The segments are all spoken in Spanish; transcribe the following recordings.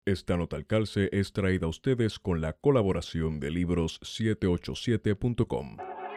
Esta nota al calce es traída a ustedes con la colaboración de libros787.com.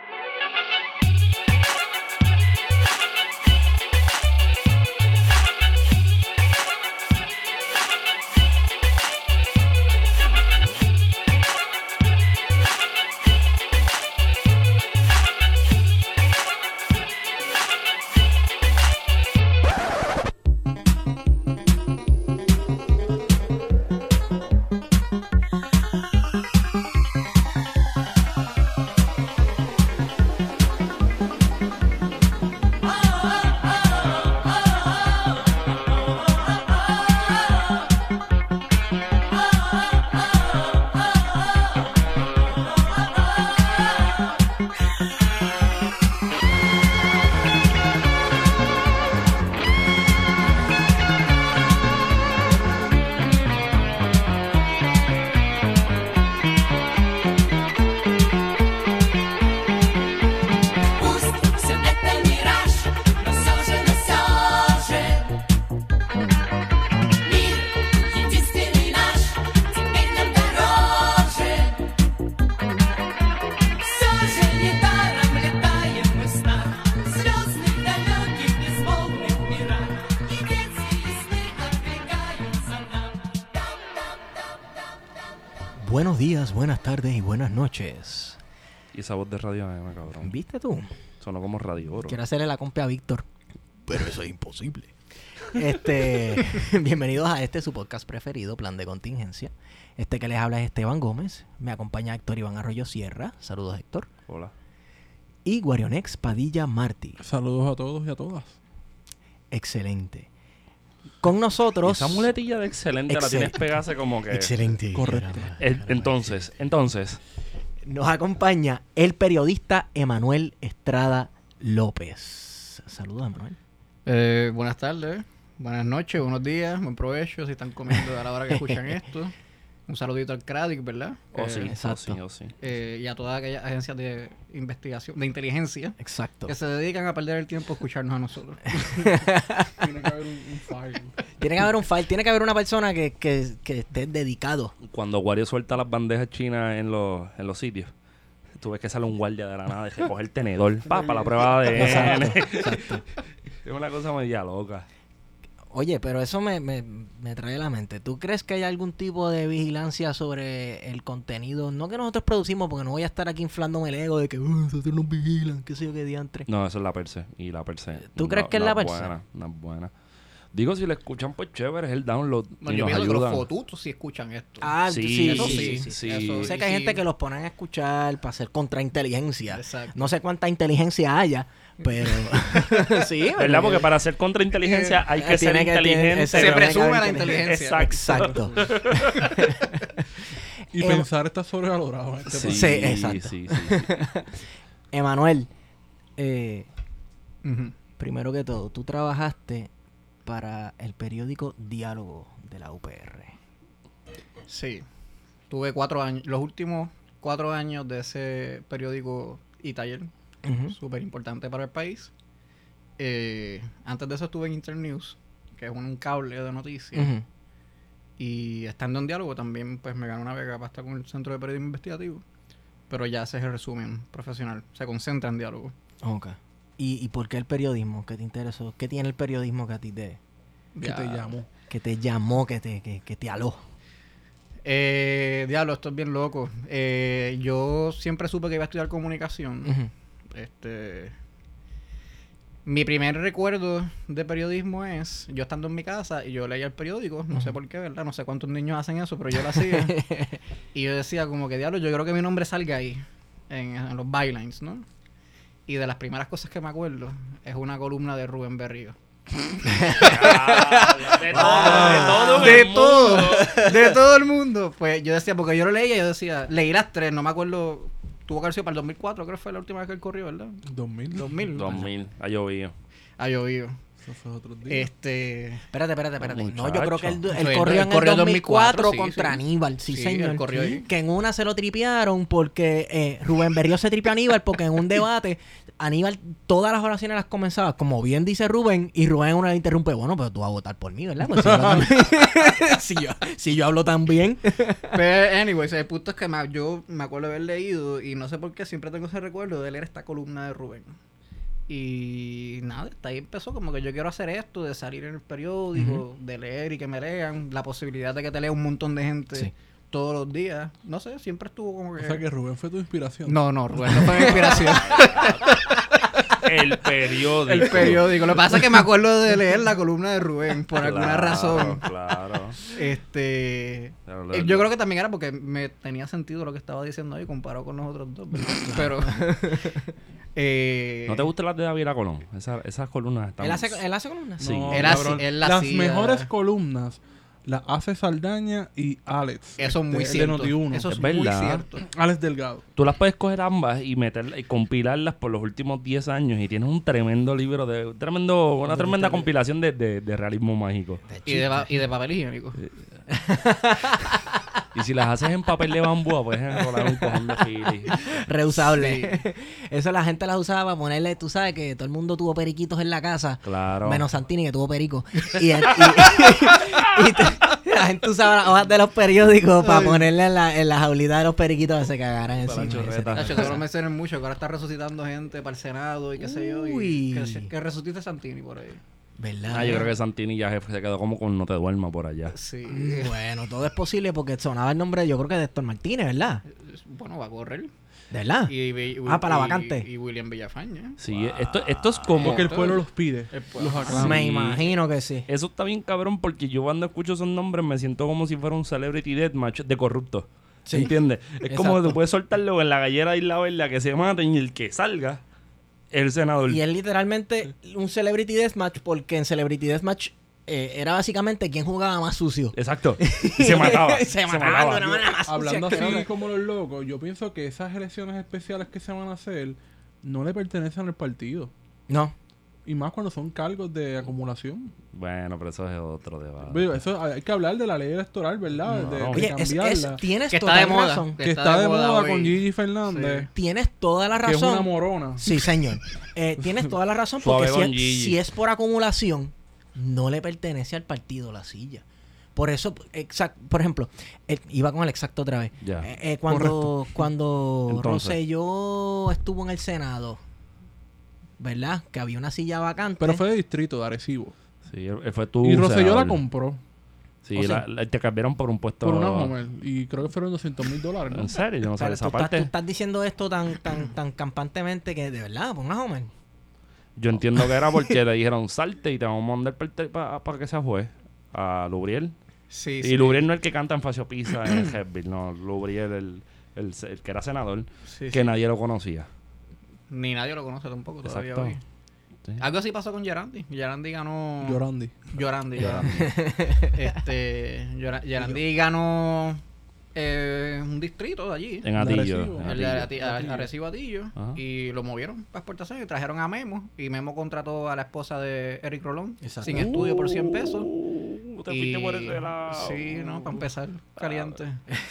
Buenos días, buenas tardes y buenas noches. Y esa voz de Radio AM, cabrón. ¿Viste tú? Sonó como Radio Oro. Quiero hacerle la compra a Víctor. Pero eso es imposible. Bienvenidos a su podcast preferido, Plan de Contingencia. Que les habla es Esteban Gómez. Me acompaña Héctor Iván Arroyo Sierra. Saludos, Héctor. Hola. Y Guarionex Padilla Martí. Saludos a todos y a todas. Excelente. Con nosotros... Esa muletilla de excelente la tienes pegada como que... Excelente. Correcto. Entonces... Nos acompaña el periodista Emanuel Estrada López. Saludos, Emanuel. Buenas tardes, buenas noches, buenos días, buen provecho si están comiendo a la hora que escuchan esto. Un saludito al CRADIC, ¿verdad? Exacto. Y a todas aquellas agencias de investigación, de inteligencia, Exacto, que se dedican a perder el tiempo a escucharnos a nosotros. Tiene que haber un file. Tiene que haber un file, tiene que haber una persona que esté dedicado. Cuando Wario suelta las bandejas chinas en los sitios, tú ves que sale un guardia de la nada y se coge el tenedor para la prueba de ADN. Exacto. Es una cosa media loca. Oye, pero eso me trae a la mente. ¿Tú crees que hay algún tipo de vigilancia sobre el contenido? No que nosotros producimos, porque no voy a estar aquí inflándome el ego de que nosotros nos vigilan, qué sé yo, qué diantre. No, eso es la perse. Y la perse... ¿Tú crees que es la perse? No es buena. Digo, si le escuchan, pues chévere, es el download. Bueno, y yo nos pienso que los ayudan. fotutos sí escuchan esto. Ah, sí, eso sí. Eso, Sé que hay gente que los ponen a escuchar para hacer contrainteligencia. Exacto. No sé cuánta inteligencia haya, pero... sí, ¿Verdad? Porque para hacer contrainteligencia hay que ser inteligente. Se presume la inteligencia. Exacto. Y pensar está sobrevalorado. Sí, exacto. Sí. Emanuel, primero que todo, tú trabajaste para el periódico Diálogo de la UPR. Sí. Tuve 4 años, los últimos 4 años de ese periódico y taller. Súper importante para el país. Antes de eso estuve en Internews, que es un cable de noticias. Y estando en Diálogo también pues me gané una beca para estar con el Centro de Periodismo Investigativo. Pero ya ese es el resumen profesional. Se concentra en Diálogo. Ok. ¿Y por qué el periodismo? ¿Qué te interesó? ¿Qué tiene el periodismo que a ti te llamó? Que te llamó, que te aló. Diablo, esto es bien loco. Yo siempre supe que iba a estudiar comunicación. Mi primer recuerdo de periodismo es yo estando en mi casa y yo leía el periódico, no sé por qué, ¿verdad? No sé cuántos niños hacen eso, pero yo lo hacía. Y yo decía como que, diablo, yo creo que mi nombre salga ahí, en los bylines, ¿no? Y de las primeras cosas que me acuerdo es una columna de Rubén Berrío. De todo el mundo. Pues yo decía, porque yo lo leía, yo decía, leí las 3, no me acuerdo. Tuvo que haber sido para el 2004, creo que fue la última vez que él corrió, ¿verdad? 2000, ha llovido. Eso fue otro día. Espérate. Muchacho. No, yo creo que él Él corrió en el corrió 2004 sí, contra sí. Aníbal. Sí, señor. Él corrió ahí. Que en una se lo tripearon porque Rubén Berrío se tripeó a Aníbal porque en un debate Aníbal todas las oraciones las comenzaba, como bien dice Rubén, y Rubén una le interrumpe, bueno, pero tú vas a votar por mí, ¿verdad? Pues si yo hablo tan bien. Pero, anyways, el punto es que yo me acuerdo de haber leído y no sé por qué siempre tengo ese recuerdo de leer esta columna de Rubén. Y nada, hasta ahí empezó como que yo quiero hacer esto, de salir en el periódico, de leer y que me lean, la posibilidad de que te lea un montón de gente todos los días. No sé, siempre estuvo como que... O sea que Rubén fue tu inspiración. No, Rubén no fue mi inspiración. El periódico. El periódico. Lo que pasa es que me acuerdo de leer la columna de Rubén por alguna razón. Claro. Yo creo que también era porque me tenía sentido lo que estaba diciendo ahí comparado con los otros dos, ¿verdad? Pero ¿no te gustan las de David Colón? Esas columnas están... ¿Él hace columnas? Sí. No, Él cabrón. la Las hacía. mejores columnas las hace Saldaña y Alex. Eso es muy de cierto. Noti1. Eso es Es muy verdad. cierto. Alex Delgado. Tú las puedes coger ambas y meterlas y compilarlas por los últimos 10 años y tienes un tremendo libro una tremenda compilación de realismo mágico. Y de papel higiénico. Y si las haces en papel de bambú, puedes enrolar un cojón de fili. Reusable. Eso la gente las usaba para ponerle, tú sabes que todo el mundo tuvo periquitos en la casa. Claro. Menos Santini que tuvo perico. Y la gente usaba las hojas de los periódicos para ponerle en la jaulita de los periquitos que se cagaran Para la encima. chorreta. Nacho, te lo mencioné mucho, que ahora está resucitando gente para el Senado y qué sé yo. Uy. Y que resucite Santini por ahí. ¿Verdad? Yo creo que Santini ya se quedó como con No te duermas por allá. Sí. Bueno, todo es posible porque sonaba el nombre, yo creo que de Héctor Martínez, ¿verdad? Bueno, va a correr. ¿De verdad? Para la vacante. Y William Villafaña. Sí, esto es como... Porque el pueblo los pide. El pueblo. Los aclama. Me Sí. imagino que sí. Eso está bien cabrón porque yo cuando escucho esos nombres me siento como si fuera un celebrity deathmatch de corrupto. Sí. ¿Entiendes? Es como Exacto. tú puedes soltarlo en la gallera de Isla Verde que se maten y el que salga es el senador. Y es literalmente un Celebrity Deathmatch porque en Celebrity Deathmatch era básicamente quién jugaba más sucio. Exacto. Y se mataba. se mataban de una manera más sucia. Hablando que así otra. como los locos, yo pienso que esas elecciones especiales que se van a hacer no le pertenecen al partido. No. Y más cuando son cargos de acumulación. Bueno, pero eso es otro debate. Digo, eso hay que hablar de la ley electoral, ¿verdad? No. De Oye, cambiarla. tienes Que está toda de la moda. razón. Que está de moda hoy. con Gigi Fernández. Sí. Tienes toda la Que es una razón. morona. Sí, señor. Tienes toda la razón Suave porque con Gigi. si es por acumulación, no le pertenece al partido la silla. Por eso, por ejemplo, iba con el exacto otra vez. Ya. Cuando Entonces. Rosselló estuvo en el Senado, ¿verdad? Que había una silla vacante. Pero fue de distrito, de Arecibo. Sí, él fue tu Y Rosselló la senador. compró Sí, ¿Oh, sí? te cambiaron por un puesto... por una Homer. Y creo que fueron $200,000, ¿no? ¿En serio? Yo no sabía Pero esa tú parte. estás diciendo esto tan campantemente que de verdad, por una Homer. Yo entiendo que era porque le dijeron salte y te vamos a mandar para que sea juez a Lubriel. Sí, Y Lubriel no es el que canta en Facio Pizza en Headville, no. Lubriel, el que era senador, Sí, que sí. nadie lo conocía. Ni nadie lo conoce tampoco todavía Exacto. hoy. Sí. Algo así pasó con Gerandi. Gerandi ganó... Llorandi. Llorandi. Gerandi ganó un distrito de allí. En Atillo. Arecibo. en El de Atillo. Arecibo Atillo. Ajá. Y lo movieron para exportación y trajeron a Memo. Y Memo contrató a la esposa de Eric Rolón. Exacto. Sin estudio por 100 pesos. Te fuiste por ese lado. Sí, no, para empezar, caliente.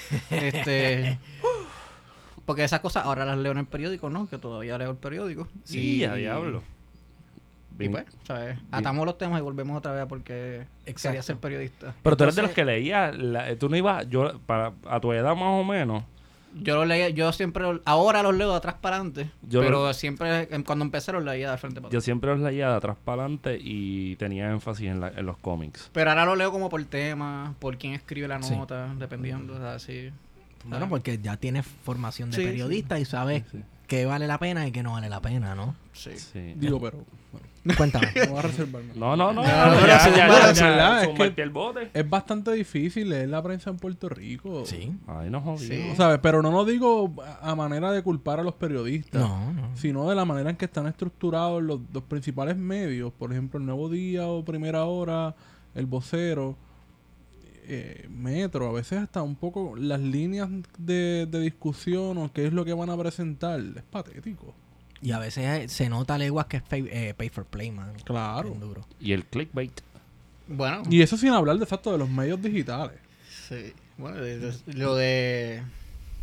Porque esas cosas ahora las leo en el periódico, ¿no? Que todavía leo el periódico. Sí, a diablo. Y pues, ¿sabes? Atamos los temas y volvemos otra vez porque Exacto. quería ser periodista. Pero tú eres de los Entonces- que leía, tú no ibas, a tu edad más o menos, Yo los leía, yo siempre, ahora los leo de atrás para adelante. Yo Pero siempre, cuando empecé los leía de frente para yo atrás. siempre los leía de atrás para adelante y tenía énfasis en los cómics. Pero ahora los leo como por tema, por quién escribe la Sí. nota, dependiendo, o sea, sí. Bueno, porque ya tienes formación de Sí, periodista y sabes Sí. qué vale la pena y qué no vale la pena, ¿no? Sí. Sí. Digo, pero bueno, Cuéntame. me voy a reservarme. No, no, no. pero ya, sí, ya, bueno, ya, es verdad, es zumbaste que- el bote. Es bastante difícil leer la prensa en Puerto Rico. Sí. Ay, no jodí. Sí. ¿Sabes? Pero no lo digo a manera de culpar a los periodistas. No, no. Sino de la manera en que están estructurados los principales medios. Por ejemplo, El Nuevo Día o Primera Hora, El Vocero, Metro. A veces hasta un poco las líneas de discusión o qué es lo que van a presentar. Es patético. Y a veces se nota a leguas que es pay for play, man. Claro. Bien duro. Y el clickbait. Bueno, Y eso sin hablar de exacto de los medios digitales. sí. Bueno, lo de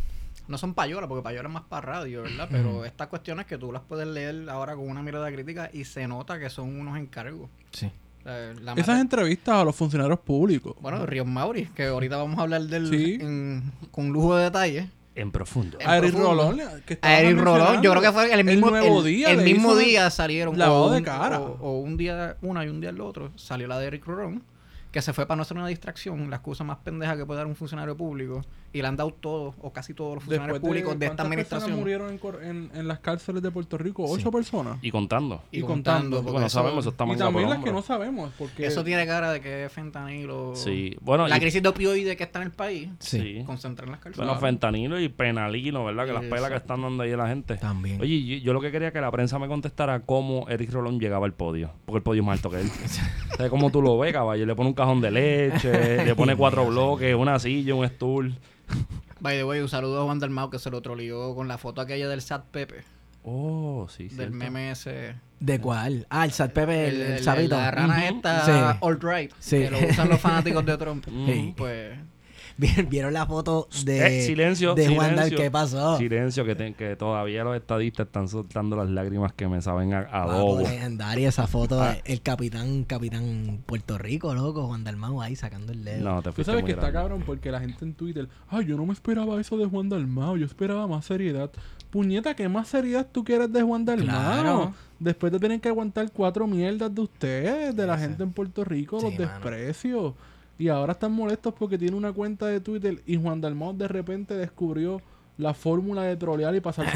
no son payolas, porque payola es más para radio, ¿verdad? Pero estas cuestiones que tú las puedes leer ahora con una mirada crítica y se nota que son unos encargos. Sí. Esas entrevistas a los funcionarios públicos. Bueno, Ríos Mauri, que ahorita vamos a hablar del Sí. con lujo de detalle. En profundo. En A Eric profundo. Rolón, que estaba A Eric Rolón, mencionando, yo creo que fue el mismo Nuevo Día el le mismo hizo día salieron lavado de un- cara. o un día una y un día el otro salió la de Eric Rolón, que se fue para no ser una distracción, la excusa más pendeja que puede dar un funcionario público, y le han dado todos o casi todos los funcionarios Después públicos de esta ¿cuántas administración personas murieron en las cárceles de Puerto Rico? 8 personas. Y contando. y y contando, contando. porque Bueno, eso, sabemos, eso está Y manga también por las que hombro. no sabemos. Porque eso tiene cara de que es fentanilo. Sí. Bueno, La y- crisis de opioides que está en el país, Sí. concentra en las cárceles. Bueno, fentanilo y penalino, ¿verdad? Que las pelas que Exacto. están dando ahí a la gente. También. Oye, yo lo que quería que la prensa me contestara cómo Eric Rolón llegaba al podio. Porque el podio es más alto que él. O sea, cómo tú lo ves, caballo. Le pone un cajón de leche, le pone 4 bloques, una silla, un stool. By the way, un saludo a Juan Dalmau que se lo trolió con la foto aquella del Sat Pepe, Oh, sí, del cierto. meme ese. ¿De cuál? Ah, el Sat Pepe, el sabito. La rana Ujú. esta, Sí. all right, Sí. que lo usan los fanáticos de Trump. Sí. Pues, ¿Vieron la foto de, Silencio, de Juan Dal? silencio. ¿Qué pasó? Silencio, que todavía los estadistas están soltando las lágrimas que me saben a Papo, adobo. legendaria esa foto. Ah. El capitán Puerto Rico, loco. Juan Dalmau ahí sacando el dedo. No, te tú fuiste sabes muy que está grande. cabrón porque la gente en Twitter, ay, yo no me esperaba eso de Juan Dalmau, yo esperaba más seriedad. Puñeta, ¿qué más seriedad tú quieres de Juan Dalmau? Claro. Después de tener que aguantar 4 mierdas de ustedes, de la Ese. gente en Puerto Rico, Sí, los mano. desprecios. Y ahora están molestos porque tiene una cuenta de Twitter y Juan Dalmau de repente descubrió la fórmula de trolear y pasar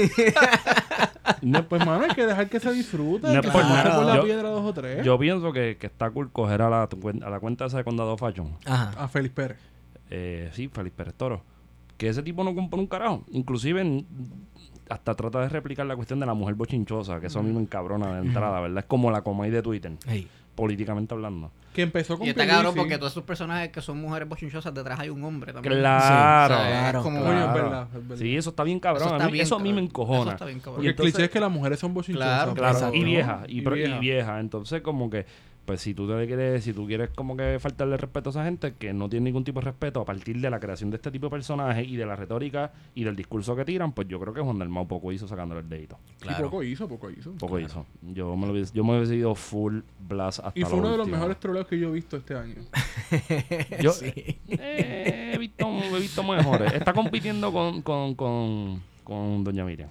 No, Pues, mano, hay que dejar que se disfrute. No es que por se pase nada. por la Yo- piedra 2 o 3. yo pienso que está cool coger a la cuenta esa de Condado Fashion. Ajá. A Félix Pérez. Sí, Félix Pérez Toro. Que ese tipo no compone un carajo. Inclusive hasta trata de replicar la cuestión de la mujer bochinchosa, que eso a mí me encabrona de entrada, ¿verdad? Es como la Comay de Twitter, Hey. políticamente hablando. Que empezó con y está Pierluisi. cabrón porque todos esos personajes que son mujeres bochinchosas, detrás hay un hombre también. Claro. O sea, es Claro, como- Coño, es Claro. verdad, es verdad. Sí, eso está bien cabrón. Eso a está mí, bien eso a mí me cabrón. encojona. Eso está bien cabrón. Porque el entonces- cliché es que las mujeres son bochinchosas. Claro, Claro, Exacto. y vieja, y vieja. vieja. Entonces, como que, pues si tú quieres como que faltarle respeto a esa gente que no tiene ningún tipo de respeto a partir de la creación de este tipo de personajes y de la retórica y del discurso que tiran, pues yo creo que Juan Dalmau poco hizo sacándole el dedito. Claro. Y poco hizo, poco hizo. Poco hizo. Yo me hubiese ido full blast hasta Y fue lo uno de los último. mejores troleos que yo he visto este año. Yo Sí. he visto mejores. Está compitiendo con Doña Miriam.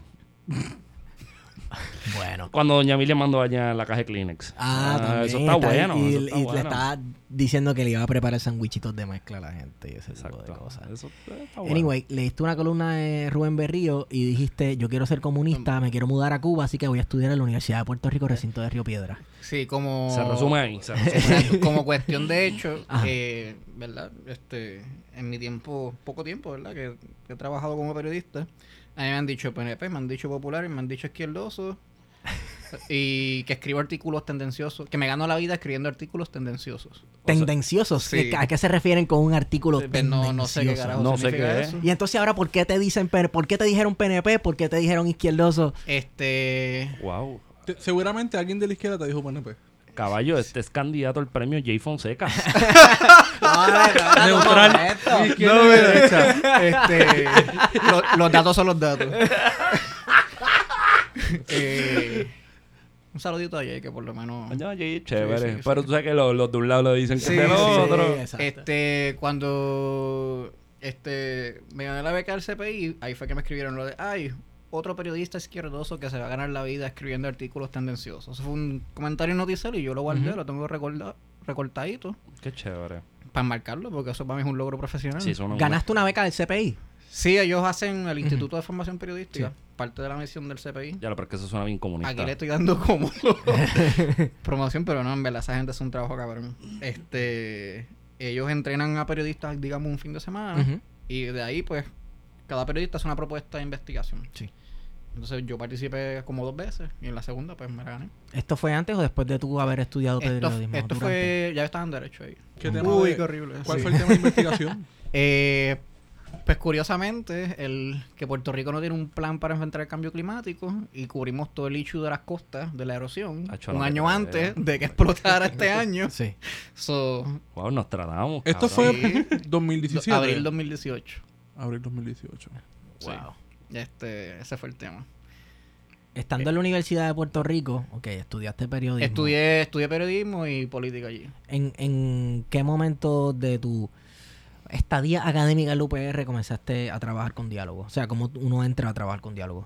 Bueno. Cuando Doña Miriam mandó allá la caja de Kleenex. También. Eso está bueno. Y, eso está y le bueno. estaba diciendo que le iba a preparar sandwichitos de mezcla a la gente y ese tipo de Exacto. cosas. Eso está bueno. Anyway, leíste una columna de Rubén Berrío y dijiste, yo quiero ser comunista, me quiero mudar a Cuba, así que voy a estudiar en la Universidad de Puerto Rico, recinto de Río Piedra. Sí, como... Se resume ahí. Se resume ahí. Exacto, como cuestión de hecho, Ajá. ¿verdad? En mi tiempo, poco tiempo, ¿verdad? Que he trabajado como periodista, a mí me han dicho PNP, me han dicho populares, me han dicho izquierdosos y que escribo artículos tendenciosos, que me gano la vida escribiendo artículos tendenciosos. Tendenciosos. sí. ¿A qué se refieren con un artículo Pues tendencioso? no sé qué carajo No sé significa qué es. eso. Y entonces ahora, ¿por qué te dicen por qué te dijeron PNP? ¿Por qué te dijeron izquierdoso? Wow. Seguramente alguien de la izquierda te dijo PNP. Caballo, este es candidato al premio Jay Fonseca. Neutral. Ni izquierda No, ni mira, derecha. los datos son los datos. Un saludito a Jay, que por lo menos... Ya, Jay es chévere. Sí, sí, Pero sí. tú sabes que los de un lado le dicen que Sí, es del sí, otro. exacto. Cuando me gané la beca del CPI, ahí fue que me escribieron lo de, otro periodista izquierdoso que se va a ganar la vida escribiendo artículos tendenciosos. Eso fue un comentario en Noticiero y yo lo guardé, lo tengo recortadito Qué chévere. para marcarlo, porque eso para mí es un logro profesional. Sí, eso no- ¿Ganaste una beca del CPI? Sí, ellos hacen el Instituto de Formación Periodística, parte de la misión del CPI. Ya, pero es que eso suena bien comunista. Aquí le estoy dando como promoción, pero no, en verdad, esa gente hace un trabajo cabrón. Ellos entrenan a periodistas, digamos, un fin de semana, Ujú. y de ahí, pues, cada periodista hace una propuesta de investigación. Sí. Entonces, yo participé como 2 veces, y en la segunda, pues, me la gané. ¿Esto fue antes o después de tú haber estudiado periodismo? Esto Durante. fue... Ya estaba en Derecho ahí. ¿Qué tema Uy, de- qué horrible. ¿Cuál Sí. fue el tema de investigación? Pues curiosamente, que Puerto Rico no tiene un plan para enfrentar el cambio climático y cubrimos todo el issue de las costas, de la erosión, Acho, un la año que te antes vea. de que explotara este año. Sí. So, Wow, nos tratamos. Esto cabrón. fue 2017. abril 2018. Abril 2018. Wow. Ese fue el tema. Estando en la Universidad de Puerto Rico, estudiaste periodismo. Estudié periodismo y política allí. ¿En qué momento de tu estadía académica en la UPR comenzaste a trabajar con diálogo? O sea, ¿cómo uno entra a trabajar con diálogo?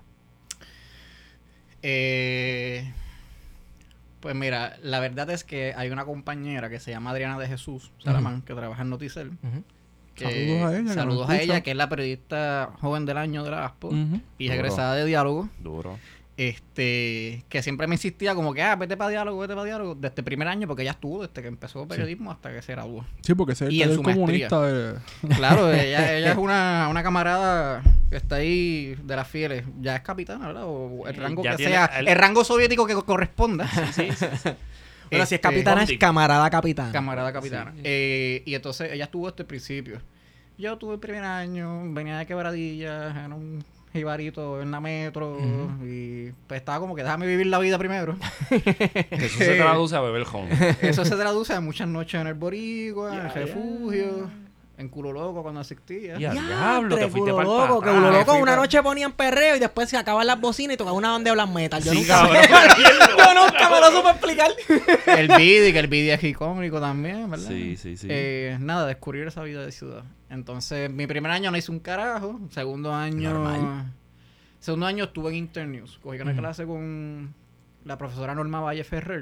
Pues mira, la verdad es que hay una compañera que se llama Adriana de Jesús Salamán, que trabaja en Noticel. Saludos a ella. Saludos a ella, que es la periodista joven del año de la ASPO y es egresada de diálogo. Duro. Que siempre me insistía como que, vete para diálogo, desde el primer año, porque ella estuvo desde que empezó periodismo hasta que se graduó. Sí, porque ese es Y en el su comunista de... Claro, ella es una camarada que está ahí de las fieles. Ya es capitana, ¿verdad? O el rango Ya que tiene sea, el- el rango soviético que corresponda. Sí. Pero si es capitana, es camarada capitana. Camarada capitana. Sí. Y entonces ella estuvo desde el principio. Yo tuve el primer año, venía de Quebradillas, era un jibarito en la metro y pues estaba como que déjame vivir la vida primero. Eso se traduce a beber home. Eso se traduce a muchas noches en el Boricua, en el refugio, en Culo Loco cuando asistía. Ya, diablo, te fuiste Culo pa'l Loco, que patrón. Culo Loco fui una pa- noche ponían perreo y después se acaban las bocinas y tocaban una banda de black metal. Yo Sí, nunca cabrón. yo nunca me lo supe explicar. El Bidi, que el Bidi es icónico también, ¿verdad? Sí. Nada, descubrir esa vida de ciudad. Entonces, mi primer año no hice un carajo. Segundo año... Normal. Segundo año estuve en Internews. Cogí una clase con la profesora Norma Valle Ferrer.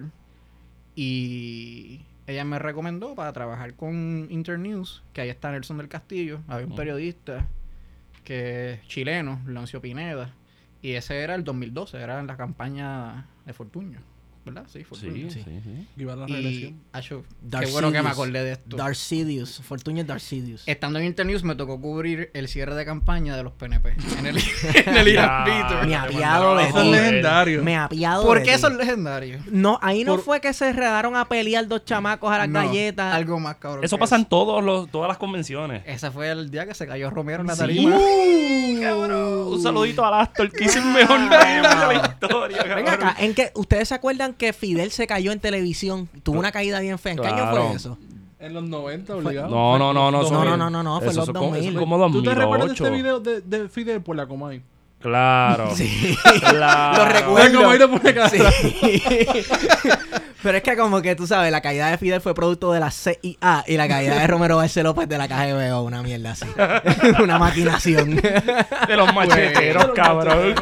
Y ella me recomendó para trabajar con Internews, que ahí está Nelson del Castillo. Había un periodista que es chileno, Leoncio Pineda. Y ese era el 2012, era en la campaña de Fortuño. ¿Verdad? Sí, Fortuño. Sí. Iba a la Y, reelección. acho, qué Darth bueno que me Sidious. acordé de esto. Darcidius, Fortunio Darcidius. Estando en Internews me tocó cubrir el cierre de campaña de los PNP en el Irán Beater. Me apiado de Eso es ti. legendario. Me apiado ¿Por de qué ti. eso es legendario? No, ahí no fue que se enredaron a pelear dos chamacos a las No, galletas. Algo más cabrón. Eso que pasa en todas las convenciones. Ese fue el día que se cayó Romero en la Sí. tarima. Cabrón. Un saludito al Astor, que hizo el mejor meme de la historia, Ven cabrón. acá, ¿ustedes se acuerdan que Fidel se cayó en televisión? Tuvo una caída bien fea. ¿En qué año Claro. fue eso? En los 90, obligado. No, No, fue eso los es como- 2000. eso es como ¿Tú te recuerdas de 2008. este video de Fidel por la Comay? Claro. Sí. Claro. Lo recuerdo. La Comay lo pone cara. Sí. Pero es que como que tú sabes, la caída de Fidel fue producto de la CIA y la caída de Romero Barceló pues de la KGB, una mierda así. Una maquinación. De los macheteros, cabrón.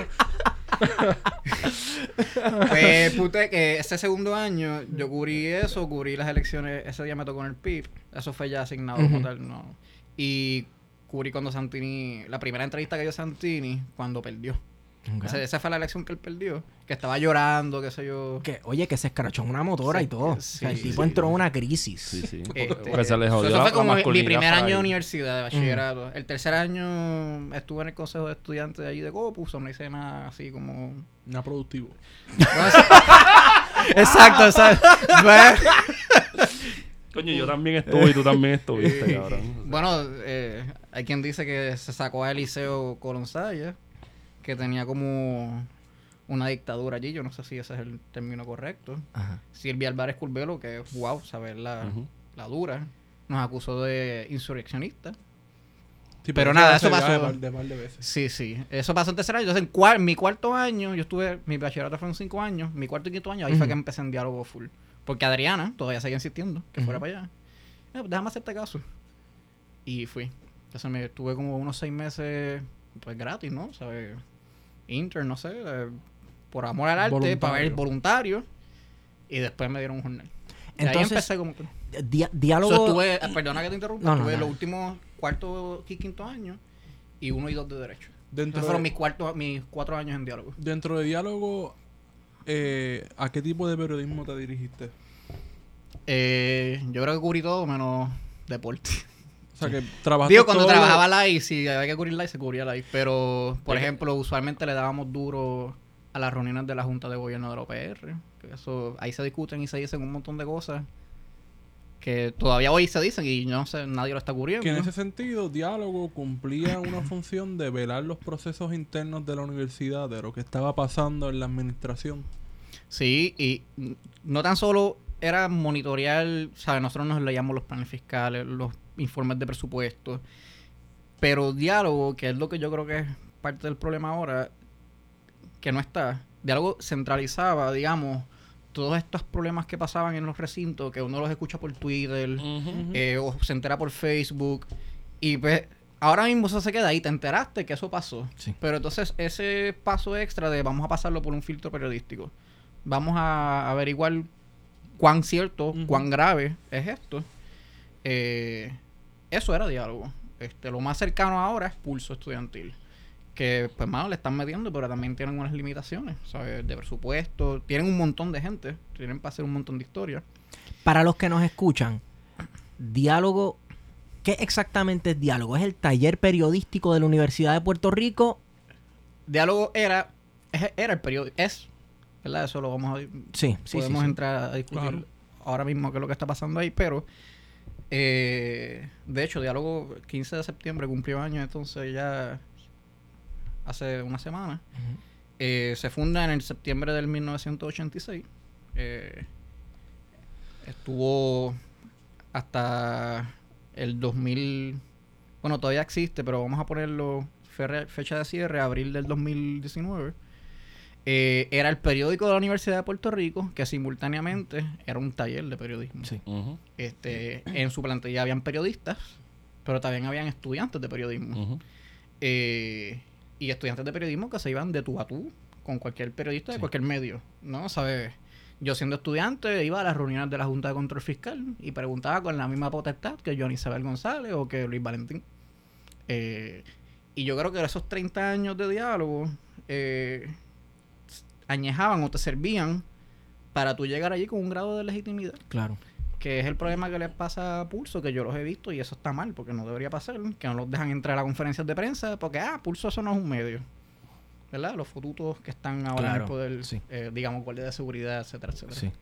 Pues, puta, que ese segundo año yo cubrí eso, cubrí las elecciones. Ese día me tocó en el PIB. Eso fue ya asignado como tal, no. Y cubrí cuando Santini, la primera entrevista que dio Santini, cuando perdió. Esa fue la elección que él perdió. Que estaba llorando, qué sé yo. Oye, que se escrachó en una motora Sí, y todo. sí, o sea, el sí, tipo sí. entró en una crisis. Sí. Este, Porque se le jodió eso la fue como mi masculinidad primer año de frágil. universidad, de bachillerato. El tercer año estuve en el consejo de estudiantes de allí de Copus, no hice nada así como... Nada productivo. Exacto. Coño, yo también estuve y tú también estuviste, cabrón. Bueno, hay quien dice que se sacó a Eliseo Colonsaya, que tenía como una dictadura allí. Yo no sé si ese es el término correcto. Ajá. Silvia Álvarez Curbelo, que wow, saber la dura, nos acusó de insurreccionista. Sí, Pero nada, eso se pasó. viaja de par de veces. Sí. Eso pasó en tercer año. Entonces, en mi cuarto año, mi bachillerato fueron 5 años. Mi cuarto y quinto año, ahí fue que empecé en diálogo full. Porque Adriana todavía seguía insistiendo que fuera para allá. Pues déjame hacerte caso. Y fui. Entonces me tuve como unos 6 meses, pues gratis, ¿no? ¿Sabes? Intern, no sé, por amor al arte, Voluntario. para ver voluntario. Y después me dieron un jornal. Y ahí Entonces, empecé como... diálogo... So, estuve, perdona que te interrumpa, No, no, estuve no. los últimos cuarto y quinto años y 1 y 2 de derecho. Dentro Esos fueron de, mis 4 años en diálogo. dentro de diálogo, ¿a qué tipo de periodismo te dirigiste? Yo creo que cubrí todo menos deporte. O sea, que trabajaste Digo, cuando todo- trabajaba live, si había que cubrir live, se cubría live. Pero, por Sí. ejemplo, usualmente le dábamos duro a las reuniones de la Junta de Gobierno de la OPR. Que eso, ahí se discuten y se dicen un montón de cosas que todavía hoy se dicen y no sé, nadie lo está cubriendo. Que en ese sentido, diálogo cumplía una función de velar los procesos internos de la universidad, de lo que estaba pasando en la administración. Sí, y no tan solo era monitorear, ¿sabes? Nosotros nos leíamos los planes fiscales, los informes de presupuesto, pero diálogo, que es lo que yo creo que es parte del problema ahora, que no está. Diálogo centralizaba, digamos, todos estos problemas que pasaban en los recintos, que uno los escucha por Twitter, o se entera por Facebook, y pues ahora mismo eso se queda ahí, te enteraste que eso pasó. Sí. Pero entonces ese paso extra de vamos a pasarlo por un filtro periodístico, vamos a averiguar cuán cierto, cuán grave es esto. Eso era diálogo. Lo más cercano ahora es Pulso Estudiantil. Que, pues, mano, le están metiendo, pero también tienen unas limitaciones, ¿sabes? De presupuesto. Tienen un montón de gente. Tienen para hacer un montón de historias. Para los que nos escuchan, diálogo, ¿qué exactamente es diálogo? ¿Es el taller periodístico de la Universidad de Puerto Rico? Diálogo era el periódico. Es, ¿verdad? Eso lo vamos a... Sí, podemos entrar a discutir ahora mismo qué es lo que está pasando ahí, pero... de hecho, Diálogo, 15 de septiembre cumplió años, entonces ya... hace una semana. Se funda en el septiembre del 1986. Estuvo hasta el 2000... Bueno, todavía existe, pero vamos a ponerlo fecha de cierre, abril del 2019. Era el periódico de la Universidad de Puerto Rico, que simultáneamente era un taller de periodismo. Sí. En su plantilla habían periodistas, pero también habían estudiantes de periodismo. Y estudiantes de periodismo que se iban de tú a tú con cualquier periodista de cualquier medio, ¿no? ¿Sabes? Yo siendo estudiante iba a las reuniones de la Junta de Control Fiscal y preguntaba con la misma potestad que Johnny Isabel González o que Luis Valentín. Y yo creo que esos 30 años de diálogo añejaban o te servían para tú llegar allí con un grado de legitimidad. Claro. Que es el problema que les pasa a Pulso, que yo los he visto y eso está mal, porque no debería pasar, que no los dejan entrar a conferencias de prensa, porque, Pulso eso no es un medio, ¿verdad? Los fotutos que están ahora en el poder, digamos, guardia de seguridad, etcétera, etcétera. Sí.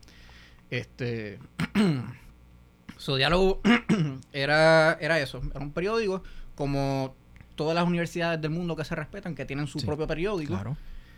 Su diálogo era eso, era un periódico como todas las universidades del mundo que se respetan, que tienen su propio periódico. Claro.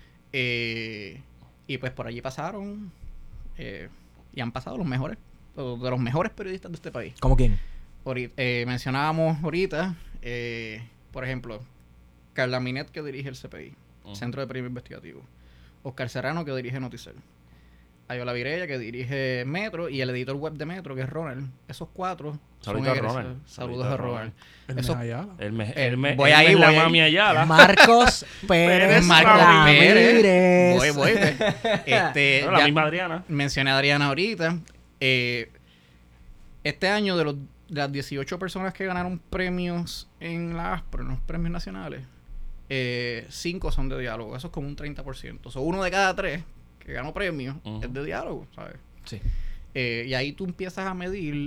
Y pues por allí pasaron, y han pasado los mejores, de los mejores periodistas de este país. ¿Cómo quién? Mencionábamos ahorita, por ejemplo, Carla Minet, que dirige el CPI, Centro de Periodismo Investigativo. Oscar Serrano, que dirige Noticel. Ayola Virella, que dirige Metro, y el editor web de Metro, que es Ronald. Esos cuatro Saludos a Ronald. Saludos a Ronald. Voy a ir, la mami Ayala. Marcos Pérez. Marcos Pérez. Ramírez. Voy. La misma Adriana. Mencioné a Adriana ahorita. Este año, de las 18 personas que ganaron premios en la ASPRO, en los premios nacionales, 5 son de diálogo. Eso es como un 30%. Uno de cada 3 que ganó premios es de diálogo, ¿sabes? Sí. Y ahí tú empiezas a medir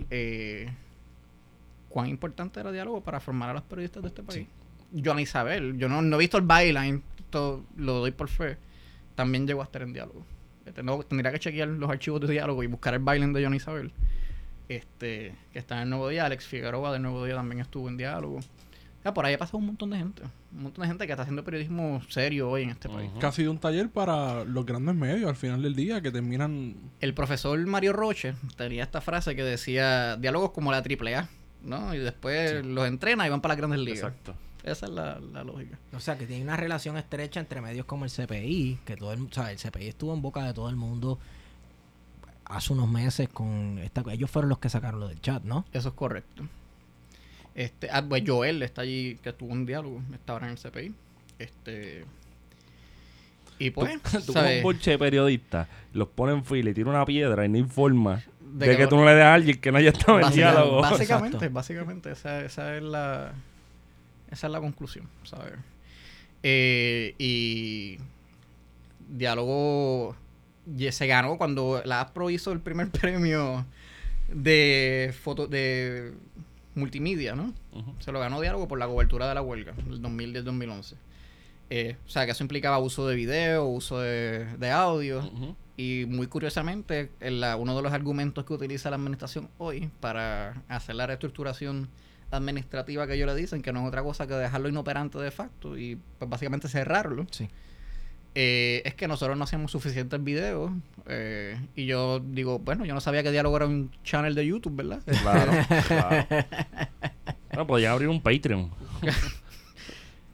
cuán importante era el diálogo para formar a los periodistas de este país. Johnny Isabel, yo no he visto el byline, esto lo doy por fe, también llegó a estar en diálogo. Tendría que chequear los archivos de diálogo y buscar el byline de Johnny Isabel, que está en el Nuevo Día. Alex Figueroa del Nuevo Día también estuvo en diálogo. Por ahí ha pasado un montón de gente que está haciendo periodismo serio hoy en este país. Que ha sido un taller para los grandes medios al final del día, que terminan... El profesor Mario Roche tenía esta frase que decía: diálogos como la AAA, ¿no? Y después los entrena y van para las grandes ligas. Exacto. Esa es la lógica. O sea, que tiene una relación estrecha entre medios como el CPI, que el CPI estuvo en boca de todo el mundo hace unos meses con ellos fueron los que sacaron lo del chat, ¿no? Eso es correcto. Pues Joel está allí, que estuvo en diálogo, está ahora en el CPI. Y pues, tú como un bonche de periodistas los pones en fila y tira una piedra y no informa de que lo, tú no le des a alguien que no haya estado en diálogo. Básicamente, esa es la conclusión, ¿sabes? Y diálogo se ganó cuando la ASPRO hizo el primer premio de multimedia, ¿no? Se lo ganó diálogo por la cobertura de la huelga del 2010-2011. O sea, que eso implicaba uso de video, uso de audio. Y muy curiosamente, uno de los argumentos que utiliza la administración hoy para hacer la reestructuración administrativa que ellos le dicen, que no es otra cosa que dejarlo inoperante de facto y pues básicamente cerrarlo. Sí. Es que nosotros no hacíamos suficientes videos. Y yo digo, bueno, yo no sabía que Diálogo era un channel de YouTube, ¿verdad? Claro. Bueno, podían abrir un Patreon.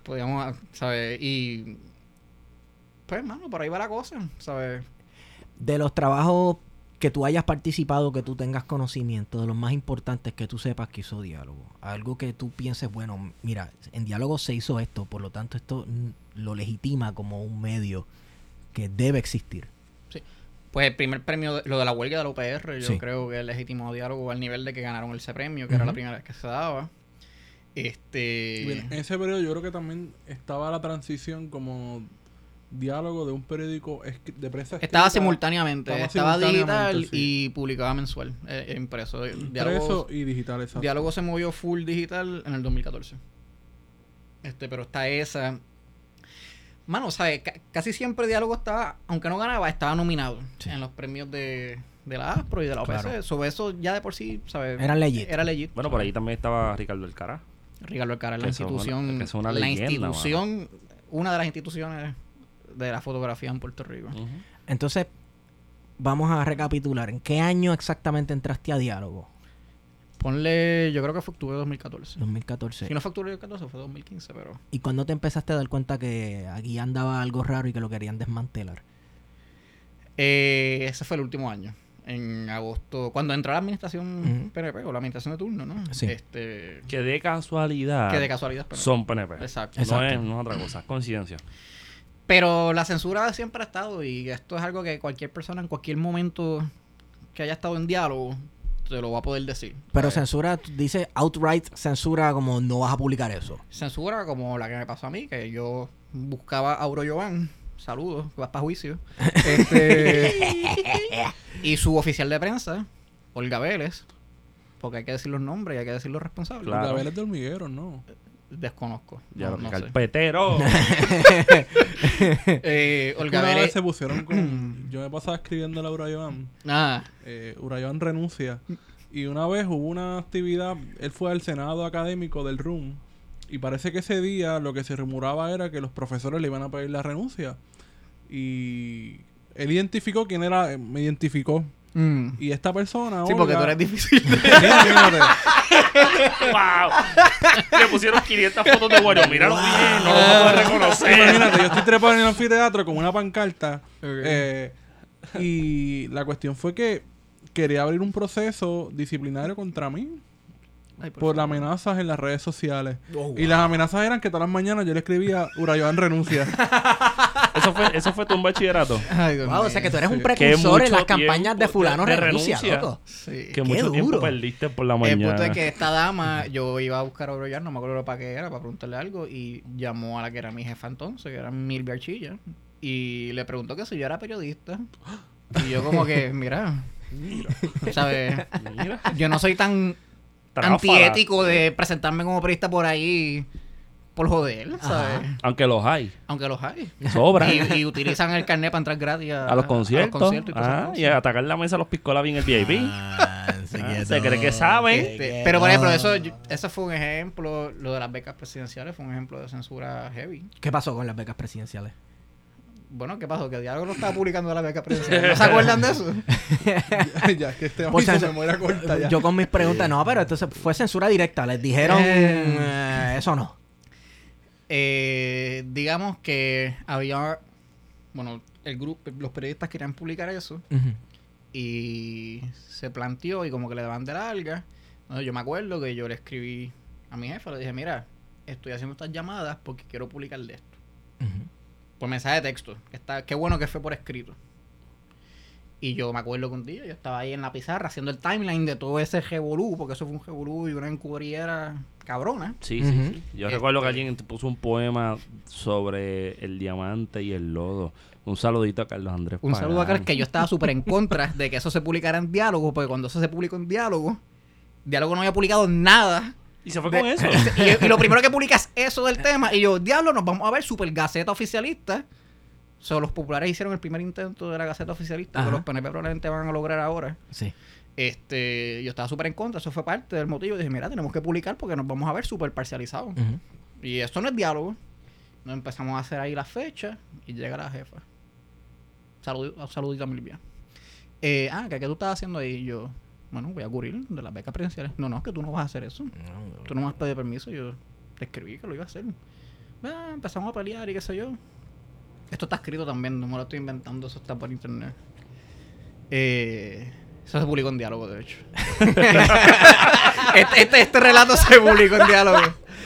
Podíamos, ¿sabes? Y pues, hermano, por ahí va la cosa, ¿sabes? De los trabajos que tú hayas participado, que tú tengas conocimiento, de los más importantes que tú sepas que hizo Diálogo. Algo que tú pienses, bueno, mira, en Diálogo se hizo esto, por lo tanto esto lo legitima como un medio que debe existir. Pues el primer premio, lo de la huelga de la UPR, yo Sí. creo que es legítimo Diálogo al nivel de que ganaron ese premio, que era la primera vez que se daba. Y en ese periodo yo creo que también estaba la transición como Diálogo de un periódico de prensa escrita. Estaba simultáneamente, estaba digital sí. y publicaba mensual, impreso. Impreso y digital, exacto. Diálogo se movió full digital en el 2014. Pero está esa... Mano, ¿sabes? Casi siempre Diálogo estaba, aunque no ganaba, estaba nominado en los premios de la ASPRO y de la OPC. Claro. Sobre eso ya de por sí, ¿sabes? Era legit. Era legit. Bueno, por ahí también estaba Ricardo Alcaraz. Ricardo Alcaraz, la Que eso es una- institución... que eso es una la leyenda, institución... Una de las instituciones de la fotografía en Puerto Rico. Entonces, vamos a recapitular. ¿En qué año exactamente entraste a Diálogo? Ponle... Yo creo que fue octubre de 2014. 2014. Si no fue octubre de 2014, fue 2015, pero... ¿Y cuándo te empezaste a dar cuenta que aquí andaba algo raro y que lo querían desmantelar? Ese fue el último año. En agosto, cuando entró la administración PNP o la administración de turno, ¿no? Sí. Que de casualidad, Que de casualidad PNP. son PNP. Exacto. No Exacto. es otra cosa, es coincidencia. Pero la censura siempre ha estado y esto es algo que cualquier persona en cualquier momento que haya estado en diálogo te lo va a poder decir. Pero ¿sabes? censura, dice outright censura como no vas a publicar eso. Censura como la que me pasó a mí, que yo buscaba a Auro Jovan, saludos, vas para juicio. Y su oficial de prensa, Olga Vélez, porque hay que decir los nombres y hay que decir los responsables. Claro. La Vélez de hormigueros, ¿no? Desconozco. Ya no, lo no sé. carpetero. Olga Una vez Vélez. se pusieron con... Yo me pasaba escribiendo a Urayoan. Urayoan renuncia. Y una vez hubo una actividad... Él fue al Senado Académico del RUM. Y parece que ese día lo que se rumoraba era que los profesores le iban a pedir la renuncia. Y... Él identificó quién era... Me identificó. Y esta persona... Sí, porque Olga- tú eres difícil. Sí, imagínate. ¡Wow! Le pusieron 500 fotos de Wario. Míralo bien, no lo vamos a reconocer. Imagínate, yo estoy trepado en el anfiteatro con una pancarta. Ok. Y la cuestión fue que quería abrir un proceso disciplinario contra mí Ay, por favor. amenazas en las redes sociales. Oh, Y las amenazas eran que todas las mañanas yo le escribía Urayoan renuncia. Eso fue tu un bachillerato. Ay, Dios Wow, o mío. sea que tú eres un Sí. precursor Que en las mucho campañas de tiempo fulano de renuncia, renuncia. loco. Sí. Que mucho tiempo duro. perdiste por la El mañana. punto es que esta dama, yo iba a buscar a Auro Jovan, no me acuerdo para qué era, para preguntarle algo, y llamó a la que era mi jefa entonces, que era Milvia Archilla, y le preguntó que si yo era periodista. Y yo como que, mira, ¿sabes? Mira. Yo no soy tan Tráfala. antiético de presentarme como periodista por ahí por joder, ¿sabes? Aunque los hay. Aunque los hay. Sobran. Y utilizan el carnet para entrar gratis A los conciertos. y todas esas Ah, cosas. y a atacar la mesa a los piscola bien el VIP. Se cree que saben. Pero por ejemplo, eso fue un ejemplo, lo de las becas presidenciales fue un ejemplo de censura heavy. ¿Qué pasó con las becas presidenciales? Bueno, ¿qué pasó? Que Diálogo no estaba publicando las becas presidenciales. ¿No se acuerdan de eso? Ya, es que este Por aviso censura- me muera corta ya. Yo con mis preguntas, no, pero entonces fue censura directa. Les dijeron eso no. Digamos que había, bueno, el grupo, los periodistas querían publicar eso y se planteó y como que le daban de larga. Entonces, yo me acuerdo que yo le escribí a mi jefa, le dije, mira, estoy haciendo estas llamadas porque quiero publicar de esto. Por mensaje de texto. Qué bueno que fue por escrito. Y yo me acuerdo que un día yo estaba ahí en la pizarra haciendo el timeline de todo ese revolú, porque eso fue un revolú y una encubriera cabrona. Sí, Ujú. sí, sí. Yo recuerdo que alguien puso un poema sobre el diamante y el lodo. Un saludito a Carlos Andrés Un saludo a Pagán. Carlos, que yo estaba súper en contra de que eso se publicara en Diálogo, porque cuando eso se publicó en Diálogo, Diálogo no había publicado nada. Y se fue con eso. Y lo primero que publica es eso del tema. Y yo, Diablo, nos vamos a ver super Gaceta Oficialista. Los populares hicieron el primer intento de la Gaceta Oficialista, Ajá. que los PNP probablemente van a lograr ahora. Sí. Yo estaba súper en contra, eso fue parte del motivo. Dije, mira, tenemos que publicar porque nos vamos a ver súper parcializados. Y esto no es Diálogo. Nos empezamos a hacer ahí la fecha y llega la jefa. Saludito a Milvia. ¿Qué tú estás haciendo ahí? Y yo, bueno, voy a cubrir de las becas presidenciales. No, es que tú no vas a hacer eso. Tú no me has pedido permiso. Yo te escribí que lo iba a hacer. empezamos a pelear y qué sé yo. Esto está escrito también, no me lo estoy inventando, eso está por internet. Eso se publicó en Diálogo, de hecho. este relato se publicó en Diálogo.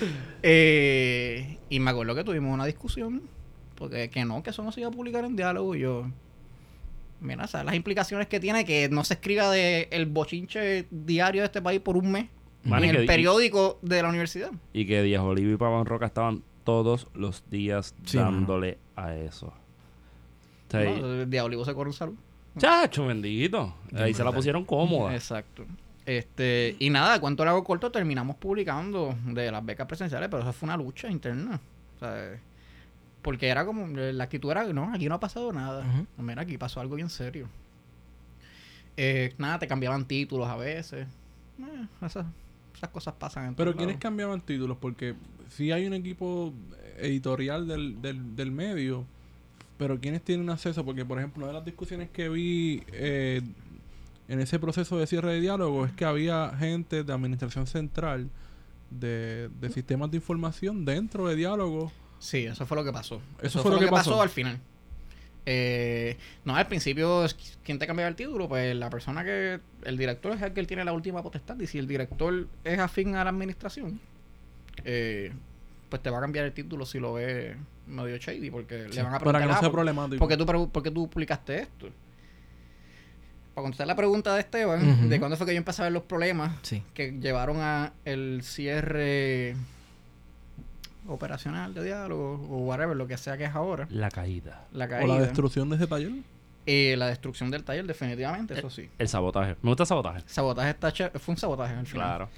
Y me acuerdo que tuvimos una discusión, porque que eso no se iba a publicar en Diálogo. Y yo, mira, ¿sabes las implicaciones que tiene que no se escriba de el bochinche diario de este país por un mes en el periódico de la universidad? Y que Díaz Olivo y Pavón Roca estaban todos los días dándole a eso. O sea, Díaz Olivo se corre un salud. Chacho, bendito. Ahí se la pusieron cómoda. Exacto. Y nada, cuento largo corto, terminamos publicando de las becas presenciales, pero eso fue una lucha interna. O sea, porque era como, la actitud era, no, aquí no ha pasado nada. Mira, aquí pasó algo bien serio. Nada, te cambiaban títulos a veces. Esas cosas pasan. Pero ¿quiénes cambiaban títulos? Porque sí hay un equipo editorial del medio, pero ¿quiénes tienen acceso? Porque, por ejemplo, una de las discusiones que vi en ese proceso de cierre de diálogo es que había gente de administración central de sistemas de información dentro de diálogo. Sí, eso fue lo que pasó. Eso fue lo que pasó al final. No, al principio, ¿quién te cambiaba el título? Pues la persona el director es el que tiene la última potestad. Y si el director es afín a la administración, pues te va a cambiar el título si lo ve medio shady, porque le van a preguntar, para que no sea problemático. ¿Por qué tú publicaste esto? Para contestar la pregunta de Esteban, de cuándo fue que yo empecé a ver los problemas que llevaron a el cierre operacional de diálogo o whatever, lo que sea que es ahora. La caída. ¿O la destrucción de ese taller? La destrucción del taller, definitivamente, eso sí. El sabotaje. Me gusta el sabotaje. Sabotaje fue un sabotaje al final. Claro.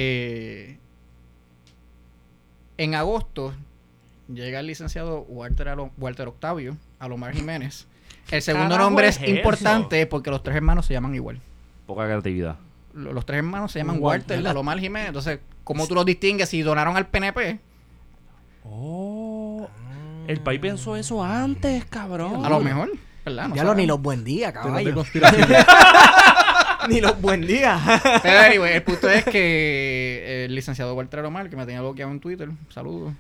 En agosto llega el licenciado Walter Octavio Alomar Jiménez. El segundo nombre es importante porque los tres hermanos se llaman igual. Poca creatividad. Los tres hermanos se llaman Walter Alomar Jiménez. Entonces, ¿cómo tú los distingues si donaron al PNP? El país pensó eso antes, cabrón. A lo mejor, ¿verdad? No ni los buen días, caballo. Ni los buen días. Pero anyway, el punto es que el licenciado Walter Alomar, que me tenía bloqueado en Twitter, saludos,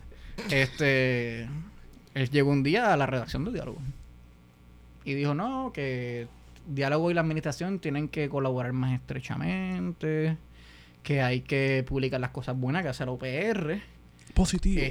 él llegó un día a la redacción del Diálogo y dijo, no, que Diálogo y la administración tienen que colaborar más estrechamente, que hay que publicar las cosas buenas que hace la UPR. Positivo.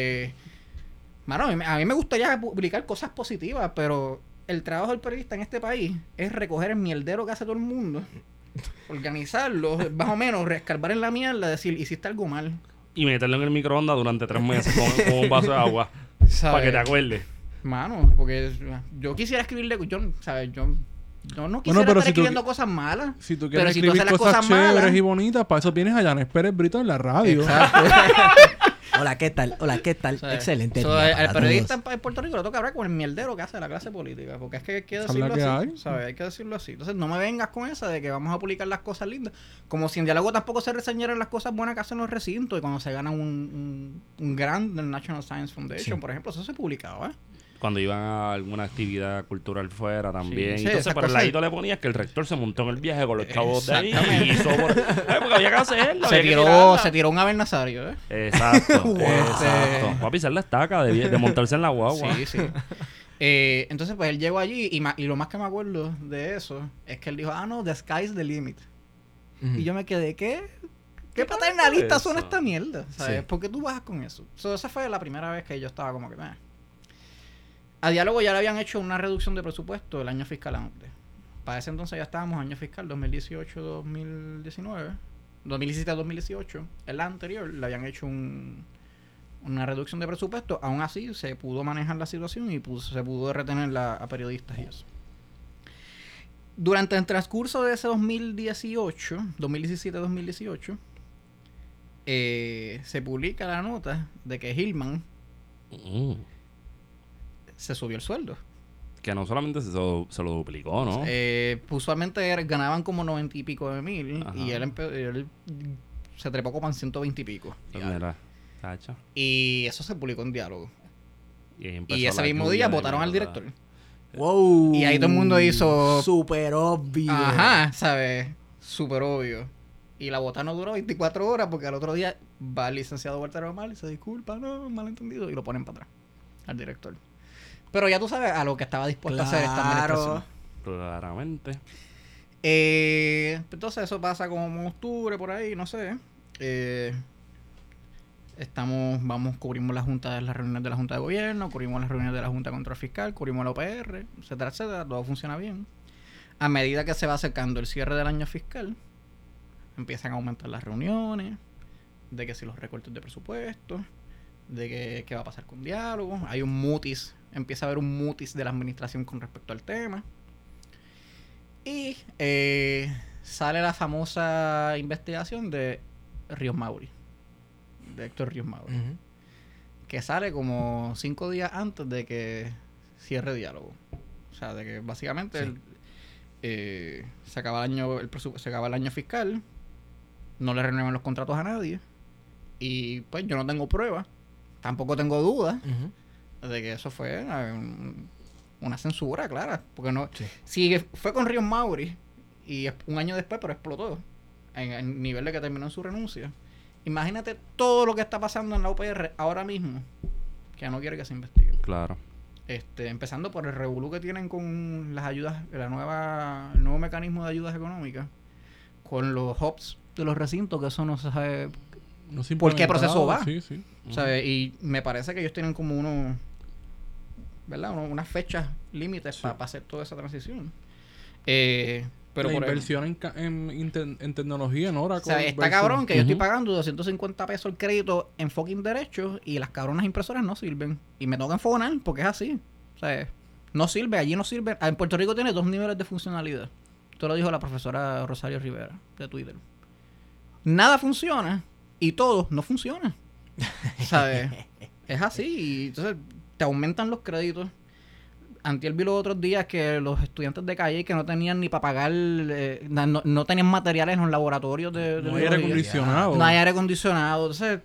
Mano, a mí me gustaría publicar cosas positivas, pero el trabajo del periodista en este país es recoger el mierdero que hace todo el mundo, organizarlo, más o menos, rescarbar en la mierda, decir, hiciste algo mal. Y meterlo en el microondas durante 3 meses con un vaso de agua. Para que te acuerdes. Mano, porque yo quisiera escribirle, yo no quisiera estar escribiendo cosas malas. Si tú quieres escribir cosas chéveres malas y bonitas, para eso vienes a Yanes Pérez Brito en la radio. Exacto. Hola, ¿qué tal? Excelente. Al periodista en Puerto Rico le toca hablar con el mierdero que hace la clase política. Porque es que hay que decirlo así. ¿Sabes? Hay que decirlo así. Entonces, no me vengas con esa de que vamos a publicar las cosas lindas. Como si en Diálogo tampoco se reseñaran las cosas buenas que hacen los recintos. Y cuando se gana un grant del National Science Foundation, por ejemplo, eso se publicaba. Cuando iban a alguna actividad cultural fuera también. Entonces, por el ladito le ponías que el rector se montó en el viaje con los chavos de ahí y hizo porque había que hacerlo. Se tiró un Abel Nazario, Exacto. Exacto. Va a pisar la estaca de montarse en la guagua. Sí. Entonces, pues él llegó allí y lo más que me acuerdo de eso es que él dijo, no, the sky's the limit. Y yo me quedé, ¿qué paternalista suena esta mierda? ¿Sabes? ¿Por qué tú bajas con eso? Esa fue la primera vez que yo estaba como que, A Diálogo ya le habían hecho una reducción de presupuesto el año fiscal antes. Para ese entonces ya estábamos año fiscal 2018-2019. 2017-2018. El anterior le habían hecho una reducción de presupuesto. Aún así se pudo manejar la situación y se pudo retener a periodistas y eso. Durante el transcurso de ese 2017-2018, se publica la nota de que Hillman se subió el sueldo. Que no solamente se lo duplicó, ¿no? Usualmente ganaban como 90 y pico de mil. Ajá. Y él se trepó como en 120 y pico. Mira, tacho. Y eso se publicó en Diálogo. Y ese mismo día votaron al director. ¡Wow! Y ahí todo el mundo hizo... Súper obvio. Ajá, ¿sabes? Súper obvio. Y la bota no duró 24 horas porque al otro día va el licenciado Walter Omar y se disculpa, no, malentendido, y lo ponen para atrás al director. Pero ya tú sabes a lo que estaba dispuesto a hacer esta administración. Claramente. Entonces eso pasa como en octubre, por ahí, no sé. Cubrimos las reuniones de la Junta de Gobierno, cubrimos las reuniones de la Junta de Control Fiscal, cubrimos la OPR, etcétera, etcétera, todo funciona bien. A medida que se va acercando el cierre del año fiscal, empiezan a aumentar las reuniones, de que si los recortes de presupuesto, de que qué va a pasar con diálogo, hay un mutis, empieza a haber un mutis de la administración con respecto al tema. Y sale la famosa investigación de Ríos Mauri, de Héctor Ríos Mauri, que sale como 5 días antes de que cierre diálogo. O sea, de que básicamente se acaba el año fiscal, no le renuevan los contratos a nadie, y pues yo no tengo pruebas, tampoco tengo dudas de que eso fue una censura, clara, porque no, si fue con Ríos Mauri y un año después, pero explotó en el nivel de que terminó en su renuncia. Imagínate todo lo que está pasando en la UPR ahora mismo, que no quiere que se investigue. Claro. Empezando por el revolú que tienen con las ayudas, el nuevo mecanismo de ayudas económicas, con los hubs de los recintos, que eso no se sabe por qué proceso va. Sí, sí. ¿Sabes? Y me parece que ellos tienen como unas fechas límites para hacer toda esa transición. Pero la inversión en tecnología en Oracle. O sea, está cabrón que yo estoy pagando 250 pesos el crédito en fucking derechos y las cabronas impresoras no sirven. Y me toca enfogonar porque es así. O sea, no sirve, allí no sirve. En Puerto Rico tiene 2 niveles de funcionalidad. Esto lo dijo la profesora Rosario Rivera de Twitter. Nada funciona y todo no funciona. ¿Sabes? Es así. Y entonces te aumentan los créditos. Antier vi los otros días que los estudiantes de Calle que no tenían ni para pagar, no tenían materiales en los laboratorios de no hay aire acondicionado. No hay aire acondicionado. Entonces,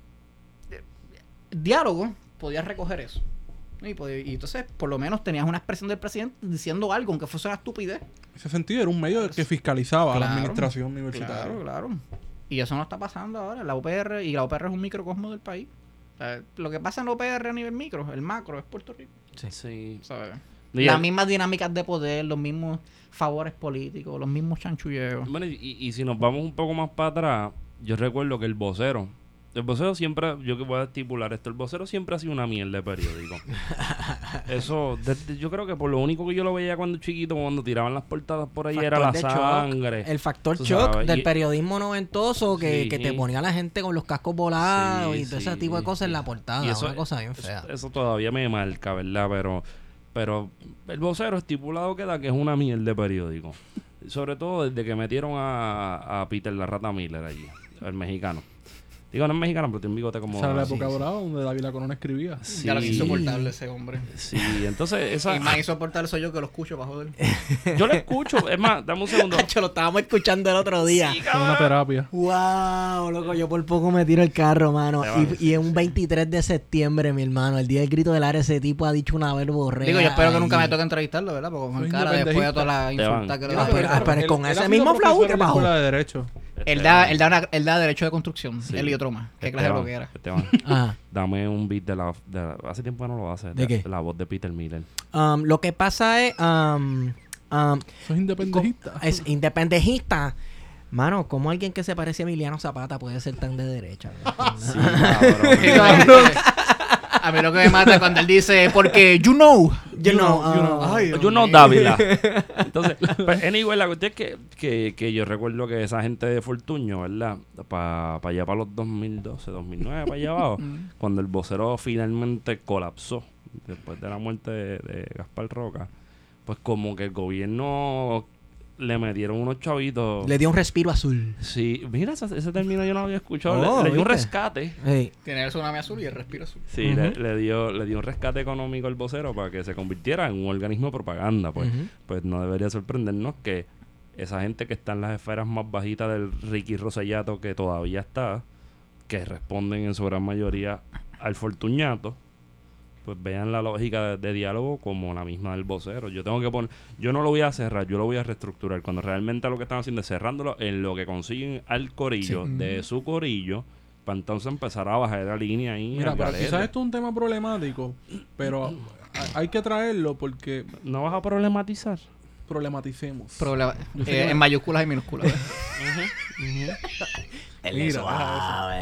diálogo podías recoger eso. Y entonces, por lo menos tenías una expresión del presidente diciendo algo, aunque fuese una estupidez. En ese sentido, era un medio que fiscalizaba a la administración universitaria. Claro. Y eso no está pasando ahora. La UPR, y la UPR es un microcosmo del país. O sea, lo que pasa en la UPR a nivel micro, el macro, es Puerto Rico. Sí. ¿Sabes? Las mismas dinámicas de poder, los mismos favores políticos, los mismos chanchulleos. Bueno, y si nos vamos un poco más para atrás, yo recuerdo que el vocero siempre, yo que voy a estipular esto, el vocero siempre ha sido una mierda de periódico. Eso, yo creo que por lo único que yo lo veía cuando chiquito, cuando tiraban las portadas por ahí, era la sangre. El factor shock del periodismo noventoso que te ponía a la gente con los cascos volados y todo ese tipo de cosas en la portada. Y eso, una cosa bien fea. Eso todavía me marca, ¿verdad? Pero el vocero estipulado queda que es una mierda de periódico. Sobre todo desde que metieron a Peter la Rata Miller allí, el mexicano. Digo, no es mexicano, pero tiene un bigote como... O sea, la época dorada donde David la Corona escribía. Sí. Ya lo insoportable ese hombre. Sí, entonces esa... Y más insoportable soy yo que lo escucho para joder. Yo lo escucho. Es más, dame un segundo. Cacho, lo estábamos escuchando el otro día. Sí, es una terapia. Wow, loco, yo por poco me tiro el carro, mano. Y en un 23 de septiembre, mi hermano, el día del grito del área, ese tipo ha dicho una verborrea. Digo, yo espero que nunca me toque entrevistarlo, ¿verdad? Porque con cara después de todas las insultas que le da. Pero con ese mismo flow, ¿qué pasó? De derecho. Él da derecho de construcción, él y otro más. ¿Qué clase de lo que era? Dame un beat de hace tiempo que no lo hace. ¿De qué? La voz de Peter Miller. Lo que pasa es... ¿Sos independentista? Es independentista. Mano, ¿cómo alguien que se parece a Emiliano Zapata puede ser tan de derecha? Sí, cabrón. A mí lo que me mata es cuando él dice, porque you know Dávila. Entonces, pues, anyway, la cuestión es que yo recuerdo que esa gente de Fortuño, ¿verdad? Para allá, para los 2012, 2009, para allá abajo, cuando el vocero finalmente colapsó, después de la muerte de Gaspar Roca, pues como que el gobierno le metieron unos chavitos. Le dio un respiro azul. Sí, mira, ese término yo no lo había escuchado. Le dio un rescate. Hey. Tiene el tsunami azul y el respiro azul. Sí, le dio un rescate económico al vocero para que se convirtiera en un organismo de propaganda. Pues no debería sorprendernos que esa gente que está en las esferas más bajitas del Ricky Rosellato, que todavía está, que responden en su gran mayoría al Fortuñato, pues vean la lógica de diálogo como la misma del vocero. Yo tengo que poner, yo no lo voy a cerrar, yo lo voy a reestructurar. Cuando realmente lo que están haciendo es cerrándolo en lo que consiguen al corillo, de su corillo, para entonces empezar a bajar la línea ahí. Mira, pero quizás esto es un tema problemático, pero hay que traerlo porque... ¿No vas a problematizar? Problematicemos. En mayúsculas y minúsculas. Suave.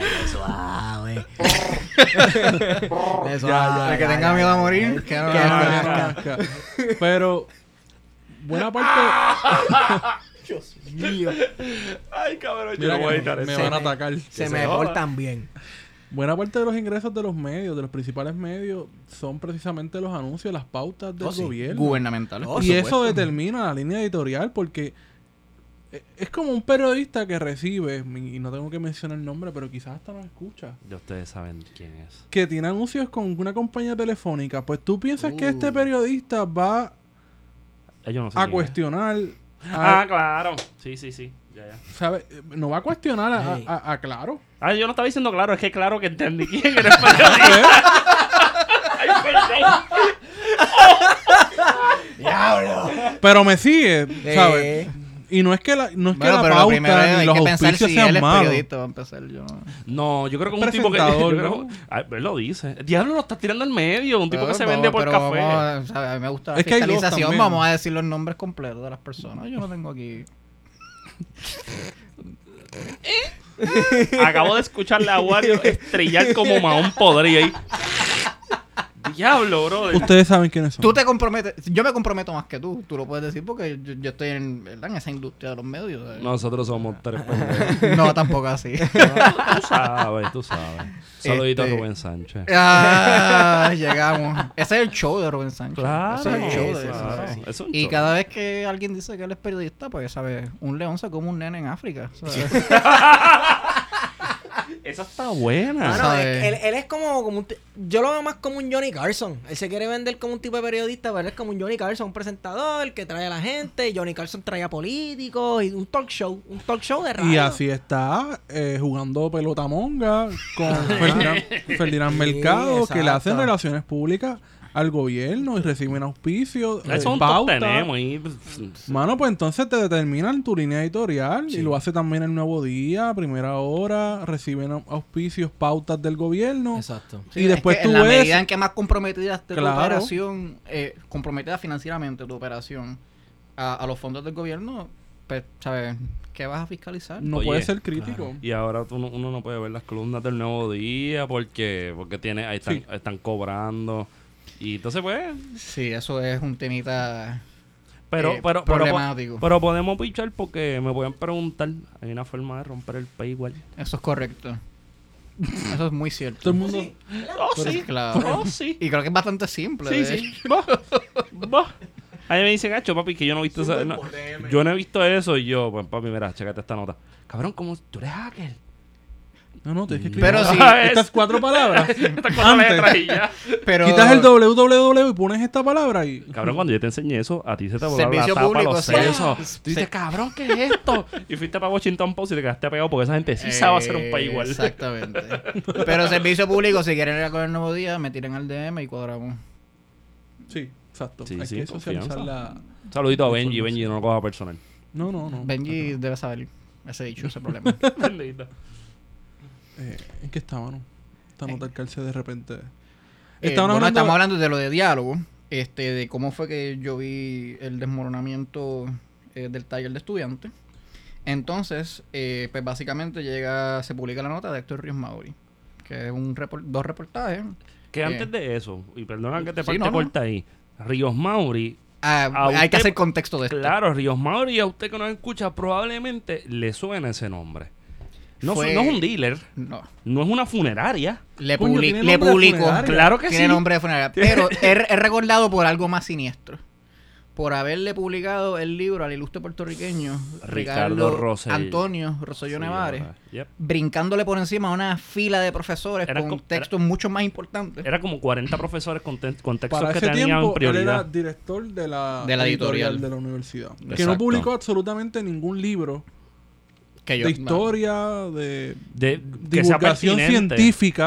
El que tenga miedo a morir, que no Casca. Pero buena parte... Dios mío. Ay, cabrón, Mira, me van a atacar. Se me portan bien. Buena parte de los ingresos de los medios, de los principales medios, son precisamente los anuncios, las pautas del gobierno. Gubernamentales. Y eso determina la línea editorial porque es como un periodista que recibe, y no tengo que mencionar el nombre, pero quizás hasta nos escucha. Ya ustedes saben quién es. Que tiene anuncios con una compañía telefónica. Pues tú piensas que este periodista va Yo no sé a quién cuestionar... claro. Sí. Ya. ¿Sabe? No va a cuestionar a Claro. Yo no estaba diciendo claro, es que claro que entendí quién era el periodista. Ay, perdón. ¡Diablo! Pero me sigue, ¿sabes? Y no es que la pauta ni los auspicios sean malos. Periodista, va a empezar, No, yo creo que es un tipo que... Él lo dice. El diablo lo está tirando al medio. Un tipo que se vende por café. A mí me gusta la Es que hay dos fiscalización. también. Vamos a decir los nombres completos de las personas. Yo no tengo aquí... Acabo de escucharle a Wario estrellar como Mahón podría ahí. Diablo, bro. Ustedes saben quiénes son. Tú te comprometes. Yo me comprometo más que tú. Tú lo puedes decir porque yo estoy en esa industria de los medios. ¿Sabes? Nosotros somos tres pendejos. No, tampoco así. Tú sabes. Saludito a Rubén Sánchez. Llegamos. Ese es el show de Rubén Sánchez. Claro. Ese es el show de Claro. eso. Es un Y show. cada vez que alguien dice que él es periodista, pues, ¿sabes? Un león se come un nene en África. ¿Sabes? Esa está buena. Mano, ¿sabes? él es como un... Yo lo veo más como un Johnny Carson. Él se quiere vender como un tipo de periodista, pero él es como un Johnny Carson, un presentador que trae a la gente. Johnny Carson trae a políticos y un talk show de radio. Y así está jugando pelota monga con Ferdinand Mercado, que le hacen exacto. relaciones públicas al gobierno y reciben auspicios, Eso es un pauta. tenemos y... Mano, pues entonces te determinan tu línea editorial y lo hace también El Nuevo Día, Primera Hora, reciben auspicios, pautas del gobierno. Exacto. Y después tú en la ves... medida en que más comprometida esté Claro. tu operación, comprometida financieramente tu operación a los fondos del gobierno, pues, ¿sabes? ¿Qué vas a fiscalizar? No Oye, puede ser crítico. Y ahora uno no puede ver las columnas del Nuevo Día porque ahí están cobrando. Y entonces, pues... Sí, eso es un temita Pero problemático. pero podemos pichar porque me pueden preguntar. Hay una forma de romper el paywall. Eso es correcto. Eso es muy cierto. Todo el mundo... Oh, sí. Claro. Oh, sí. Y creo que es bastante simple. Sí, de sí. hecho. Va. A mí me dicen, gacho, papi, que yo no he visto eso. Yo no he visto eso y yo, pues, papi, mira, chécate esta nota. Cabrón, ¿cómo tú eres hacker? No, tienes que escribir Pero sí. estas 4 palabras. Estas cuatro letras y ya. Pero Quitas el www y pones esta palabra y... Cabrón, cuando yo te enseñé eso, a ti se te voló la Servicio tapa público, los sí. sesos. Tú dices, cabrón, ¿qué es esto? Y fuiste para Washington Post y te quedaste pegado porque esa gente sí sabe hacer un paywall. Exactamente. Pero servicio público, si quieren ir a coger el Nuevo Día, me tiran al DM y cuadramos. Sí, exacto. Sí, Hay sí, que socializar confianza. la... Saludito a Benji, no lo coja personal. No. Benji debe saber ese dicho, ese problema. Bendito. ¿En qué estábamos? Esta nota al calce de repente... Estamos hablando de lo de diálogo, de cómo fue que yo vi el desmoronamiento del taller de estudiantes. Entonces, pues básicamente se publica la nota de Héctor Ríos Mauri, que es dos reportajes. Que antes de eso, y perdona que te Sí, parte no. corta ahí, Ríos Mauri... Hay que hacer contexto de esto. Claro, Ríos Mauri, a usted que nos escucha, probablemente le suena ese nombre. No Fue- es un dealer, No. no es una funeraria. Coño, ¿tiene Le nombre de publicó. funeraria? Claro que Tiene sí. nombre de funeraria. Pero es recordado por algo más siniestro. Por haberle publicado el libro al ilustre puertorriqueño Ricardo Rosselló. Antonio Rosselló Nevares, Yep. brincándole por encima a una fila de profesores con textos mucho más importantes. Era como 40 profesores con textos Para que ese tenían tiempo, él prioridad. era director de la editorial de la universidad. Que no Exacto. publicó absolutamente ningún libro Que yo, de historia, de que sea divulgación pertinente. científica.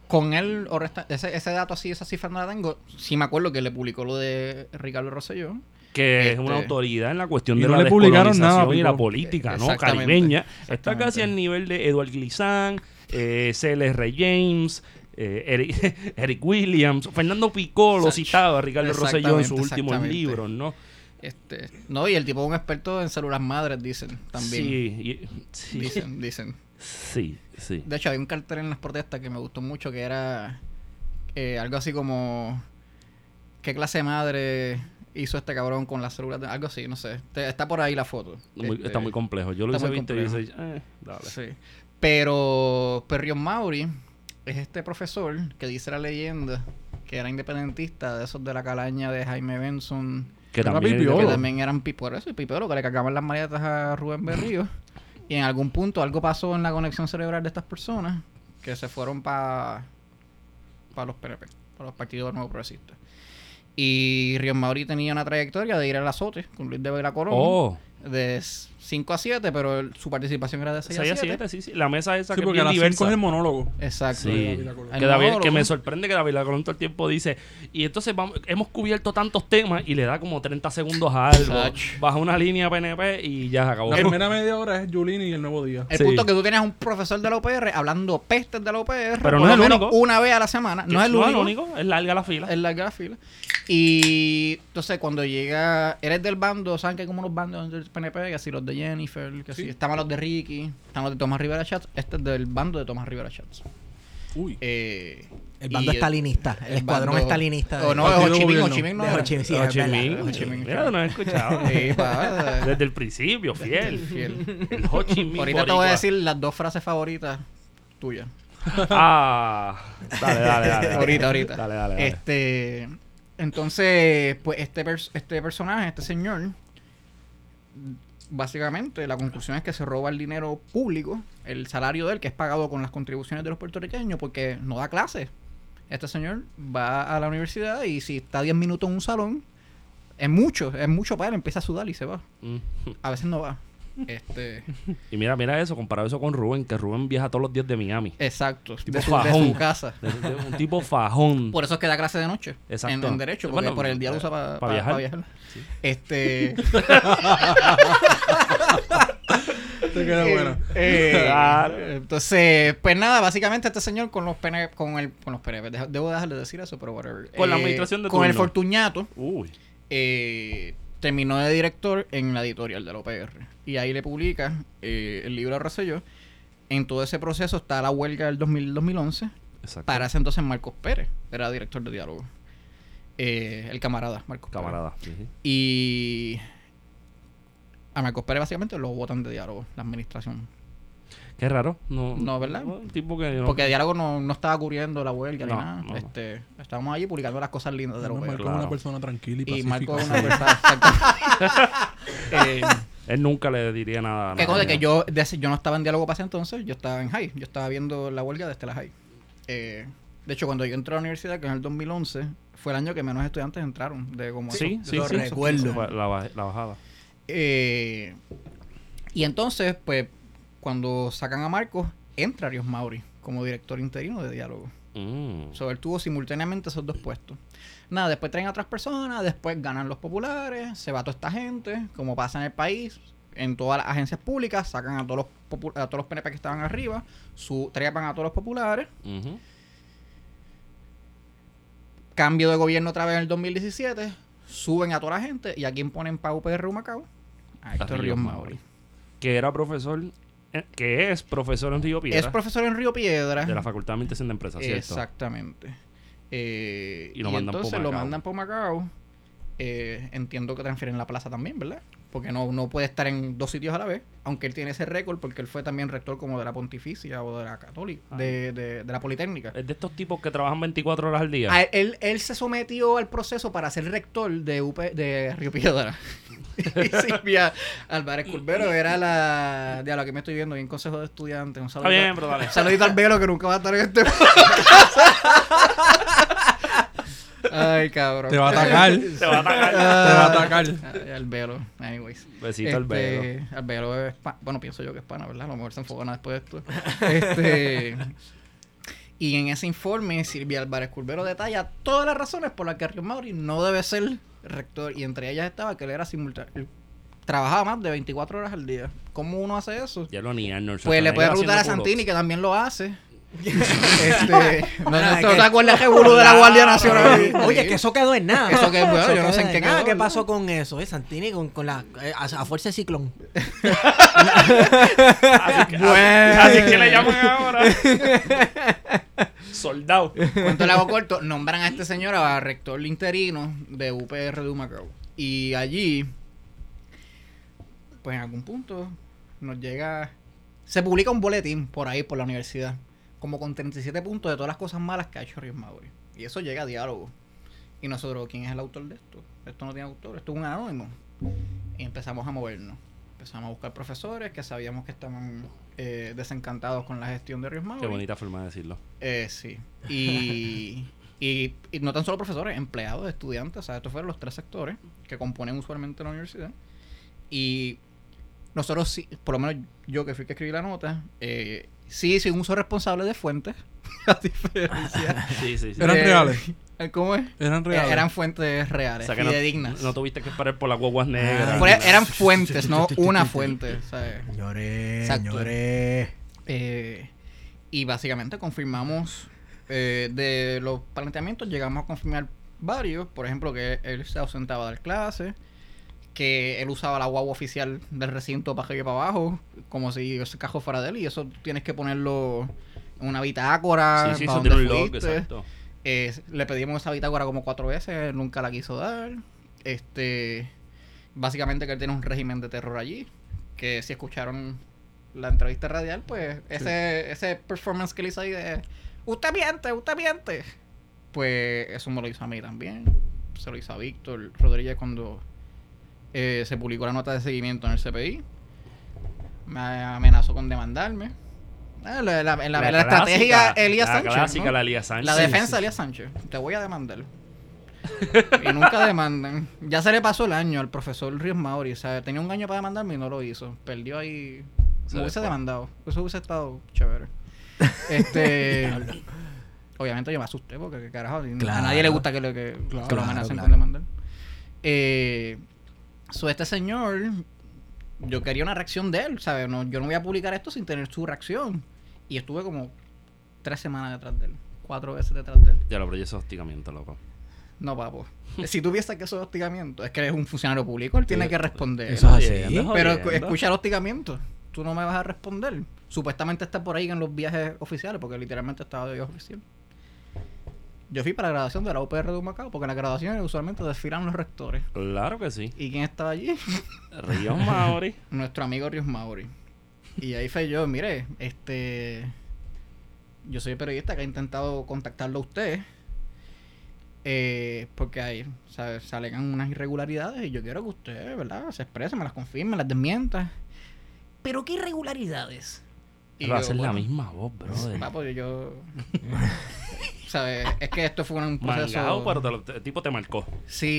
con él, ese dato así, esa cifra no la tengo. Sí me acuerdo que le publicó lo de Ricardo Rosselló. Que es una autoridad en la cuestión de no la le publicaron nada, descolonización y la política, ¿no? Caribeña. Está casi al nivel de Edward Glissant, C.L.R. James, Eric Williams, Fernando Picó lo citaba Ricardo Rosselló en sus últimos libros, ¿no? No, y el tipo es un experto en células madres, dicen también. Sí. Dicen. Sí. De hecho, había un cartel en las protestas que me gustó mucho que era algo así como ¿qué clase de madre hizo este cabrón con las células? Algo así, no sé. Está por ahí la foto. Está muy complejo. Yo lo hice visto y dice, dale. Sí. Pero Rion Maury es este profesor que dice la leyenda que era independentista, de esos de la calaña de Jaime Benson. Que también eran piporos y piperos que le cargaban las maletas a Rubén Berrío. Y en algún punto algo pasó en la conexión cerebral de estas personas que se fueron para los PNP, para los partidos nuevos progresistas. Y Rion Maury tenía una trayectoria de ir al azote con Luis de Vega Colón. De 5 a 7, pero su participación era de 6 a 7. Sí. La mesa esa sí, que porque es bien diversa. 5 es el monólogo. Exacto. Sí. Que me sorprende que David Colón todo el tiempo dice, y entonces hemos cubierto tantos temas y le da como 30 segundos a algo. Baja una línea PNP y ya se acabó. La primera media hora es Yulín y el Nuevo Día. El punto es que tú tenías un profesor de la UPR hablando pestes de la UPR. Pero no es el único. Una vez a la semana. No es el único. Es larga la fila. Y entonces cuando llega, eres del bando, ¿saben que hay como unos bandos del PNP? Que así los de Jennifer, que sí. Estaban los de Ricky, están los de Tomás Rivera Schatz. Este es del bando de Tomás Rivera Schatz. Uy. El bando estalinista, el escuadrón estalinista. O no, es Ho Chi Minh no. Ho Chi Minh. Mira, no he escuchado. Desde el principio, fiel. El Ho Chi Minh. Ahorita te voy a decir las 2 frases favoritas tuyas. Dale. Ahorita. Dale. Entonces, pues este personaje, este señor, básicamente la conclusión es que se roba el dinero público, el salario de él, que es pagado con las contribuciones de los puertorriqueños, porque no da clases. Este señor va a la universidad y si está 10 minutos en un salón, es mucho para él, empieza a sudar y se va. A veces no va. Y mira eso, comparado eso con Rubén, que Rubén viaja todos los días de Miami. Exacto, de su casa. Un tipo fajón. Por eso es que da clase de noche. Exacto. En Derecho, porque por el día lo usa para viajar. Sí. Te queda bueno. Entonces, pues nada, básicamente este señor con los PNP, debo dejar de decir eso, pero whatever. Con la administración de turno. Con el Fortuñato. Uy. Terminó de director en la editorial de la UPR. Y ahí le publica el libro de Rosselló. En todo ese proceso está la huelga del 2011. Exacto. Para ese entonces Marcos Pérez era director de Diálogo. El camarada Marcos Pérez. Uh-huh. Y a Marcos Pérez básicamente lo votan de Diálogo, la administración. Qué raro. No, ¿verdad? Un tipo que porque Diálogo no estaba cubriendo la huelga ni nada. No. Estábamos allí publicando las cosas lindas de la huelga. Marco es una persona tranquila y pacífica. Marco es una persona... Él nunca le diría nada. ¿Qué cosa? Que yo no estaba en Diálogo para ese entonces, yo estaba en High. Yo estaba viendo la huelga desde la High. De hecho, cuando yo entré a la universidad, que en el 2011, fue el año que menos estudiantes entraron. Sí, recuerdo. La bajada. Y entonces, pues, cuando sacan a Marcos, entra Rion Maury como director interino de Diálogo. Él tuvo simultáneamente esos 2 puestos. Nada, después traen a otras personas, después ganan los populares, se va toda esta gente, como pasa en el país, en todas las agencias públicas, sacan a todos los PNP que estaban arriba, trepan a todos los populares. Uh-huh. Cambio de gobierno otra vez en el 2017, suben a toda la gente, y a quién ponen para UPR Humacao, a Héctor Rion Maury. Que era profesor... que es profesor en Río Piedra. Es profesor en Río Piedra. De la Facultad de Administración de Empresas, ¿cierto? Exactamente. Y lo mandan entonces lo mandan por Macao. Entiendo que transfieren la plaza también, ¿verdad? Porque no puede estar en 2 sitios a la vez. Aunque él tiene ese récord, porque él fue también rector como de la Pontificia o de la Católica, de la Politécnica. Es de estos tipos que trabajan 24 horas al día. Él se sometió al proceso para ser rector de Río Piedra. Y Silvia Álvarez Curbero era la... De lo que me estoy viendo en consejo de estudiantes. Un saludito, está bien, pero dale. Saludito al Velo que nunca va a estar en este... Ay, cabrón. Te va a atacar. Al Velo. Anyways. Besito al Velo. Al Velo es bueno, pienso yo que es pana, ¿verdad? A lo mejor se enfogona después de esto. Y en ese informe, Silvia Álvarez Curbero detalla todas las razones por las que Ríos Mauri no debe ser rector. Y entre ellas estaba que él era simultáneo. Él trabajaba más de 24 horas al día. ¿Cómo uno hace eso? Ya lo ni Arnold Pues le puede preguntar a haciendo Santini, pull-ups. que también lo hace. ¿No te acuerdas que Bulu de la Guardia Nacional? Oye, que eso quedó en nada. Eso que, bueno, Eso yo no sé en qué nada. quedó. ¿Qué pasó con eso? Santini con la a fuerza de ciclón. Así que le llaman ahora. Soldado. Cuento le hago corto, nombran a este señor a rector interino de UPR de Humacao. Y allí, pues en algún punto, nos llega... Se publica un boletín por ahí, por la universidad, como con 37 puntos de todas las cosas malas que ha hecho Ríos Mauri. Y eso llega a diálogo. Y nosotros, ¿quién es el autor de esto? Esto no tiene autor, esto es un anónimo. Y empezamos a movernos. Empezamos a buscar profesores que sabíamos que estaban desencantados con la gestión de Ríos Mauri. Qué bonita forma de decirlo. Sí. Y no tan solo profesores, empleados, estudiantes. O sea, estos fueron los 3 sectores que componen usualmente la universidad. Y nosotros sí, por lo menos yo que fui que escribí la nota, sí un uso responsable de fuentes. A diferencia. Sí. ¿Eran reales? ¿Cómo es? Eran reales. Eran fuentes reales, O sea que fidedignas. no tuviste que esperar por las guaguas negras. Eran fuentes, no una fuente. ¿Sabes? Exacto. Lloré. Y básicamente confirmamos de los planteamientos, llegamos a confirmar varios. Por ejemplo, que él se ausentaba a dar clases, que él usaba la guagua oficial del recinto para arriba y para abajo, como si ese cajón fuera de él, y eso tienes que ponerlo en una bitácora. Sí, para eso donde tiene un log, fuiste. exacto. Le pedimos esa bitácora como 4 veces, él nunca la quiso dar. Básicamente que él tiene un régimen de terror allí, que si escucharon la entrevista radial, pues ese performance que le hizo ahí de usted miente, pues eso me lo hizo a mí también, se lo hizo a Víctor Rodríguez cuando se publicó la nota de seguimiento en el CPI. Me amenazó con demandarme. La estrategia Elías Sánchez, clásica, ¿no? la Elías Sánchez. La defensa Elías Sánchez. Te voy a demandar. Y nunca demandan. Ya se le pasó el año al profesor Ríos Mauri. O sea, tenía un año para demandarme y no lo hizo. Perdió ahí. Me hubiese demandado. Eso hubiese estado chévere. Obviamente yo me asusté porque qué carajo. Claro. A nadie le gusta que lo amenacen con demandar. Este señor, yo quería una reacción de él, ¿sabes? No, yo no voy a publicar esto sin tener su reacción. Y estuve como 3 semanas detrás de él. 4 veces detrás de él. Ya lo, pero eso es hostigamiento, loco. No, papo. Si tú piensas que eso es hostigamiento, es que eres un funcionario público, él tiene que responder. Eso es así. Pero escucha el hostigamiento. Tú no me vas a responder. Supuestamente está por ahí en los viajes oficiales, porque literalmente estaba de viaje oficial. Yo fui para la graduación de la UPR de Humacao, porque en las graduaciones usualmente desfilan los rectores. Claro que sí. ¿Y quién estaba allí? Ríos Mauri. Nuestro amigo Ríos Mauri. Y ahí fue yo, mire, yo soy periodista que ha intentado contactarlo a usted, porque ahí, ¿sabes? Salen unas irregularidades y yo quiero que usted, ¿verdad?, se exprese, me las confirme, me las desmienta. ¿Pero qué irregularidades? Y va a ser la misma voz, brother. Pues yo ¿sabes? Es que esto fue un proceso... Mangao, pero el tipo te marcó. Sí.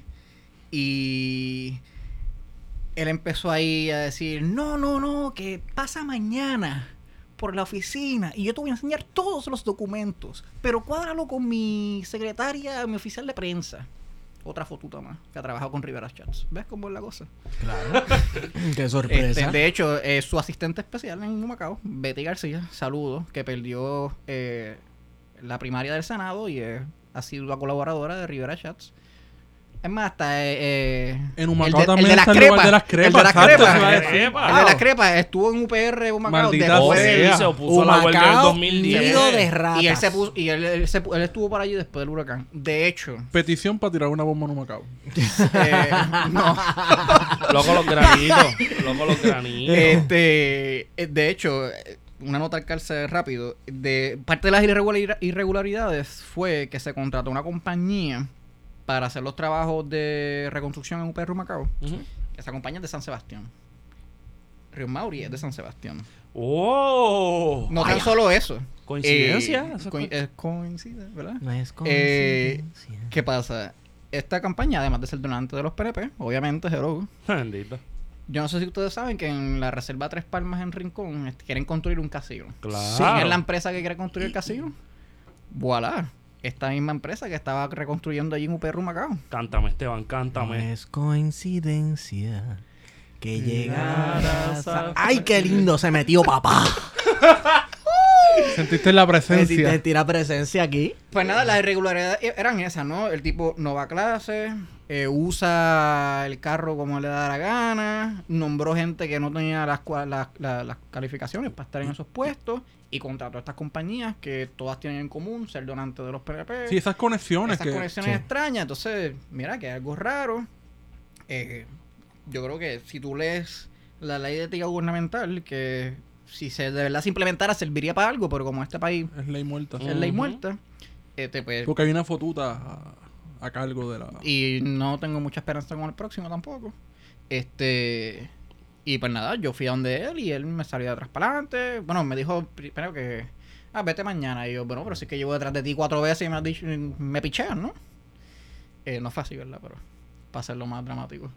Y él empezó ahí a decir, no, que pasa mañana por la oficina y yo te voy a enseñar todos los documentos, pero cuádralo con mi secretaria, mi oficial de prensa. Otra fotuta más, que ha trabajado con Rivera Chats. ¿Ves cómo es la cosa? Claro. Qué sorpresa. De hecho, su asistente especial en Humacao, Betty García, saludos, que perdió la primaria del Senado y ha sido la colaboradora de Rivera Chats. Es más, hasta en Humacao también está el lugar de las crepas. El de las crepas estuvo en UPR Humacao. Después se opuso a la huelga del 2010. Nido de ratas. Y él estuvo por allí después del huracán. De hecho, Petición para tirar una bomba en Humacao. no. Loco los granitos. De hecho, una nota al calce rápido. Parte de las irregularidades fue que se contrató una compañía para hacer los trabajos de reconstrucción en UPR Humacao. Esa compañía es de San Sebastián. Ríos Mauri es de San Sebastián. ¡Oh! No tan solo eso. ¿Coincidencia? Coincide, ¿verdad? No es coincidencia. ¿Qué pasa? Esta campaña, además de ser donante de los PNP, obviamente, hello, Bendito. Yo no sé si ustedes saben que en la Reserva Tres Palmas en Rincón quieren construir un casino. Claro. ¿Quién es la empresa que quiere construir el casino? Voilà. Esta misma empresa que estaba reconstruyendo allí en UPR Humacao. Cántame, Esteban, cántame. No es coincidencia que llegaras a... ¡Ay, qué lindo se metió papá! ¿Sentiste la presencia? Sentiste la presencia aquí. Pues nada, las irregularidades eran esas, ¿no? El tipo no va a clase, usa el carro como le da la gana, nombró gente que no tenía las calificaciones para estar en esos puestos y contrató a estas compañías que todas tienen en común ser donantes de los PNP. Sí, esas conexiones. Esas conexiones extrañas. Entonces, mira, que hay algo raro. Yo creo que si tú lees la ley de ética gubernamental, que si de verdad se implementara serviría para algo, pero como este país Es ley muerta. es ley muerta, pues, Porque hay una fotuta a cargo de la... y no tengo mucha esperanza con el próximo tampoco. Y pues nada, yo fui a donde él y él me salió de atrás para adelante. Bueno, me dijo primero que vete mañana. Y yo, bueno, pero sí que llevo detrás de ti 4 veces y me has dicho, me pichean, ¿no? No fue así, ¿verdad? Pero para hacerlo más dramático.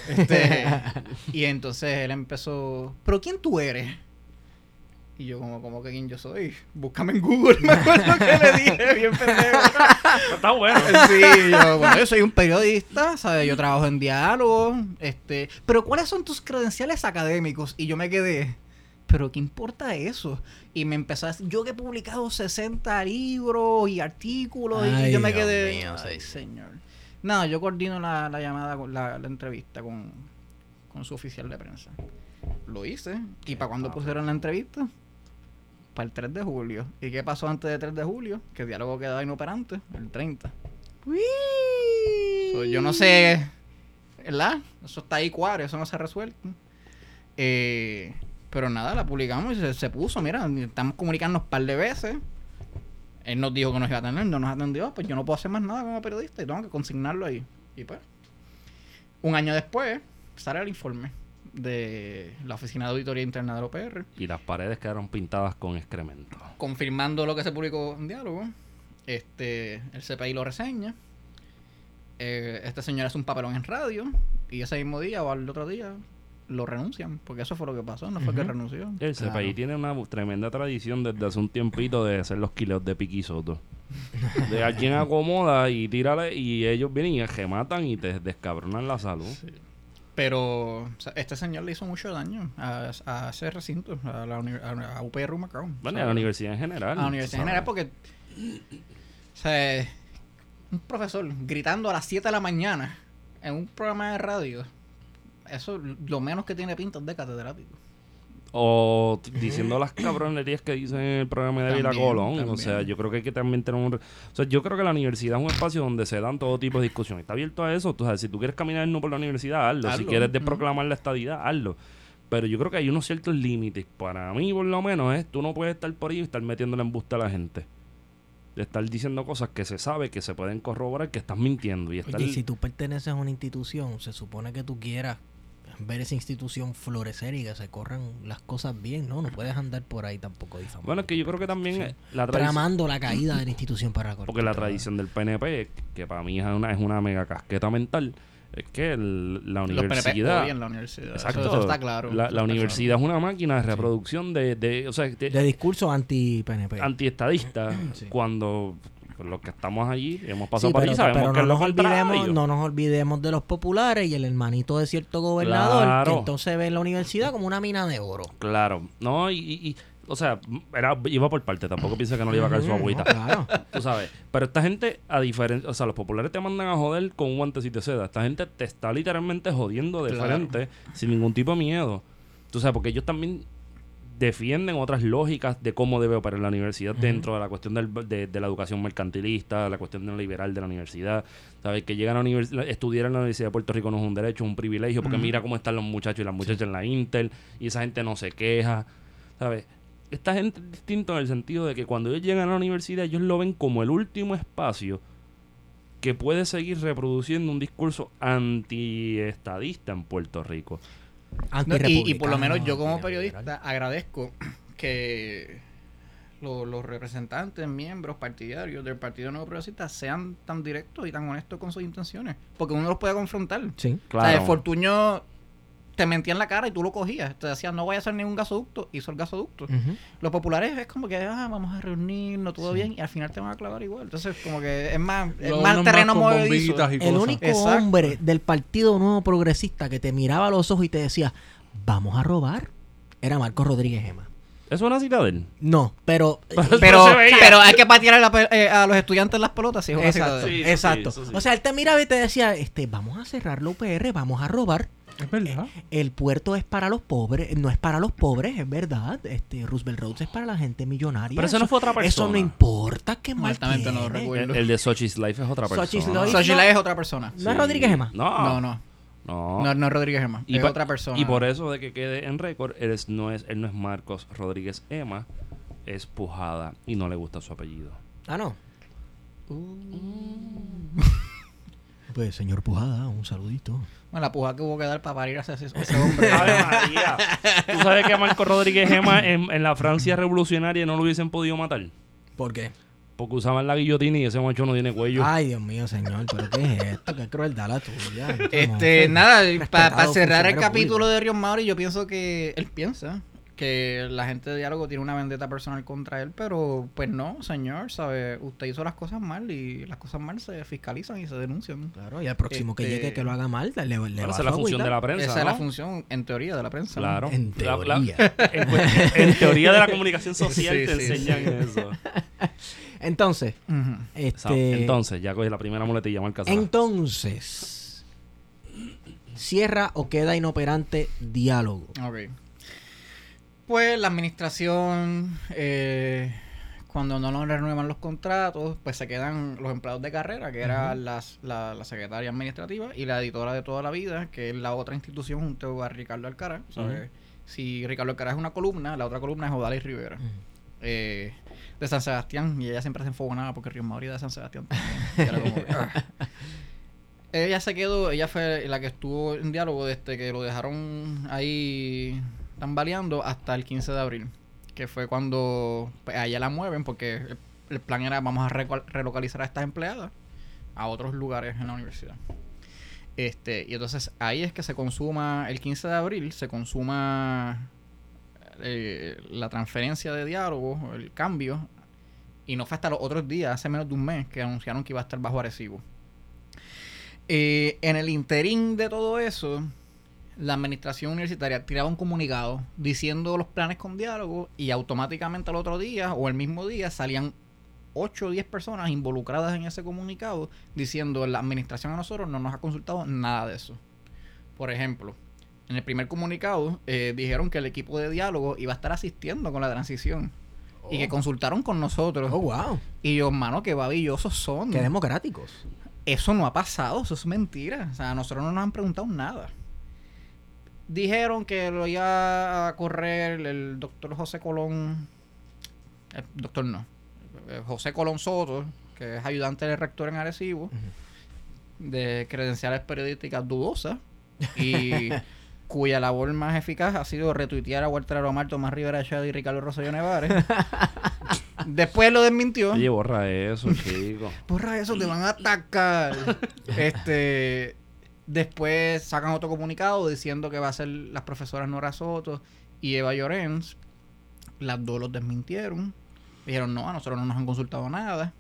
Y entonces él empezó, ¿pero quién tú eres? Y yo como que quién yo soy. Búscame en Google. Me acuerdo que le dije, bien pendejo. Está bueno. Sí, yo soy un periodista, ¿sabes? Yo trabajo en diálogo. Pero ¿cuáles son tus credenciales académicos? Y yo me quedé, ¿pero qué importa eso? Y me empezó a decir, yo que he publicado 60 libros y artículos. Ay, y yo me Dios quedé, mío, ay, sí. señor. Nada, yo coordino la llamada, la entrevista con su oficial de prensa. Lo hice. ¿Y para cuándo pusieron la entrevista? Para el 3 de julio. ¿Y qué pasó antes del 3 de julio? Que el diálogo quedaba inoperante. El 30. So, yo no sé, ¿verdad? Eso está ahí cuadro, eso no se ha resuelto. Pero nada, la publicamos y se puso. Mira, estamos comunicándonos un par de veces. Él nos dijo que nos iba a atender, no nos atendió. Pues yo no puedo hacer más nada como periodista y tengo que consignarlo ahí. Y pues, un año después, sale el informe de la Oficina de Auditoría Interna de la OPR. Y las paredes quedaron pintadas con excremento. Confirmando lo que se publicó en diálogo. El CPI lo reseña. Este señor hace un papelón en radio. Y ese mismo día o al otro día lo renuncian. Porque eso fue lo que pasó. No fue que renunció. El CPI tiene una tremenda tradición desde hace un tiempito de hacer los kilos de Piqui Soto. De alguien acomoda y tírale. Y ellos vienen y rematan y te descabronan la salud. Sí. Pero este señor le hizo mucho daño a ese recinto, a UPR Humacao. Bueno, a la universidad en general. A la universidad en general, porque o sea, un profesor gritando a las 7 de la mañana en un programa de radio, eso lo menos que tiene pinta es de catedrático. O diciendo las cabronerías que dicen en el programa de Vila Colón. O sea, yo creo que hay que también tener un... O sea, yo creo que la universidad es un espacio donde se dan todo tipo de discusiones. Está abierto a eso. Tú sabes, si tú quieres caminar no por la universidad, hazlo. Si quieres proclamar la estadidad, hazlo. Pero yo creo que hay unos ciertos límites. Para mí, por lo menos, tú no puedes estar por ahí y estar metiéndole embuste a la gente. De estar diciendo cosas que se sabe, que se pueden corroborar, que estás mintiendo. Y estar... Oye, si tú perteneces a una institución, se supone que tú quieras ver esa institución florecer y que se corran las cosas bien, ¿no? No puedes andar por ahí tampoco difamando. Bueno, es que yo creo que también tramando la caída de la institución para cortar. Porque la tradición del PNP, que para mí es una mega casqueta mental, es que la universidad... en la universidad. Exacto. Eso está claro. La universidad es una máquina de reproducción de discurso anti-PNP. Antiestadista. Sí. Cuando... los que estamos allí, hemos pasado por ahí, sabemos pero que no nos olvidemos de los populares y el hermanito de cierto gobernador, claro, que entonces ve la universidad como una mina de oro. Claro, no, o sea, iba por parte, tampoco pienso que no le iba a caer su agüita. No, claro. Tú sabes, pero esta gente, a diferencia, o sea, los populares te mandan a joder con un guantecito de seda. Esta gente te está literalmente jodiendo de frente, sin ningún tipo de miedo. Tú sabes, porque ellos también defienden otras lógicas de cómo debe operar la universidad dentro de la cuestión de la educación mercantilista, la cuestión neoliberal de la universidad. ¿Sabes? Que llegan a estudiar en la Universidad de Puerto Rico no es un derecho, es un privilegio, porque mira cómo están los muchachos y las muchachas en la Intel, y esa gente no se queja. ¿Sabes? Esta gente es distinto en el sentido de que cuando ellos llegan a la universidad, ellos lo ven como el último espacio que puede seguir reproduciendo un discurso antiestadista en Puerto Rico. Y por lo menos yo como periodista agradezco que los representantes, miembros partidarios del Partido Nuevo Progresista sean tan directos y tan honestos con sus intenciones, porque uno los puede confrontar. Sí, claro. O sea, Fortuño te mentía en la cara y tú lo cogías. Te decían, no voy a hacer ningún gasoducto. Hizo el gasoducto. Los populares es como que, vamos a reunirnos, todo bien, y al final te van a clavar igual. Entonces, como que es más terreno movedizo. El único hombre del Partido Nuevo Progresista que te miraba a los ojos y te decía, vamos a robar, era Marcos Rodríguez Gema. ¿Es una cita de él? No, pero hay que patear a los estudiantes las pelotas. Sí, exacto. Sí. O sea, él te miraba y te decía, vamos a cerrar la UPR, vamos a robar. Es verdad. El puerto es para los pobres, no es para los pobres, es verdad. Roosevelt Roads es para la gente millonaria. Pero eso no fue otra persona. Eso no importa qué mal tiene. No recuerdo. El de Sochi's Life es otra persona. Sochi's Life es otra persona. ¿No es Rodríguez Gema? No es Rodríguez Gema. Es otra persona. Y por eso, de que quede en récord, él no es Marcos Rodríguez Gema, es Pujada y no le gusta su apellido. Ah, no. Pues, señor Pujada, un saludito. Bueno, la puja que hubo que dar para parir a ese hombre. ¡Ave María! ¿Tú sabes que a Marcos Rodríguez Gema en la Francia revolucionaria no lo hubiesen podido matar? ¿Por qué? Porque usaban la guillotina y ese macho no tiene cuello. Ay, Dios mío, señor, ¿pero qué es esto? Qué crueldad la tuya. Nada, para cerrar el capítulo de Rion Mauri, yo pienso que él piensa que la gente de Diálogo tiene una vendetta personal contra él, pero pues no, señor, ¿sabe? Usted hizo las cosas mal y las cosas mal se fiscalizan y se denuncian. Claro, y al próximo que llegue que lo haga mal, le va esa es la función de la prensa, Esa es la función, en teoría, de la prensa. Claro. ¿no? En teoría. En teoría de la comunicación social te enseñan eso. Entonces, entonces, ya cogí la primera muletilla, marca. Entonces, cierra o queda inoperante Diálogo. Ok. Pues la administración, cuando no nos renuevan los contratos, pues se quedan los empleados de carrera, que era la secretaria administrativa y la editora de toda la vida, que es la otra institución junto a Ricardo Alcaraz. ¿Sabes? Si Ricardo Alcaraz es una columna, la otra columna es Odalis Rivera. De San Sebastián, y ella siempre se enfogonaba porque Rion Mauri de San Sebastián también. Era como, ella se quedó, ella fue la que estuvo en Diálogo desde que lo dejaron ahí tambaleando hasta el 15 de abril, que fue cuando pues, a ella la mueven porque el plan era vamos a relocalizar a estas empleadas a otros lugares en la universidad. Y entonces ahí es que se consuma, el 15 de abril se consuma la transferencia de Diálogo, el cambio, y no fue hasta los otros días, hace menos de un mes, que anunciaron que iba a estar bajo Arecibo. En el interín de todo eso, la administración universitaria tiraba un comunicado diciendo los planes con Diálogo y automáticamente al otro día o el mismo día salían 8 o 10 personas involucradas en ese comunicado diciendo la administración a nosotros no nos ha consultado nada de eso. Por ejemplo, en el primer comunicado dijeron que el equipo de Diálogo iba a estar asistiendo con la transición y que consultaron con nosotros. Oh, wow. Y yo, mano, qué babillosos son. Qué democráticos. Eso no ha pasado, eso es mentira. O sea, a nosotros no nos han preguntado nada. Dijeron que lo iba a correr el doctor José Colón. José Colón Soto, que es ayudante del rector en Arecibo, de credenciales periodísticas dudosas, y cuya labor más eficaz ha sido retuitear a Walter Aromar, Tomás Rivera Echado y Ricardo Rosselló Nevares. Después lo desmintió. Oye, borra eso, chico. Borra eso, te van a atacar. Después sacan otro comunicado diciendo que va a ser las profesoras Nora Soto y Eva Llorens. Las dos los desmintieron. Dijeron, no, a nosotros no nos han consultado nada.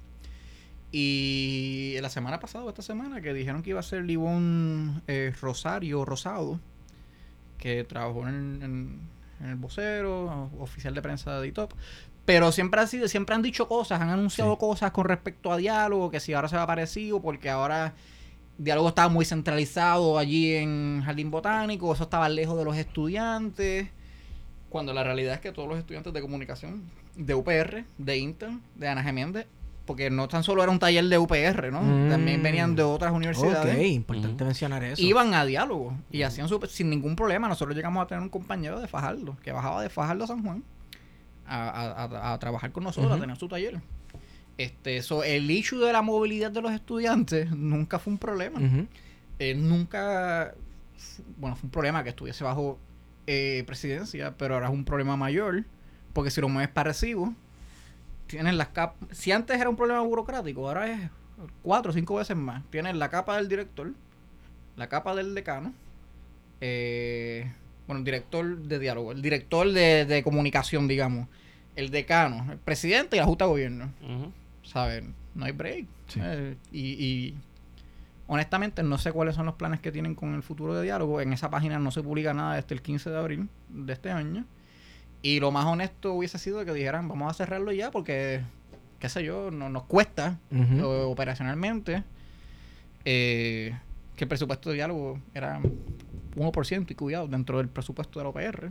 Y la semana pasada, esta semana, que dijeron que iba a ser Livón Rosario Rosado, que trabajó en el vocero, oficial de prensa de DITOP. Pero siempre han dicho cosas, han anunciado cosas con respecto a Diálogo, que si ahora se va parecido, porque ahora Diálogo estaba muy centralizado allí en Jardín Botánico, eso estaba lejos de los estudiantes, cuando la realidad es que todos los estudiantes de comunicación, de UPR, de Inter, de Ana Geméndez, porque no tan solo era un taller de UPR, ¿no? También venían de otras universidades. Ok, importante mencionar eso. Iban a Diálogo y hacían sin ningún problema. Nosotros llegamos a tener un compañero de Fajardo, que bajaba de Fajardo a San Juan a trabajar con nosotros, a tener su taller. El issue de la movilidad de los estudiantes nunca fue un problema. Nunca, fue un problema que estuviese bajo presidencia, pero ahora es un problema mayor, porque si lo mueves para Arecibo, tienes las capas. Si antes era un problema burocrático, ahora es 4 o 5 veces más. Tienes la capa del director, la capa del decano, bueno, el director de diálogo, el director de comunicación, digamos, el decano, el presidente y la Junta de Gobierno. ¿Sabes? No hay break. Sí. Y honestamente no sé cuáles son los planes que tienen con el futuro de diálogo. En esa página no se publica nada desde el 15 de abril de este año. Y lo más honesto hubiese sido que dijeran, vamos a cerrarlo ya porque, qué sé yo, no nos cuesta operacionalmente que el presupuesto de diálogo era 1% y cuidado dentro del presupuesto de la OPR.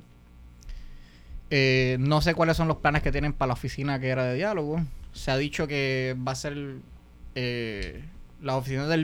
No sé cuáles son los planes que tienen para la oficina que era de diálogo. Se ha dicho que va a ser la oficina del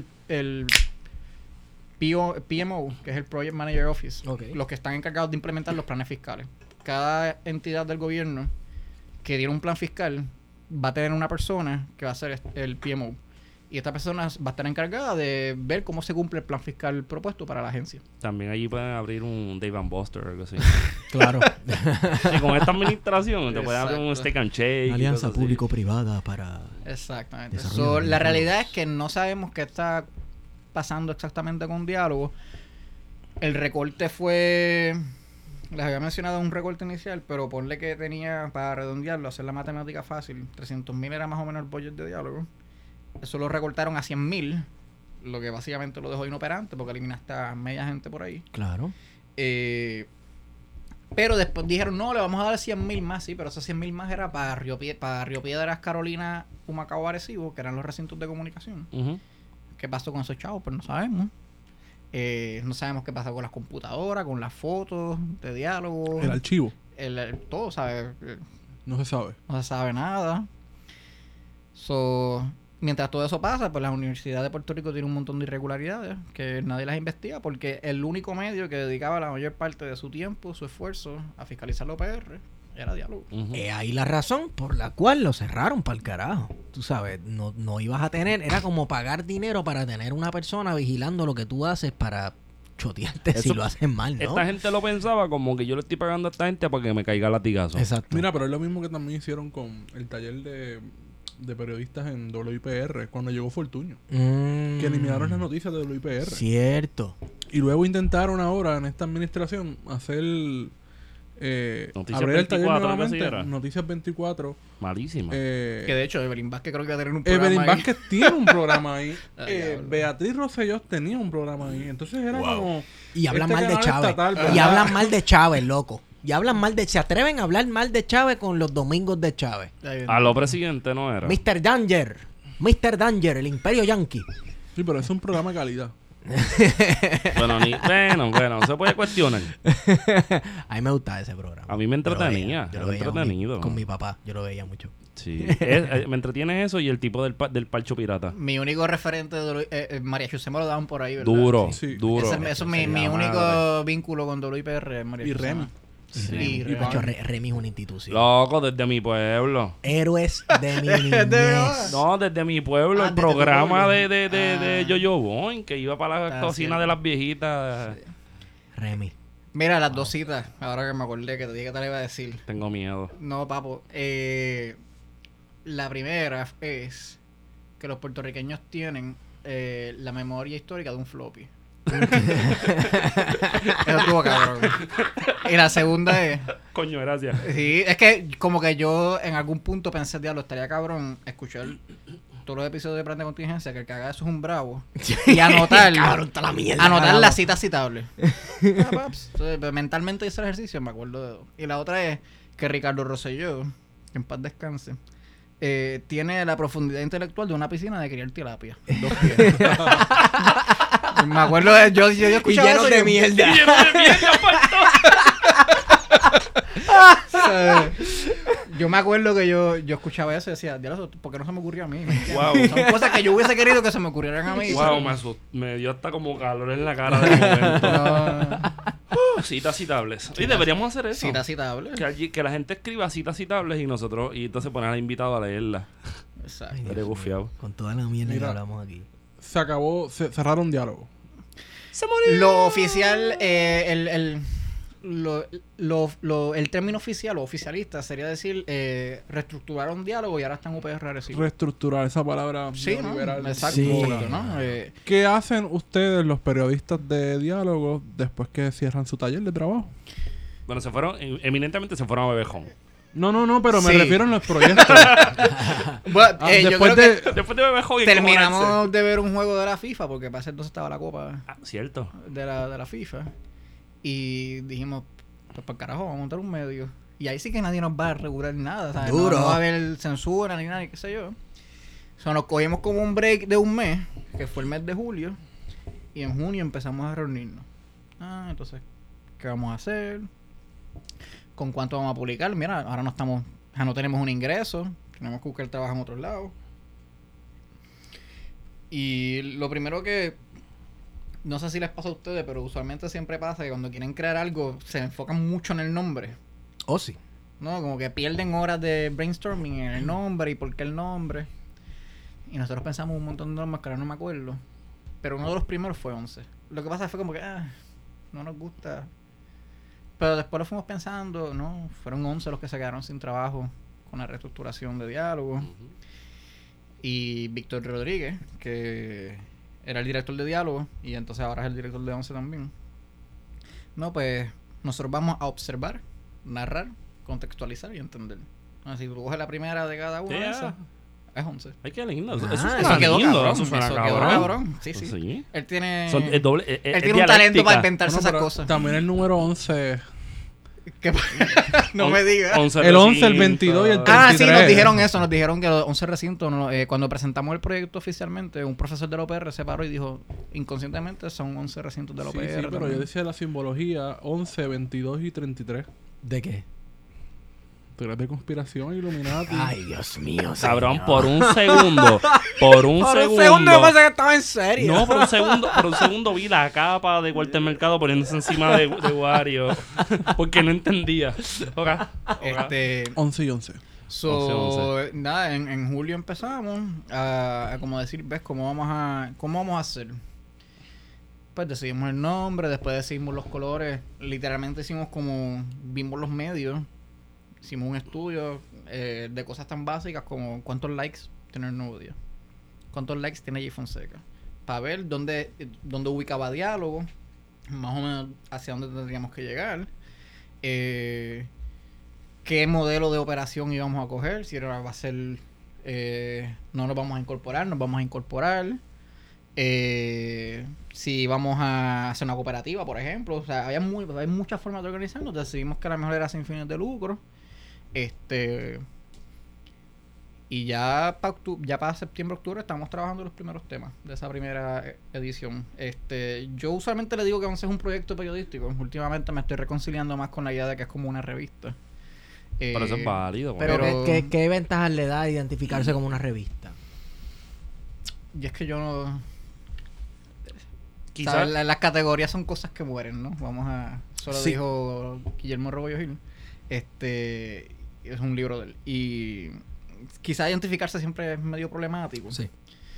PMO, que es el Project Manager Office, los que están encargados de implementar los planes fiscales. Cada entidad del gobierno que tiene un plan fiscal va a tener una persona que va a ser el PMO. Y esta persona va a estar encargada de ver cómo se cumple el plan fiscal propuesto para la agencia. También allí pueden abrir un Dave & Buster o algo así. Claro. Y con esta administración te pueden abrir un steak and shake. Alianza público-privada para... Exactamente. La realidad es que no sabemos qué está pasando exactamente con diálogo. El recorte fue... Les había mencionado un recorte inicial, pero ponle que tenía, para redondearlo, hacer la matemática fácil, 300,000 era más o menos el budget de diálogo. Eso lo recortaron a 100,000, lo que básicamente lo dejó inoperante porque eliminaste a media gente por ahí. Claro. Pero después dijeron, no, le vamos a dar 100,000 más, sí, pero esos 100,000 más era para Río Piedras, Carolina, Humacao, Arecibo, que eran los recintos de comunicación. ¿Qué pasó con esos chavos? Pues no sabemos. No sabemos qué pasó con las computadoras, con las fotos de diálogo. El archivo. Todo, ¿sabes? No se sabe. No se sabe nada. Mientras todo eso pasa, pues la Universidad de Puerto Rico tiene un montón de irregularidades que nadie las investiga porque el único medio que dedicaba la mayor parte de su tiempo, su esfuerzo a fiscalizar la OPR era diálogo. Ahí la razón por la cual lo cerraron para el carajo. Tú sabes, no ibas a tener, era como pagar dinero para tener una persona vigilando lo que tú haces para chotearte si lo haces mal, ¿no? Esta gente lo pensaba como que yo le estoy pagando a esta gente para que me caiga latigazo. Exacto. Mira, pero es lo mismo que también hicieron con el taller de periodistas en WIPR cuando llegó Fortuño. Que eliminaron las noticias de WIPR. Cierto. Y luego intentaron ahora en esta administración hacer... Noticias abrir el 24, taller nuevamente, era. Noticias 24. Malísima. Que de hecho Evelyn Vázquez creo que va a tener un programa Evelyn ahí. Vázquez tiene un programa ahí. Beatriz Rosselló tenía un programa ahí. Entonces era como... Y hablan este mal de canal Chávez. estatal, Y hablan mal de Chávez, loco. Y hablan mal de... Se atreven a hablar mal de Chávez con los domingos de Chávez. A lo presidente no era. Mr. Danger, el Imperio Yankee. Sí, pero es un programa de calidad. Bueno, se puede cuestionar. A mí me gustaba ese programa. A mí me entretenía. Yo lo veía entretenido. con mi papá. Yo lo veía mucho. Sí. Me entretiene eso y el tipo del Parcho Pirata. Mi único referente de María José me lo daban por ahí, ¿verdad? Duro, Sí. duro. Eso es mi único vínculo con WIPR, María Y José. Remy. Sí. Y De hecho, Remy es una institución. Loco, desde mi pueblo. Héroes de mi niñez. No, desde mi pueblo, el desde programa tu de Yo-Yo Boing, que iba para la cocina cierto. de las viejitas. Remy. Mira, las dos citas, ahora que me acordé que te dije que te la iba a decir. Tengo miedo. No, papo. La primera es que los puertorriqueños tienen la memoria histórica de un floppy. Eso estuvo cabrón. Y la segunda es... Coño, gracias. Sí, es que como que yo en algún punto pensé, diablo, estaría cabrón escuchar todos los episodios de Plan de Contingencia, que el que haga eso es un bravo. Y anotar... Cabrón, está la mierda. Anotar carajo. las citas citables. Entonces, mentalmente hice el ejercicio, me acuerdo de dos. Y la otra es que Ricardo Rosselló, que en paz descanse, tiene la profundidad intelectual de una piscina de criar tilapia. 2 pies. Me acuerdo de... Yo escuchaba lleno eso de y- mierda. Yo me acuerdo que yo escuchaba eso y decía, diablo, ¿por qué no se me ocurrió a mí? Wow. Son cosas que yo hubiese querido que se me ocurrieran a mí. Wow, me dio hasta como calor en la cara de momento. No, Citas citables. Y deberíamos hacer eso. cita citable. Que la gente escriba citas citables y entonces poner al invitado a leerla. Exacto. Estaría gufiado. Con toda la mierda que Mira. hablamos aquí. Se acabó, cerraron diálogo. Lo oficial, el término oficial o oficialista sería decir reestructurar un diálogo y ahora están UPR recibo. Reestructurar esa palabra sí, neoliberal. ¿no? Exacto. Sí. ¿no? ¿Qué hacen ustedes, los periodistas de diálogo, después que cierran su taller de trabajo? Bueno, eminentemente se fueron a Bebejón. No, pero me Sí. refiero a los proyectos. Bueno, yo creo que Después de Bebejón y terminamos de ver un juego de la FIFA, porque para ese entonces estaba la copa cierto. de la FIFA. Y dijimos, pues para el carajo, vamos a montar un medio. Y ahí sí que nadie nos va a regular nada, ¿sabes? Duro. No va a haber censura ni nada, ni qué sé yo. O sea, nos cogimos como un break de un mes, que fue el mes de julio. Y en junio empezamos a reunirnos. Entonces, ¿qué vamos a hacer? ¿Con cuánto vamos a publicar? Mira, ahora no tenemos un ingreso. Tenemos que buscar trabajo en otros lados. Y lo primero que... No sé si les pasa a ustedes, pero usualmente siempre pasa que cuando quieren crear algo se enfocan mucho en el nombre. Oh, sí. ¿No? Como que pierden horas de brainstorming en el nombre y por qué el nombre. Y nosotros pensamos un montón de nombres que ahora no me acuerdo. Pero uno de los primeros fue 11. Lo que pasa fue como que, no nos gusta. Pero después lo fuimos pensando, ¿no? Fueron 11 los que se quedaron sin trabajo con la reestructuración de diálogo. Y Víctor Rodríguez, que era el director de diálogo, y entonces ahora es el director de 11 también. No, pues nosotros vamos a observar, narrar, contextualizar y entender. Si tú coges la primera de cada una de esas, es 11. Ay, qué lindo. Eso quedó lindo. cabrón. Eso suena Eso cabrón. quedó cabrón. Sí. Sí. Él tiene... Es doble, él tiene un talento para inventarse esas cosas. También el número 11. No me digas. El 11, el 22 y el 33. Sí, nos dijeron eso. Nos dijeron que los 11 recintos, cuando presentamos el proyecto oficialmente, un profesor de la UPR se paró y dijo, inconscientemente son 11 recintos de la UPR. Sí, pero también. yo decía la simbología 11, 22 y 33. ¿De qué? Teorías de conspiración, Illuminati. Ay, Dios mío, Cabrón, señor. por un segundo. Por un segundo. me pasa que estaba en serio. No, por un segundo vi la capa de Walter Mercado poniéndose encima de Wario. Porque no entendía. Ok. 11 y 11. 11. Nada, en julio empezamos a como decir, ¿ves? ¿Cómo vamos a hacer? Pues decidimos el nombre, después decidimos los colores. Literalmente vimos los medios. Hicimos un estudio de cosas tan básicas como cuántos likes tiene el Nuevo Día, cuántos likes tiene Jay Fonseca, para ver dónde ubicaba diálogo, más o menos hacia dónde tendríamos que llegar, qué modelo de operación íbamos a coger, si ahora va a ser no nos vamos a incorporar, si vamos a hacer una cooperativa, por ejemplo. O sea, hay muchas formas de organizarnos. Decidimos que la mejor era sin fines de lucro. Y ya para septiembre, octubre estamos trabajando los primeros temas de esa primera edición. Yo usualmente le digo que 11 es un proyecto periodístico. Últimamente me estoy reconciliando más con la idea de que es como una revista. Pero eso es válido. Pero ¿qué ventajas le da identificarse como una revista? Y es que yo no... Quizás las categorías son cosas que mueren, ¿no? Eso lo dijo Guillermo Robollo Gil. Es un libro de él. Y quizá identificarse siempre es medio problemático. Sí.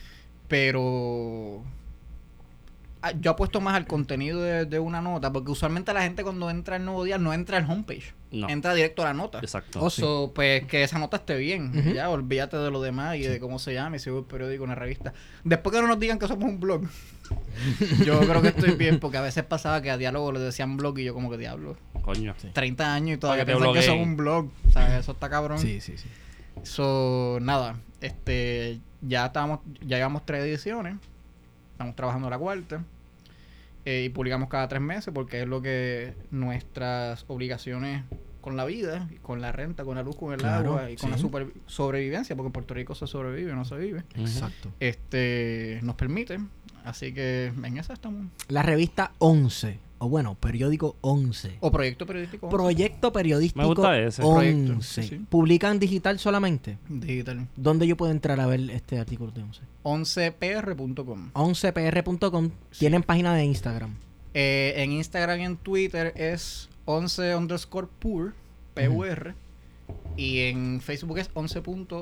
Pero yo apuesto más al contenido de una nota, porque usualmente la gente cuando entra al Nuevo Día no entra al homepage. No. Entra directo a la nota. Exacto. Pues que esa nota esté bien. Uh-huh. Ya, olvídate de lo demás y de cómo se llama, y si es un periódico, una revista. Después que no nos digan que somos un blog. Yo creo que estoy bien, porque a veces pasaba que a Diálogo le decían blog y yo como que diablo. Coño. 30 años y todavía piensan que son un blog. O sea, eso está cabrón. Sí. Nada. Ya llevamos 3 ediciones. Estamos trabajando la 4ª. Y publicamos cada 3 meses porque es lo que nuestras obligaciones con la vida, con la renta, con la luz, con el agua y con la sobrevivencia, porque en Puerto Rico se sobrevive, no se vive. Exacto. Nos permite. Así que en esa estamos. La revista 11, o bueno, periódico 11. O proyecto periodístico 11. Proyecto periodístico. Me gusta ese. 11. Sí. ¿Publican digital solamente? Digital. ¿Dónde yo puedo entrar a ver este artículo de 11? 11pr.com. 11pr.com. Sí. ¿Tienen página de Instagram? En Instagram y en Twitter es 11_pur, PUR. Y en Facebook es 11.pur.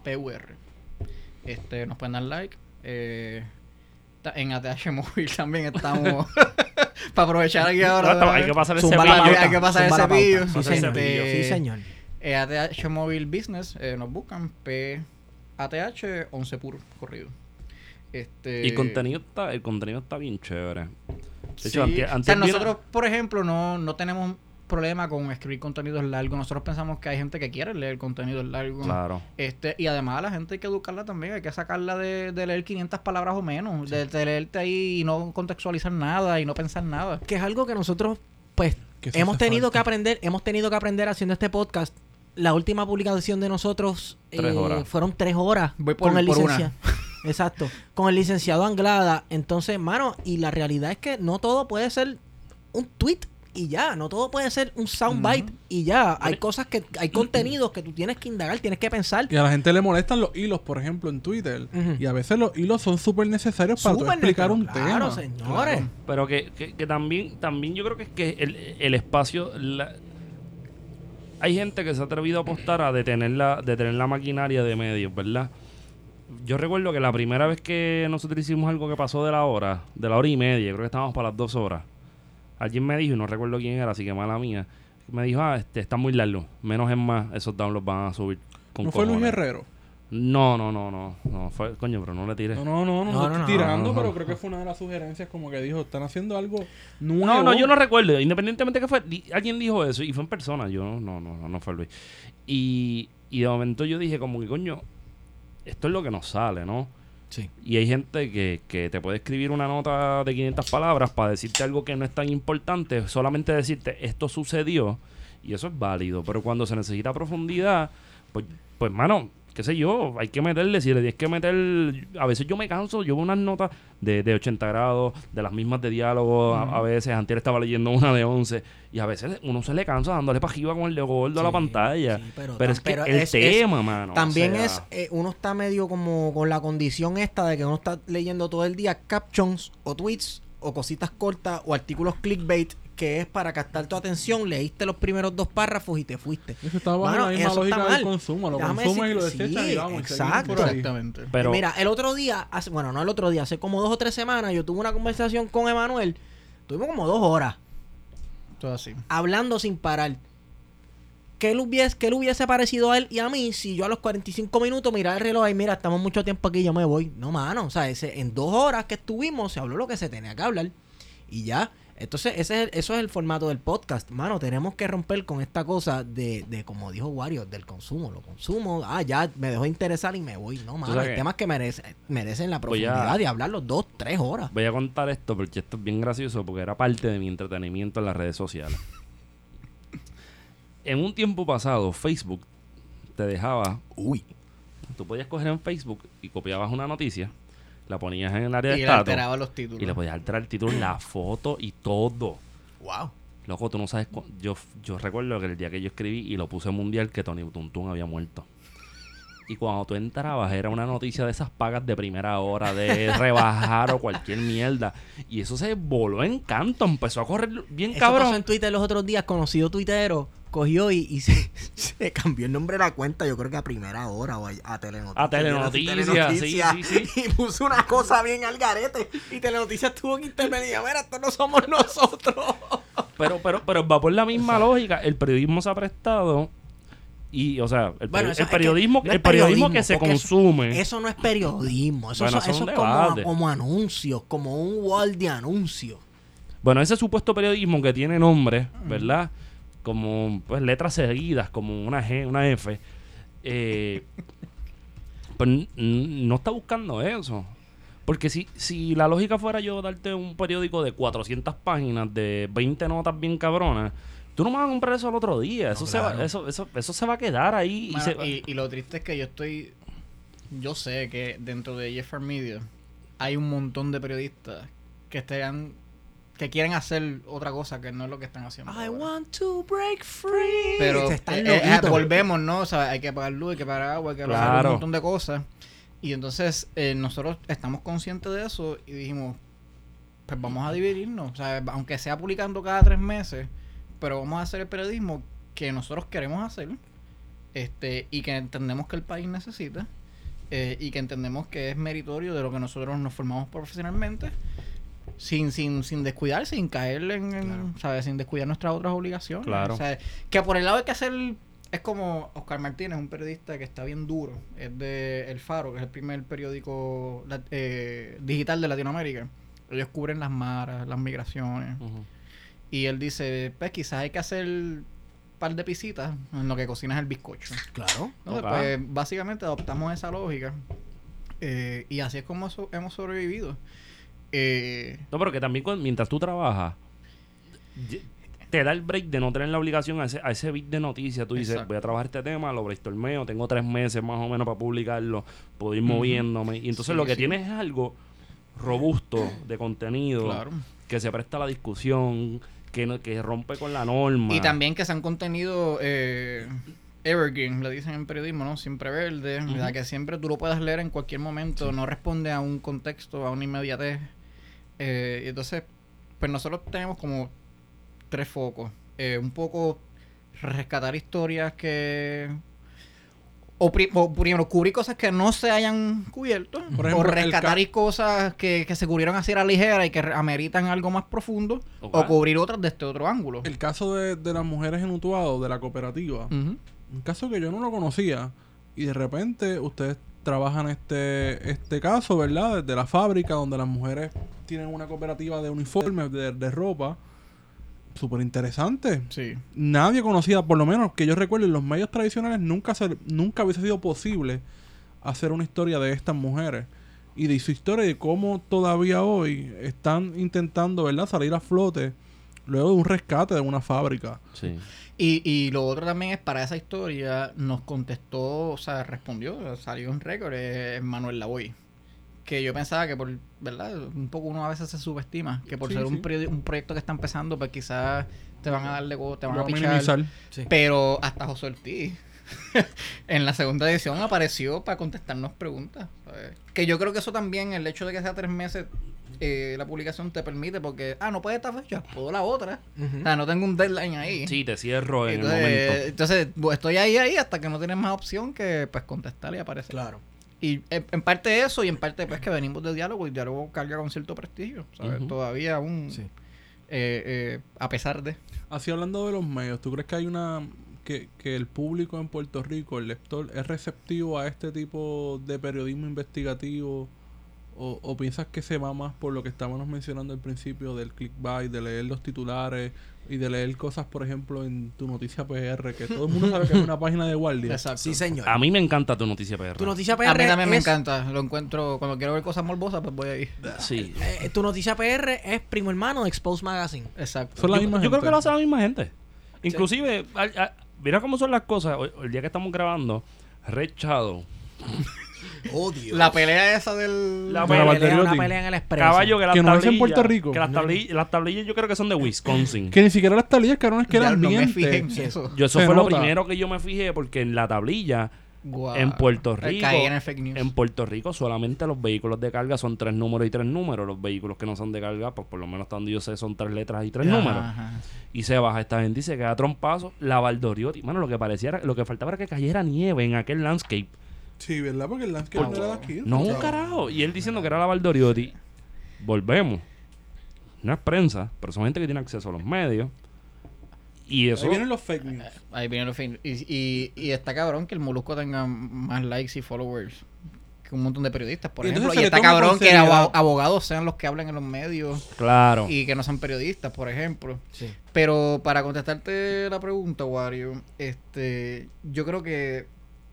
Nos pueden dar like. En ATH Móvil también estamos. Para aprovechar aquí ahora. Hay que pasar ese Zumba la pillo. nota. Hay que pasar Zumba ese la pillo. pauta. Sí, señor. Sí, señor. ATH Mobile Business, nos buscan ATH 11 puro corrido. Y el contenido está bien chévere. De hecho, sí. antes o sea, nosotros, por ejemplo, no tenemos problema con escribir contenidos largos. Nosotros pensamos que hay gente que quiere leer contenidos largos. Claro. Y además a la gente hay que educarla también. Hay que sacarla de leer 500 palabras o menos. De leerte ahí y no contextualizar nada y no pensar nada. Que es algo que nosotros, pues, hemos tenido que aprender haciendo este podcast. La última publicación de nosotros 3 horas. Fueron 3 horas. Voy por con el una. licenciado. Exacto. Con el licenciado Anglada. Entonces, mano, y la realidad es que no todo puede ser un tweet y ya. No todo puede ser un soundbite y ya. Hay cosas hay contenidos que tú tienes que indagar, tienes que pensar. Y a la gente le molestan los hilos, por ejemplo, en Twitter. Y a veces los hilos son súper necesarios para tú explicar un tema. Claro, señores. Claro. Pero que también yo creo que es que el espacio... Hay gente que se ha atrevido a apostar a detener la maquinaria de medios, ¿verdad? Yo recuerdo que la primera vez que nosotros hicimos algo que pasó de la hora y media, creo que estábamos para las 2 horas. Alguien me dijo, y no recuerdo quién era, así que mala mía, me dijo, está muy largo, menos es más, esos downloads van a subir con ¿No fue cojones. Luis Herrero? No, fue, coño, pero no le tiré. No estoy tirando, pero creo que fue una de las sugerencias como que dijo, están haciendo algo nuevo. No, yo no recuerdo, independientemente que fue, alguien dijo eso y fue en persona, yo no fue Luis. Y de momento yo dije como que, coño, esto es lo que nos sale, ¿no? Sí. Y hay gente que te puede escribir una nota de 500 palabras para decirte algo que no es tan importante, solamente decirte esto sucedió y eso es válido, pero cuando se necesita profundidad, pues mano, qué sé yo, hay que meterle, si le tienes que meter, a veces yo me canso, yo veo unas notas de 80 grados, de las mismas de diálogo, a veces, antes estaba leyendo una de 11, y a veces uno se le cansa dándole pajiva con el dedo gordo a la pantalla, sí, pero es que el tema, mano. También o sea, uno está medio como con la condición esta de que uno está leyendo todo el día captions o tweets o cositas cortas o artículos clickbait que es para captar tu atención, leíste los primeros 2 párrafos y te fuiste. Eso está bajo la misma lógica del consumo. Lo consumes y lo desechas y vamos. Exacto. Exactamente. Pero mira, el otro día, hace como 2 o 3 semanas, yo tuve una conversación con Emanuel. Tuvimos como 2 horas. Todo así. Hablando sin parar. ¿Qué le hubiese parecido a él y a mí si yo a los 45 minutos miraba el reloj y mira, estamos mucho tiempo aquí, yo me voy? No, mano. O sea, en 2 horas que estuvimos se habló lo que se tenía que hablar. Y ya. Entonces, eso es el formato del podcast. Mano, tenemos que romper con esta cosa de como dijo Wario, del consumo. Lo consumo, ya me dejó interesar y me voy. No, mano, hay temas que merecen la profundidad de hablarlos 2, 3 horas. Voy a contar esto porque esto es bien gracioso porque era parte de mi entretenimiento en las redes sociales. En un tiempo pasado, Facebook te dejaba... Tú podías coger en Facebook y copiabas una noticia, la ponías en el área de estatus. Y le alteraba los títulos. Y le podías alterar el título, la foto y todo. Wow. Loco, tú no sabes... Yo recuerdo que el día que yo escribí y lo puse mundial que Tony Tuntún había muerto. Y cuando tú entrabas era una noticia de esas pagas de primera hora, de rebajar o cualquier mierda. Y eso se voló en canto, empezó a correr bien eso cabrón. Pasó en Twitter los otros días, conocido tuitero, cogió y se cambió el nombre de la cuenta, yo creo que a primera hora o a Telenoticias. A Telenoticias, sí. Y puso una cosa bien al garete. Y Telenoticias tuvo que intervenir. Mira, esto no somos nosotros. Pero va por la misma lógica. El periodismo se ha prestado... Y, o sea, el periodismo que se consume. Eso no es periodismo. Eso es como anuncios, como un wall de anuncios. Bueno, ese supuesto periodismo que tiene nombre, ¿verdad? Como pues letras seguidas, como una G, una F. Pues no está buscando eso. Porque si la lógica fuera yo darte un periódico de 400 páginas, de 20 notas bien cabronas, tú no me vas a comprar eso al otro día. Eso se va a quedar ahí. Bueno, y lo triste es que yo sé que dentro de JFR Media hay un montón de periodistas que quieren hacer otra cosa que no es lo que están haciendo. I want to break free. Pero volvemos, ¿no? O sea, hay que pagar luz, hay que pagar agua, hay que pagar un montón de cosas. Y entonces nosotros estamos conscientes de eso y dijimos, pues vamos a dividirnos. O sea, aunque sea publicando cada 3 meses, pero vamos a hacer el periodismo que nosotros queremos hacer, y que entendemos que el país necesita, y que entendemos que es meritorio de lo que nosotros nos formamos profesionalmente, sin descuidar, sin caer en ¿sabes? Sin descuidar nuestras otras obligaciones. Claro. O sea, que por el lado hay que hacer... Es como Oscar Martínez, un periodista que está bien duro. Es de El Faro, que es el primer periódico digital de Latinoamérica. Ellos cubren las maras, las migraciones. Y él dice, pues quizás hay que hacer un par de pisitas en lo que cocinas el bizcocho. Claro. Entonces, pues básicamente adoptamos esa lógica. Y así es como hemos sobrevivido. No, pero que también mientras tú trabajas, te da el break de no tener la obligación a ese beat de noticias. Tú dices, voy a trabajar este tema, lo brainstormeo, tengo 3 meses más o menos para publicarlo, puedo ir moviéndome. Y entonces lo que tienes es algo robusto de contenido, que se presta a la discusión, que rompe con la norma. Y también que sean contenido evergreen, le dicen en periodismo, ¿no? Siempre verde, ¿verdad? Que siempre tú lo puedas leer en cualquier momento, no responde a un contexto, a una inmediatez. Y entonces, pues nosotros tenemos como 3 focos. Un poco rescatar historias que... O primero, cubrir cosas que no se hayan cubierto. Por ejemplo, o rescatar cosas que se cubrieron así a la ligera y que ameritan algo más profundo. O cubrir otras de este otro ángulo. El caso de las mujeres en Utuado, de la cooperativa. Un caso que yo no lo conocía. Y de repente ustedes trabajan este caso, ¿verdad? Desde la fábrica, donde las mujeres tienen una cooperativa de uniformes, de ropa. Súper interesante. Sí. Nadie conocía, por lo menos que yo recuerdo, en los medios tradicionales nunca hubiese sido posible hacer una historia de estas mujeres. Y de su historia y de cómo todavía hoy están intentando, ¿verdad?, salir a flote luego de un rescate de una fábrica. Sí. Y lo otro también es, para esa historia, nos contestó, o sea, respondió, salió un récord, Manuel Lavoy. Que yo pensaba que por, ¿verdad? Un poco uno a veces se subestima, que por ser un proyecto que está empezando, pues quizás te van a darle, te van a pichar. Pero hasta José Ortiz, en la segunda edición, apareció para contestarnos preguntas, ¿sabes? Que yo creo que eso también, el hecho de que sea 3 meses la publicación te permite, porque, no puede esta fecha, puedo la otra. O sea, no tengo un deadline ahí. Sí, te cierro en entonces, el momento. Entonces, estoy ahí hasta que no tienes más opción que, pues, contestar y aparecer. Claro. Y en parte eso, y en parte pues que venimos de diálogo, y el diálogo carga con cierto prestigio, ¿sabes? Todavía aún, a pesar de... Así, hablando de los medios, ¿tú crees que hay que el público en Puerto Rico, el lector, es receptivo a este tipo de periodismo investigativo? ¿O piensas que se va más por lo que estábamos mencionando al principio del clickbait, de leer los titulares y de leer cosas, por ejemplo, en Tu Noticia PR, que todo el mundo sabe que es una página de Guardia? Exacto. Sí, señor. A mí me encanta Tu Noticia PR. Tu Noticia PR a mí también me encanta. Lo encuentro, cuando quiero ver cosas morbosas, pues voy ahí. Sí. Tu Noticia PR es primo hermano de Expose Magazine. Exacto. Son la misma Yo creo gente. que lo hace la misma gente. Inclusive, mira cómo son las cosas. El día que estamos grabando, Red Shadow, Oh, Dios. La pelea esa del... La Una Valderiotti. pelea en el Expreso. caballo que las Que no es en tablillas... Puerto Rico. Que las tablillas yo creo que son de Wisconsin. Que ni siquiera las tablillas, cabrones, que Ya, eran no me dientes. fijé en eso. Eso Se fue lo nota. primero que yo me fijé, porque en la tablilla, Guau. en Puerto Rico, Caí en el fake news. en Puerto Rico solamente los vehículos de carga son 3 números y 3 números. Los vehículos que no son de carga, pues por lo menos hasta donde yo sé, son 3 letras y 3 números. Ajá. Y se baja esta gente y se queda a trompazo. La Valderiotti, mano, lo que faltaba era que cayera nieve en aquel landscape. Sí, ¿verdad? Porque el landscape no era de aquí. No, un carajo. Y él diciendo que era la Valderiotti. Volvemos. No es prensa, pero son gente que tiene acceso a los medios. Y eso... Ahí vienen los fake news. Ahí viene los fake news. Y está cabrón que el Molusco tenga más likes y followers que un montón de periodistas, por Y ejemplo. entonces Y se le está toma con cabrón que seriedad. abogados sean los que hablan en los medios Claro. y que no sean periodistas, por ejemplo. Sí. Pero para contestarte la pregunta, Wario, yo creo que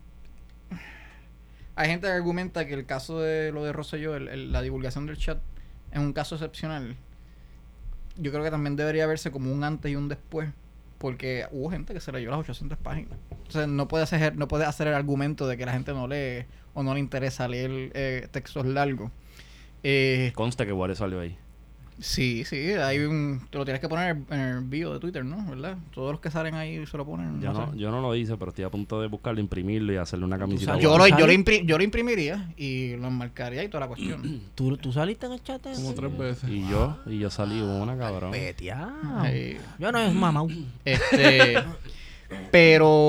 hay gente que argumenta que el caso de lo de Rosselló, la divulgación del chat, es un caso excepcional. Yo creo que también debería verse como un antes y un después, porque hubo gente que se leyó las 800 páginas. Entonces no puede hacer el argumento de que la gente no lee o no le interesa leer textos largos. Consta que Juárez salió ahí. Sí, hay te lo tienes que poner en el bio de Twitter, ¿no? ¿Verdad? Todos los que salen ahí se lo ponen. Yo no lo hice, pero estoy a punto de buscarlo, imprimirlo y hacerle una camiseta. sabes- Yo Juárez. lo imprimiría y lo enmarcaría y toda la cuestión. ¿Tú saliste en el chat ese? Como 3 veces. Y yo salí una, cabrón. Peteado. Ay, Yo no es mamá.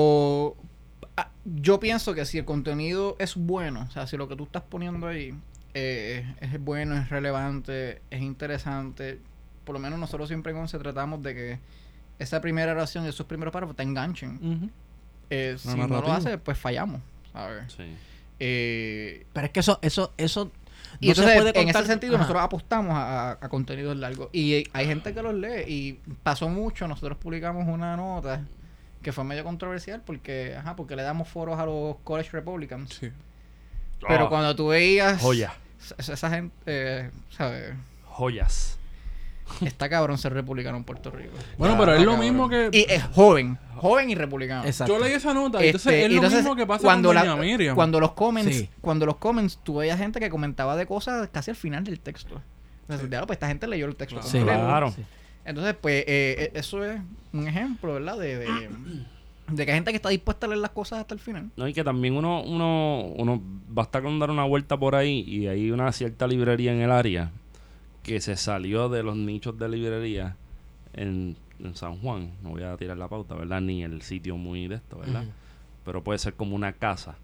pero yo pienso que si el contenido es bueno, o sea, si lo que tú estás poniendo ahí es bueno, es relevante, es interesante. Por lo menos nosotros siempre en Once tratamos de que esa primera oración y esos primeros párrafos te enganchen. Si no lo hace, pues fallamos, ¿sabes? Sí. Pero es que eso y entonces, en ese sentido, nosotros apostamos a contenidos largos. Y hay gente que los lee. Y pasó mucho. Nosotros publicamos una nota que fue medio controversial porque le damos foros a los college republicans. Sí. Pero cuando tú veías... Joya. Esa gente, ¿sabes? Joyas. Está cabrón ser republicano en Puerto Rico. Bueno, pero es lo mismo que... Y es joven y republicano. Exacto. Yo leí esa nota, entonces es lo mismo que pasa con Doña Miriam. Cuando los comments, tú veías gente que comentaba de cosas casi al final del texto. Entonces, pues esta gente leyó el texto. Sí, claro. Sí. Entonces, pues, eso es un ejemplo, ¿verdad? De que hay gente que está dispuesta a leer las cosas hasta el final. No, y que también uno basta con dar una vuelta por ahí y hay una cierta librería en el área que se salió de los nichos de librería en San Juan. No voy a tirar la pauta, ¿verdad? Ni el sitio muy de esto, ¿verdad? Pero puede ser como una casa.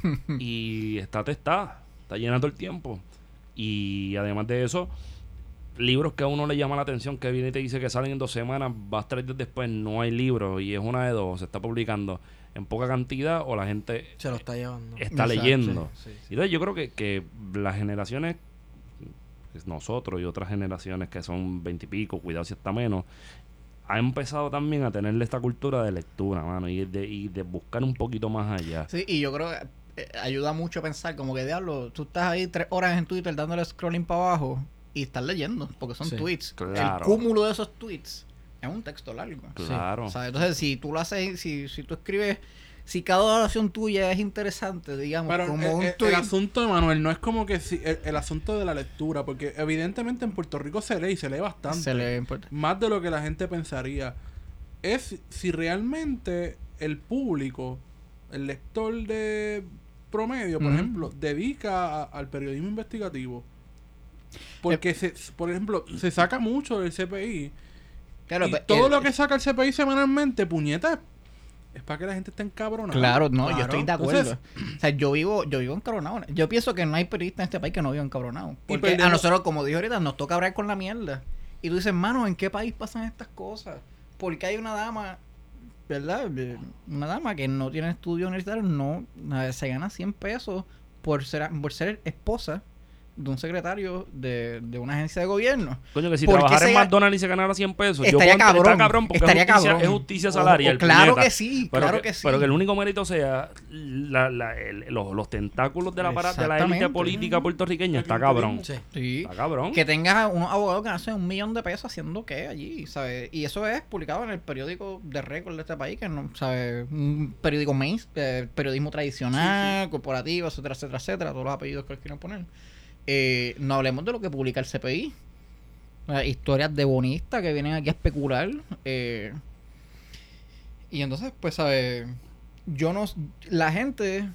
Y está llena todo el tiempo. Y además de eso, libros que a uno le llama la atención, que viene y te dice que salen en 2 semanas, vas 3 días después, no hay libros y es una de dos, se está publicando en poca cantidad o la gente se lo está llevando. Está leyendo. Sí. Y entonces yo creo que las generaciones, nosotros y otras generaciones que son 20 y pico, cuidado si está menos, ha empezado también a tenerle esta cultura de lectura, mano, y de buscar un poquito más allá. Sí, y yo creo que ayuda mucho a pensar como que, diablo, tú estás ahí 3 horas en Twitter dándole scrolling para abajo y estás leyendo, porque son tweets. Claro. El cúmulo de esos tweets es un texto largo. Claro. O sea, entonces, si tú lo haces, si tú escribes, si cada oración tuya es interesante, digamos, pero como un tweet. El asunto, Manuel, no es como que el asunto de la lectura, porque evidentemente en Puerto Rico se lee bastante. Se lee más de lo que la gente pensaría. Es si realmente el público, el lector de promedio, por ejemplo, dedica al periodismo investigativo. Porque, por ejemplo, se saca mucho del CPI. Claro, y todo lo que saca el CPI semanalmente, puñeta, es para que la gente esté encabronada. Claro, no, yo estoy de acuerdo. Entonces, o sea, yo vivo encabronado. Yo pienso que no hay periodista en este país que no viva encabronado. Porque a nosotros, como dije ahorita, nos toca hablar con la mierda. Y tú dices, mano, ¿en qué país pasan estas cosas? Porque hay una dama, ¿verdad? Una dama que no tiene estudios universitarios, no se gana 100 pesos por ser esposa de un secretario de una agencia de gobierno. Coño, que si trabajara en McDonald's y se ganara 100 pesos, estaría cabrón, porque es justicia salarial. Claro que sí, pero que el único mérito sea los tentáculos de la élite política puertorriqueña. Está cabrón. Sí. Está cabrón. Que tengas unos abogados que hacen $1 millón haciendo qué allí, ¿sabes? Y eso es publicado en el periódico de récord de este país, que no, ¿sabes? Un periódico periodismo tradicional, corporativo, etcétera, etcétera, etcétera, todos los apellidos que les quieran poner. No hablemos de lo que publica el CPI. Historias de bonistas que vienen aquí a especular. Y entonces, pues, ¿sabes? La gente...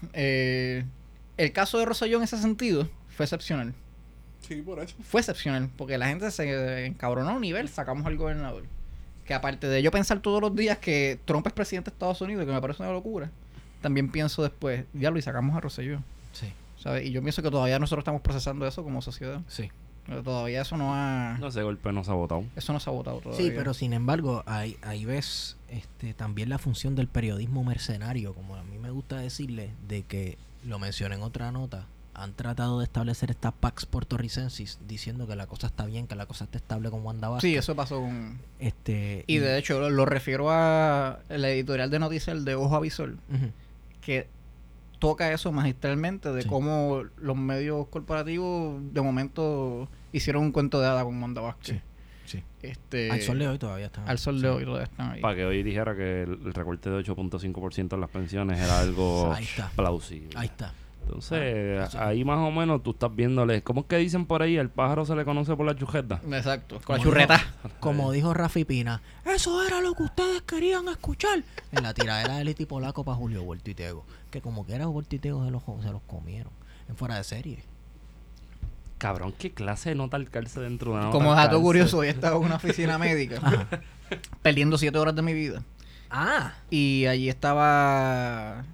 el caso de Rosselló en ese sentido fue excepcional. Sí, por eso. Fue excepcional, porque la gente se encabronó a un nivel, sacamos al gobernador. Que aparte de yo pensar todos los días que Trump es presidente de Estados Unidos, que me parece una locura, también pienso después, diablo, y sacamos a Rosselló. Sí. ¿Sabes? Y yo pienso que todavía nosotros estamos procesando eso como sociedad. Sí. Pero todavía eso no ha... No, ese golpe no se ha votado. Eso no se ha votado todavía. Sí, pero sin embargo, ahí ves también la función del periodismo mercenario, como a mí me gusta decirle, de que, lo mencioné en otra nota, han tratado de establecer estas Pax Portoricensis diciendo que la cosa está bien, que la cosa está estable con Wanda Vázquez. Sí, eso pasó con... y de hecho, lo refiero a la editorial de noticias, el de Ojo Avisor, que toca eso magistralmente de cómo los medios corporativos de momento hicieron un cuento de hada con Wanda Vázquez. Sí. Al sol de hoy todavía están. Al sol de hoy todavía están ahí. Para que hoy dijera que el recorte de 8.5% en las pensiones era algo plausible. Ahí está. Entonces, ahí más o menos tú estás viéndole. ¿Cómo es que dicen por ahí? El pájaro se le conoce por la chujeta. Exacto, con la churreta. Como dijo Rafi Pina, eso era lo que ustedes querían escuchar. En la tiradera del Iti Polaco para Julio Voltitego. Que como que era Voltitego se los comieron. En fuera de serie. Cabrón, ¿qué clase de nota al cárcel dentro de una nota? Como dato curioso, hoy estaba en una oficina médica. perdiendo 7 horas de mi vida. Ah. Y allí estaba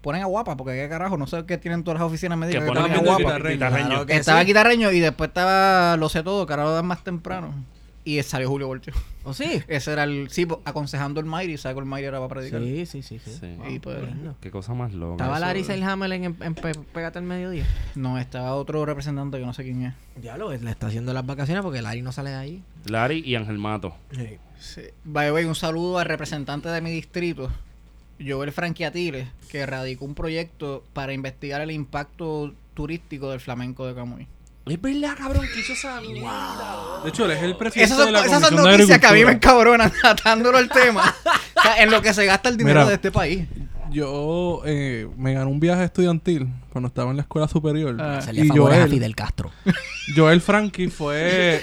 ponen a Guapa, porque qué carajo, no sé qué tienen todas las oficinas médicas que que ponen ponen a a Guapa. Guitarreño. Estaba Guitarreño y después estaba Lo Sé Todo, que ahora lo dan más temprano. Y salió Julio Voltio. ¿O sí? Ese era el... Sí, aconsejando el Mayri. ¿Sabes que el Mayri era para predicar? Sí. Y pues... Qué cosa más loca. ¿Estaba Larry Selhammer en Pégate al Mediodía? No, estaba otro representante que no sé quién es. Diablo, le está haciendo las vacaciones porque Larry no sale de ahí. Larry y Ángel Mato. Sí. By the way, un saludo al representante de mi distrito, Joel Franquiatiles, que radicó un proyecto para investigar el impacto turístico del flamenco de Camuy. Es verdad, cabrón, que hizo esa mierda. De hecho, él es el presidente Esas de la son Comisión de noticias que a mí me Agricultura. encabronan tratándolo el tema. O sea, en lo que se gasta el dinero Mira, de este país. Yo me gané un viaje estudiantil cuando estaba en la escuela superior. Hacerle favores a Fidel Castro. Joel Franqui fue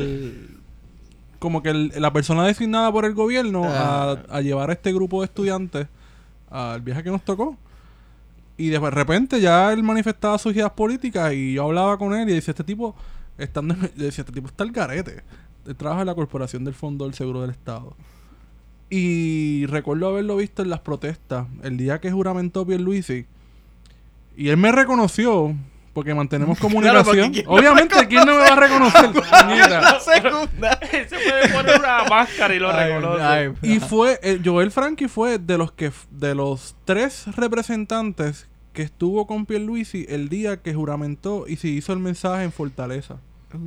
la persona designada por el gobierno a llevar a este grupo de estudiantes al viaje que nos tocó. Y de repente ya él manifestaba sus ideas políticas y yo hablaba con él y decía, este tipo está al garete. Él trabaja en la Corporación del Fondo del Seguro del Estado. Y recuerdo haberlo visto en las protestas el día que juramentó Pierluisi. Y él me reconoció porque mantenemos comunicación. Claro, Obviamente, ¿quién no me va a reconocer? Mira. Él se puede poner una máscara y lo reconoce. Y Joel Franqui fue de los 3 representantes que estuvo con Pierluisi el día que juramentó y se hizo el mensaje en Fortaleza.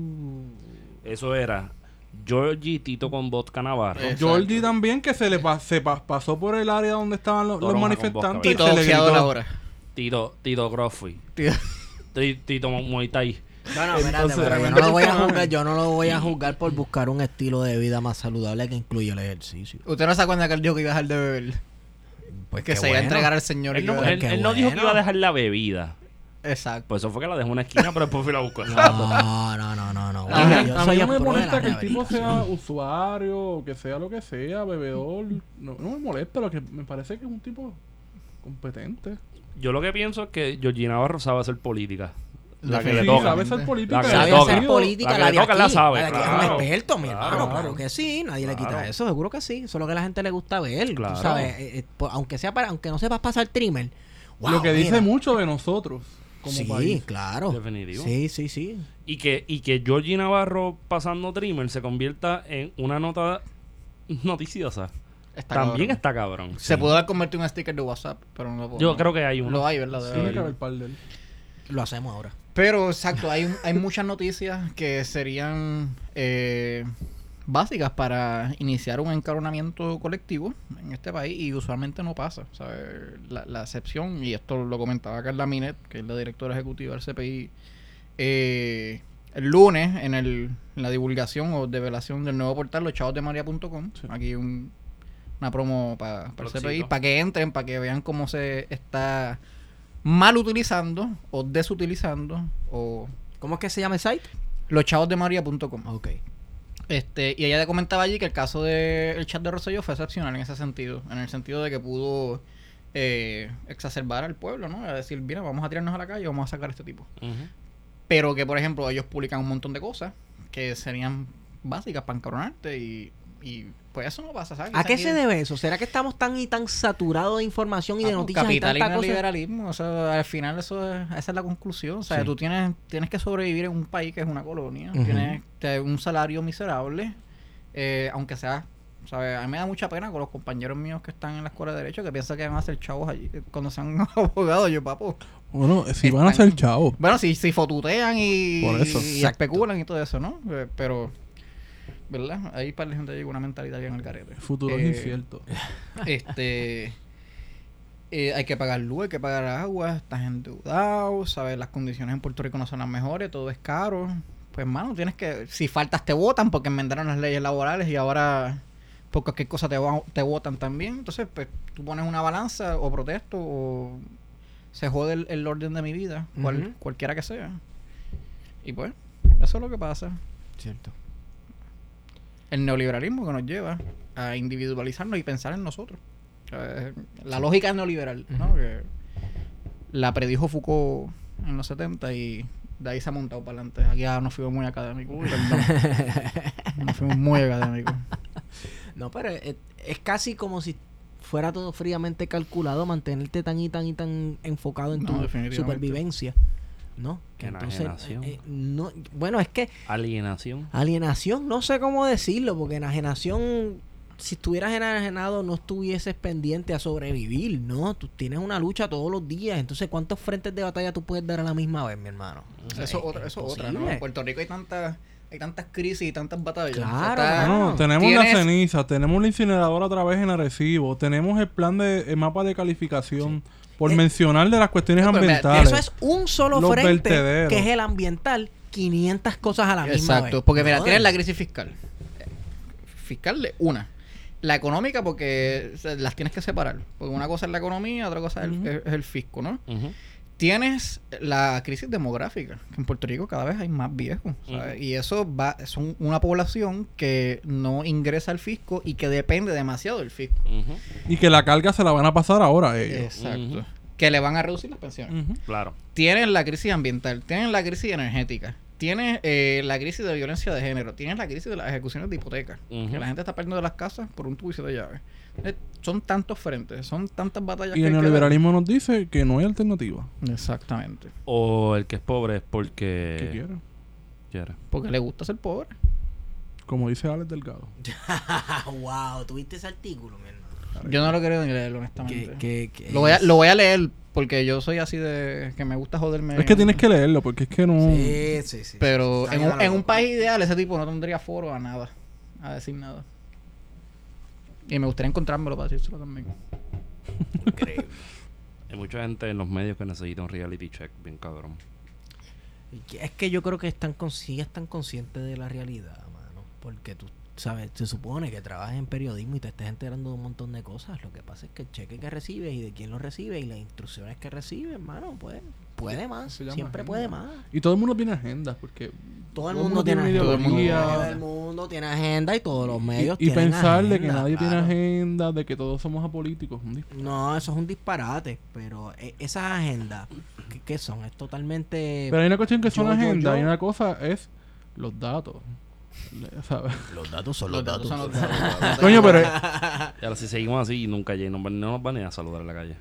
Eso era Georgie Tito con vodka Navarro. Joel D también, que se pasó por el área donde estaban los Toronja manifestantes. con Tito y se le boxeador gritó. ahora. Tito Groffy. Tito Muay Thai. Bueno, espérate, Entonces, pero yo no lo voy a juzgar por buscar un estilo de vida más saludable que incluya el ejercicio. ¿Usted no se acuerda que él dijo que iba a dejar de beber? Pues Que qué se iba a bueno. entregar al Señor. Él y no, que- él no dijo que iba a dejar la bebida. Exacto. Pues eso fue que la dejó en una esquina, pero después fui la buscó. No. A Oiga, mí yo no soy me en pro de molesta la que el tipo sea rehabilitación. usuario, o que sea lo que sea, bebedor. No me molesta, lo que me parece que es un tipo competente. Yo lo que pienso es que Georgina Navarro sabe hacer política. La que Sí, le toca. sabe ser política. La que Sabe le toca. hacer política, La que la le de toca, aquí. la sabe, La de aquí es claro. un experto, mi hermano. Claro. Claro que sí, nadie le quita eso, seguro que sí. Eso es lo que a la gente le gusta ver. Claro. Tú sabes, aunque no sepas pasar trimmer. Wow, lo que dice mira. mucho de nosotros como Sí, país. claro. Definitivo. Sí. Y que Georgie Navarro pasando trimmer se convierta en una nota noticiosa. Está También cabrón. está cabrón. Se pudo haber convertido en un sticker de WhatsApp, pero no lo puedo. Yo creo que hay uno. Lo hay, ¿verdad? Debe Tiene haber. que haber par de él. Lo hacemos ahora. Pero, exacto, hay muchas noticias que serían básicas para iniciar un encaronamiento colectivo en este país y usualmente no pasa. ¿Sabes? La excepción, y esto lo comentaba Carla Minet, que es la directora ejecutiva del CPI, el lunes en la divulgación o develación del nuevo portal loschavosdemaria.com. Sí. Aquí una promo para el Protcito. CPI, para que entren, para que vean cómo se está mal utilizando o desutilizando o ¿Cómo es que se llama el site? loschavosdemaria.com. Ok. Y ella le comentaba allí que el caso del chat de Rosselló fue excepcional en ese sentido, en el sentido de que pudo exacerbar al pueblo, ¿no? A decir, mira, vamos a tirarnos a la calle, vamos a sacar a este tipo. Ujú. Pero que, por ejemplo, ellos publican un montón de cosas que serían básicas para encabronarte y pues eso no pasa, ¿sabes? ¿A qué se debe eso? ¿Será que estamos tan saturados de información y de noticias y capitalismo tanta y cosa? liberalismo, o sea, al final esa es la conclusión, o sea, Sí. tú tienes que sobrevivir en un país que es una colonia, Ujú. tienes un salario miserable, aunque sea, ¿sabes? A mí me da mucha pena con los compañeros míos que están en la escuela de Derecho que piensan que van a ser chavos allí cuando sean abogados, yo papo. Bueno, si van a ser chavos. Bueno, si fotutean y, Por eso. y especulan y todo eso, ¿no? Pero, ¿verdad? Ahí para la gente llega una mentalidad bien al carete. El futuro es incierto. Hay que pagar luz, hay que pagar agua, estás endeudado, ¿sabes? Las condiciones en Puerto Rico no son las mejores, todo es caro. Pues, mano, tienes que... Si faltas, te votan porque enmendaron las leyes laborales y ahora por cualquier cosa te votan también. Entonces, pues, tú pones una balanza o protesto o se jode el orden de mi vida, Ujú. cualquiera que sea. Y pues, eso es lo que pasa. Cierto. El neoliberalismo que nos lleva a individualizarnos y pensar en nosotros. La lógica neoliberal, ¿no? Ujú. Que la predijo Foucault en los 70 y de ahí se ha montado para adelante. Aquí ya nos fuimos muy académicos. Perdón. Nos fuimos muy académicos. No, pero es casi como si fuera todo fríamente calculado, mantenerte tan y tan enfocado en tu supervivencia, ¿no? Enajenación. No, bueno, es que Alienación, no sé cómo decirlo, porque enajenación, si estuvieras enajenado no estuvieses pendiente a sobrevivir, ¿no? Tú tienes una lucha todos los días, entonces ¿cuántos frentes de batalla tú puedes dar a la misma vez, mi hermano? Eso es otra, ¿no? En Puerto Rico hay tantas crisis y tantas batallas. Claro, tenemos la ceniza, tenemos la incineradora otra vez en Arecibo, tenemos el mapa de calificación, por mencionar de las cuestiones ambientales. Eso es un solo frente, que es el ambiental, 500 cosas a la misma vez. Exacto, porque mira, tienes la crisis fiscal. Fiscal de una. La económica, porque las tienes que separar. Porque una cosa es la economía, otra cosa es el fisco, ¿no? Tienes la crisis demográfica, que en Puerto Rico cada vez hay más viejos, ¿sabes? Y eso son una población que no ingresa al fisco y que depende demasiado del fisco. Y que la carga se la van a pasar ahora a ellos. Exacto. Que le van a reducir las pensiones. Claro. Tienes la crisis ambiental, tienes la crisis energética, tienes la crisis de violencia de género, tienes la crisis de las ejecuciones de hipotecas, que la gente está perdiendo las casas por un tubicio de llave. Son tantos frentes, son tantas batallas. Y el neoliberalismo nos dice que no hay alternativa. Exactamente. O el que es pobre es porque... ¿Qué quiere? Porque le gusta ser pobre. Como dice Alex Delgado. Wow, ¿tuviste ese artículo, mi hermano? Yo no lo quiero ni leer, honestamente. ¿Qué lo voy a leer porque yo soy así de... que me gusta joderme. Es que tienes que leerlo porque es que no... Sí. Pero en un país ideal ese tipo no tendría foro a nada. A decir nada. Y me gustaría encontrármelo para decírselo también. Increíble. Hay mucha gente en los medios que necesita un reality check bien cabrón. Es que yo creo que están conscientes de la realidad, mano. Porque tú sabes, se supone que trabajas en periodismo y te estés enterando de un montón de cosas. Lo que pasa es que el cheque que recibes y de quién lo recibe y las instrucciones que recibes, hermano, pues puede más. Siempre puede más. Y todo el mundo tiene agendas porque todo el mundo tiene ideología. Todo el mundo tiene agenda y todos los medios y tienen pensar agenda, de que nadie tiene claro. agenda, de que todos somos apolíticos. No, eso es un disparate. Pero esas agendas, ¿qué son? Es totalmente... Pero hay una cuestión que son agendas y una cosa es los datos. ¿Sabes? Los datos son los datos. Coño, pero... Y ahora si seguimos así, nunca no nos van a ir a saludar en la calle.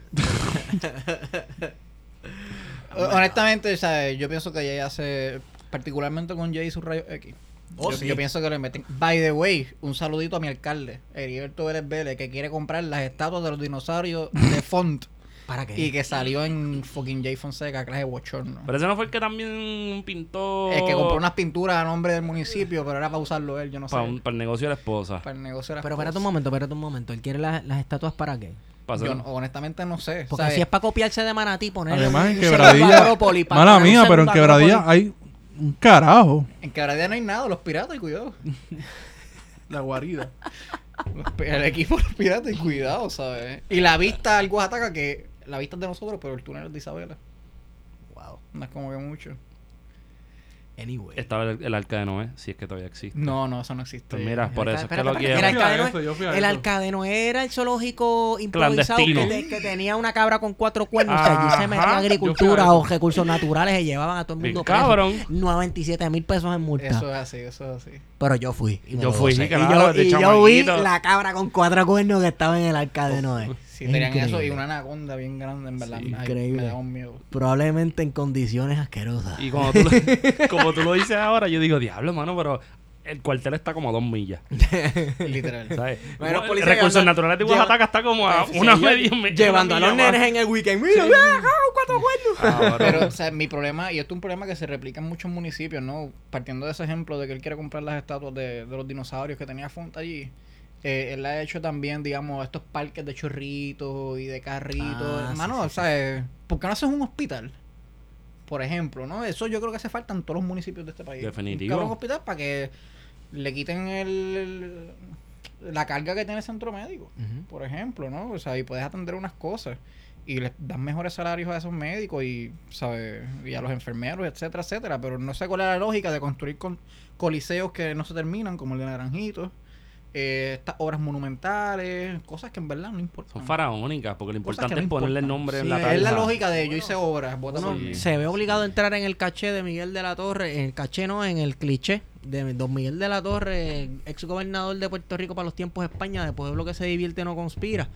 Honestamente, ¿sabes? Yo pienso que Jay hace... particularmente con Jay y sus rayos X. Yo pienso que le meten... By the way, un saludito a mi alcalde, Heriberto Vélez, que quiere comprar las estatuas de los dinosaurios de Font. ¿Para qué? Y que salió en fucking Jay Fonseca, clase de bochorno. Pero ese no fue el que también pintó... Es que compró unas pinturas a nombre del municipio, pero era para usarlo él, yo no sé. Para el negocio de la esposa. Para el negocio de la Pero esposa. espérate un momento. ¿Él quiere las estatuas para qué? Yo honestamente no sé. Porque ¿sabes? si es para copiarse de Manatí, ponerle además en un Quebradilla... Acrópolis, Mala mía, pero en Quebradilla hay un carajo. En Quebradilla no hay nada, los piratas, y cuidado. La guarida. El equipo de los piratas, y cuidado, ¿sabes? Y la vista al Oaxaca, que la vista es de nosotros, pero el túnel es de Isabela. Wow. No es como que mucho. Anyway. Estaba el Arca de Noé, si es que todavía existe. No, eso no existe. Pues mira, por eso es que lo El quiero. Arca de Noé era el zoológico improvisado que tenía una cabra con 4 cuernos. O sea, allí se metía agricultura o recursos naturales y llevaban a todo el mundo preso. Cabrón. 97,000 pesos en multa. Eso es así. Pero yo fui. Yo fui, claro, y yo vi la cabra con 4 cuernos que estaba en el Arca de Noé. Sí, tenían eso y una anaconda bien grande, en verdad. Sí, increíble. Me daba un miedo. Probablemente en condiciones asquerosas. Y como tú lo dices ahora, yo digo, diablo, mano, pero el cuartel está como a 2 millas. Literal. ¿Sabes? Bueno, Recursos naturales de Oaxaca está como a una media. Llevando a los nenes en el weekend. Mira, Sí. mira, 4 cuernos. Pero, o sea, mi problema, y esto es un problema que se replica en muchos municipios, ¿no? Partiendo de ese ejemplo de que él quiere comprar las estatuas de los dinosaurios que tenía Font allí. Él ha hecho también, digamos, estos parques de chorritos y de carritos. Hermano, o sea, ¿por qué no haces un hospital? Por ejemplo, ¿no? Eso yo creo que hace falta en todos los municipios de este país. Definitivo. Un hospital para que le quiten la carga que tiene el centro médico, por ejemplo, ¿no? O sea, y puedes atender unas cosas y les dan mejores salarios a esos médicos y, ¿sabes? Y a los enfermeros, etcétera, etcétera. Pero no sé cuál es la lógica de construir coliseos que no se terminan, como el de Naranjito. Estas obras monumentales, cosas que en verdad no importan. Son faraónicas, porque lo Cosas importante que es no ponerle el importan. nombre en Sí, la tabla. es la lógica de yo hice obras. Uno se ve obligado a entrar en el caché de Miguel de la Torre, en el caché no, en el cliché de don Miguel de la Torre, ex gobernador de Puerto Rico para los tiempos de España, de pueblo que se divierte no conspira.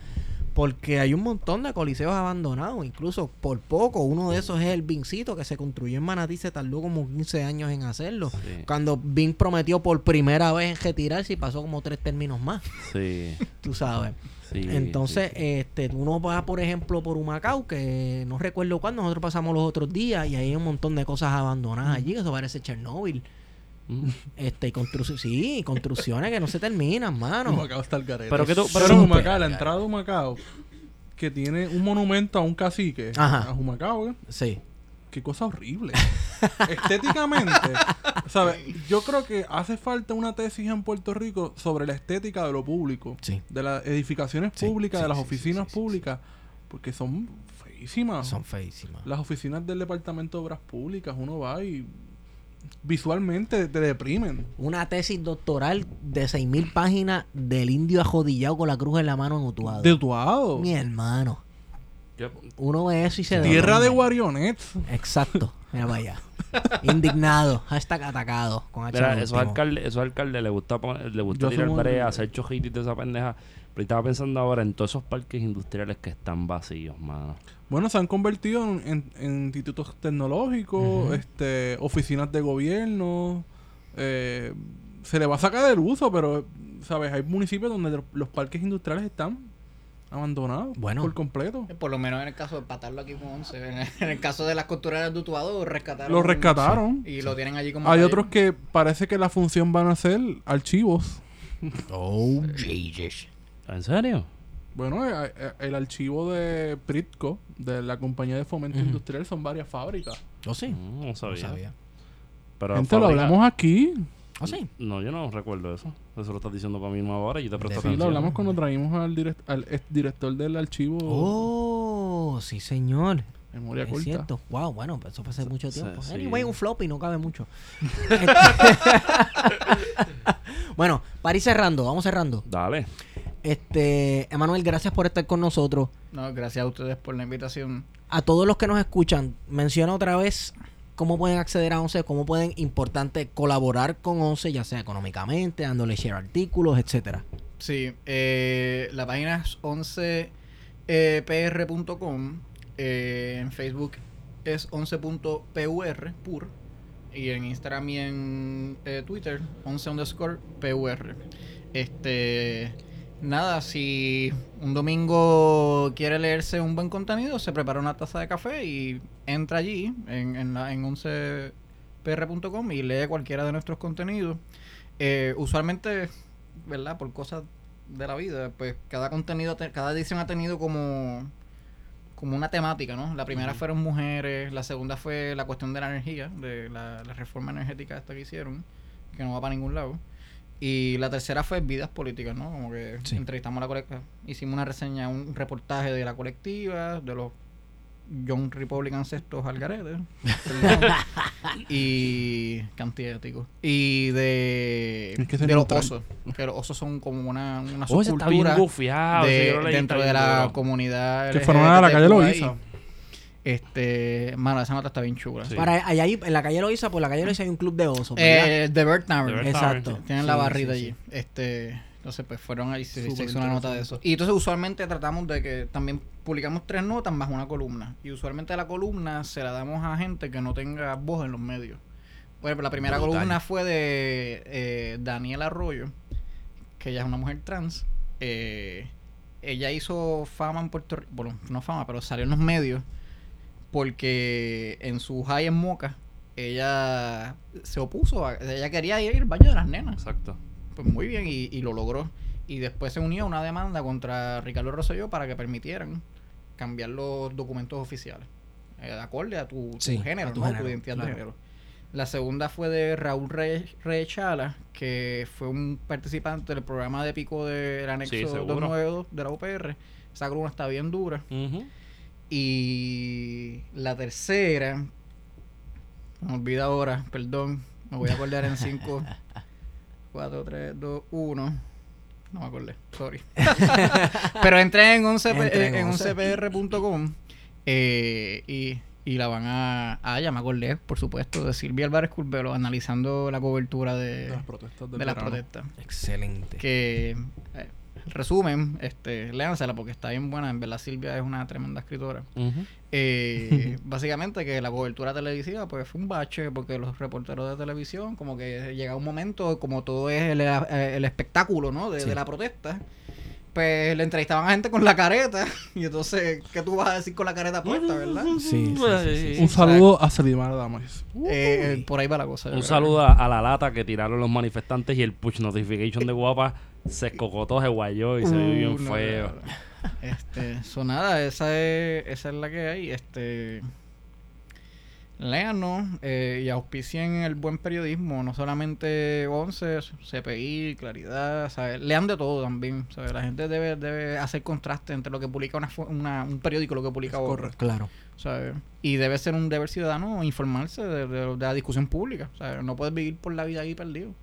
Porque hay un montón de coliseos abandonados. Incluso por poco, uno de esos es el Vincito, que se construyó en Manatí. Se tardó como 15 años en hacerlo. Sí. Cuando Vin prometió por primera vez en retirarse y pasó como 3 términos más. Sí. Tú sabes. Sí, Entonces, sí. uno va, por ejemplo, por Humacao, que no recuerdo cuándo, nosotros pasamos los otros días y hay un montón de cosas abandonadas allí, que eso parece Chernóbil. Y construcciones que no se terminan, mano. Humacao está el garete. Pero que tú, Pero Humacao, la entrada de Humacao, que tiene un monumento a un cacique, Ajá. a Humacao, ¿eh? Sí. Qué cosa horrible. Estéticamente, ¿sabes? Yo creo que hace falta una tesis en Puerto Rico sobre la estética de lo público. Sí. De las edificaciones Sí, públicas, sí, de las sí, oficinas sí, sí, públicas. Porque son feísimas. Son feísimas. Las oficinas del Departamento de Obras Públicas, uno va y visualmente te deprimen. Una tesis doctoral de 6.000 páginas del indio ajodillado con la cruz en la mano en Utuado. De Utuado. Mi hermano. Yo- Uno ve eso y se Tierra de derrumba. Guarionets. Exacto. Mira para allá. Indignado. Hashtag atacado. Con H Mira, al esos último. alcaldes les gusta Yo tirar soy brea, muy- hacer chojitos de esa pendeja. Pero estaba pensando ahora en todos esos parques industriales que están vacíos, mano. Bueno, se han convertido en institutos tecnológicos, oficinas de gobierno. Se le va a sacar del uso, pero, ¿sabes? Hay municipios donde los parques industriales están abandonados Bueno. por completo. Por lo menos en el caso de patarlo aquí con 11. En el caso de las costureras de Utuado, rescataron. Lo rescataron. Y lo tienen allí como. Hay taller. otros que parece que la función van a ser archivos. Oh, Jesus. ¿En serio? Bueno, el archivo de Pritco, de la compañía de fomento industrial, son varias fábricas. ¿Oh, sí? No No sabía. sabía. Pero Gente, lo fábrica- hablamos aquí. ¿Oh, sí? No, yo no recuerdo eso. Eso lo estás diciendo para mí nueva ahora y yo te presto Sí, atención. lo hablamos cuando traímos al exdirector del archivo. Oh, sí, señor. Memoria Es corta. cierto. Wow, bueno, pues eso fue hace mucho tiempo. sí. Anyway, un floppy no cabe mucho. Bueno, para ir cerrando, vamos cerrando. Dale. Emanuel, gracias por estar con nosotros. No, gracias a ustedes por la invitación. A todos los que nos escuchan, menciona otra vez cómo pueden acceder a ONCE, cómo pueden, importante, colaborar con ONCE, ya sea económicamente, dándole share artículos, etcétera. Sí, la página es 11pr.com. En Facebook es 11.pur, pur. Y en Instagram y en Twitter, 11_pur. Nada, si un domingo quiere leerse un buen contenido, se prepara una taza de café y entra allí en 11pr.com y lee cualquiera de nuestros contenidos. Usualmente, ¿verdad? Por cosas de la vida, pues cada contenido, cada edición ha tenido como una temática, ¿no? La primera fueron mujeres, la segunda fue la cuestión de la energía, de la reforma energética esta que hicieron, que no va para ningún lado. Y la tercera fue vidas políticas, ¿no? Como que Sí. entrevistamos a la colectiva, hicimos una reseña, un reportaje de la colectiva, de los Young Republican Sextos Algarete, y cantiéticos, y Tienes que ser de los neutral. osos, que los osos son como una Oh, ese está bien subcultura gufiado. ese yo lo leí, dentro está de bien la duro. comunidad Que fueron a la calle LGBTQI. Loíza. Mano, esa nota está bien chula. Sí. Para allá en la calle Loíza, por la calle Loíza hay un club de osos, ¿verdad? The Bird Tavern. The Bird Exacto. Tienen la Sí, barrita sí, allí. Entonces, pues fueron ahí, se Súper hizo una nota de interesante. eso. Y entonces, usualmente tratamos de que también publicamos 3 notas más una columna. Y usualmente la columna se la damos a gente que no tenga voz en los medios. Bueno, la primera Brutal. columna fue de Daniela Arroyo, que ella es una mujer trans. Ella hizo fama en Puerto Rico. Bueno, no fama, pero salió en los medios. Porque en su high en Moca, ella se opuso. Ella quería ir al baño de las nenas. Exacto. Pues muy bien, y lo logró. Y después se unió a una demanda contra Ricardo Rosselló para que permitieran cambiar los documentos oficiales. Acorde a tu Sí, género, a tu ¿no? género, Tu identidad claro. de género. La segunda fue de Raúl Rechala, que fue un participante del programa de pico del anexo Sí, seguro. 292 de la UPR. Esa columna está bien dura. Ujú. Y la tercera, me olvido ahora, perdón, me voy a acordar en 5, 4, 3, 2, 1. No me acordé, sorry. Pero entré en 11pr.com y la van ya me acordé, por supuesto, de Silvia Álvarez Curbelo, analizando la cobertura de De las protestas del las verano. protestas. Excelente. Que resumen, léansela porque está bien buena. En verdad Silvia es una tremenda escritora. Básicamente que la cobertura televisiva pues fue un bache porque los reporteros de televisión como que llega un momento, como todo es el espectáculo, ¿no? De la protesta, pues le entrevistaban a gente con la careta y entonces, ¿qué tú vas a decir con la careta puesta, verdad? Sí. Un saludo a Selimar Damas. Por ahí va la cosa. Un saludo a la lata que tiraron los manifestantes y el push notification de Guapa se escocotó, se guayó y se vio bien feo. Nada, esa es la que hay. Léanos y auspicien el buen periodismo, no solamente 11, CPI, Claridad, ¿sabes? Lean de todo también, ¿sabes? La gente debe hacer contraste entre lo que publica un periódico y lo que publica otro. Correcto. Claro. ¿Sabes? Y debe ser un deber ciudadano informarse de la discusión pública, ¿sabes? No puedes vivir por la vida ahí perdido.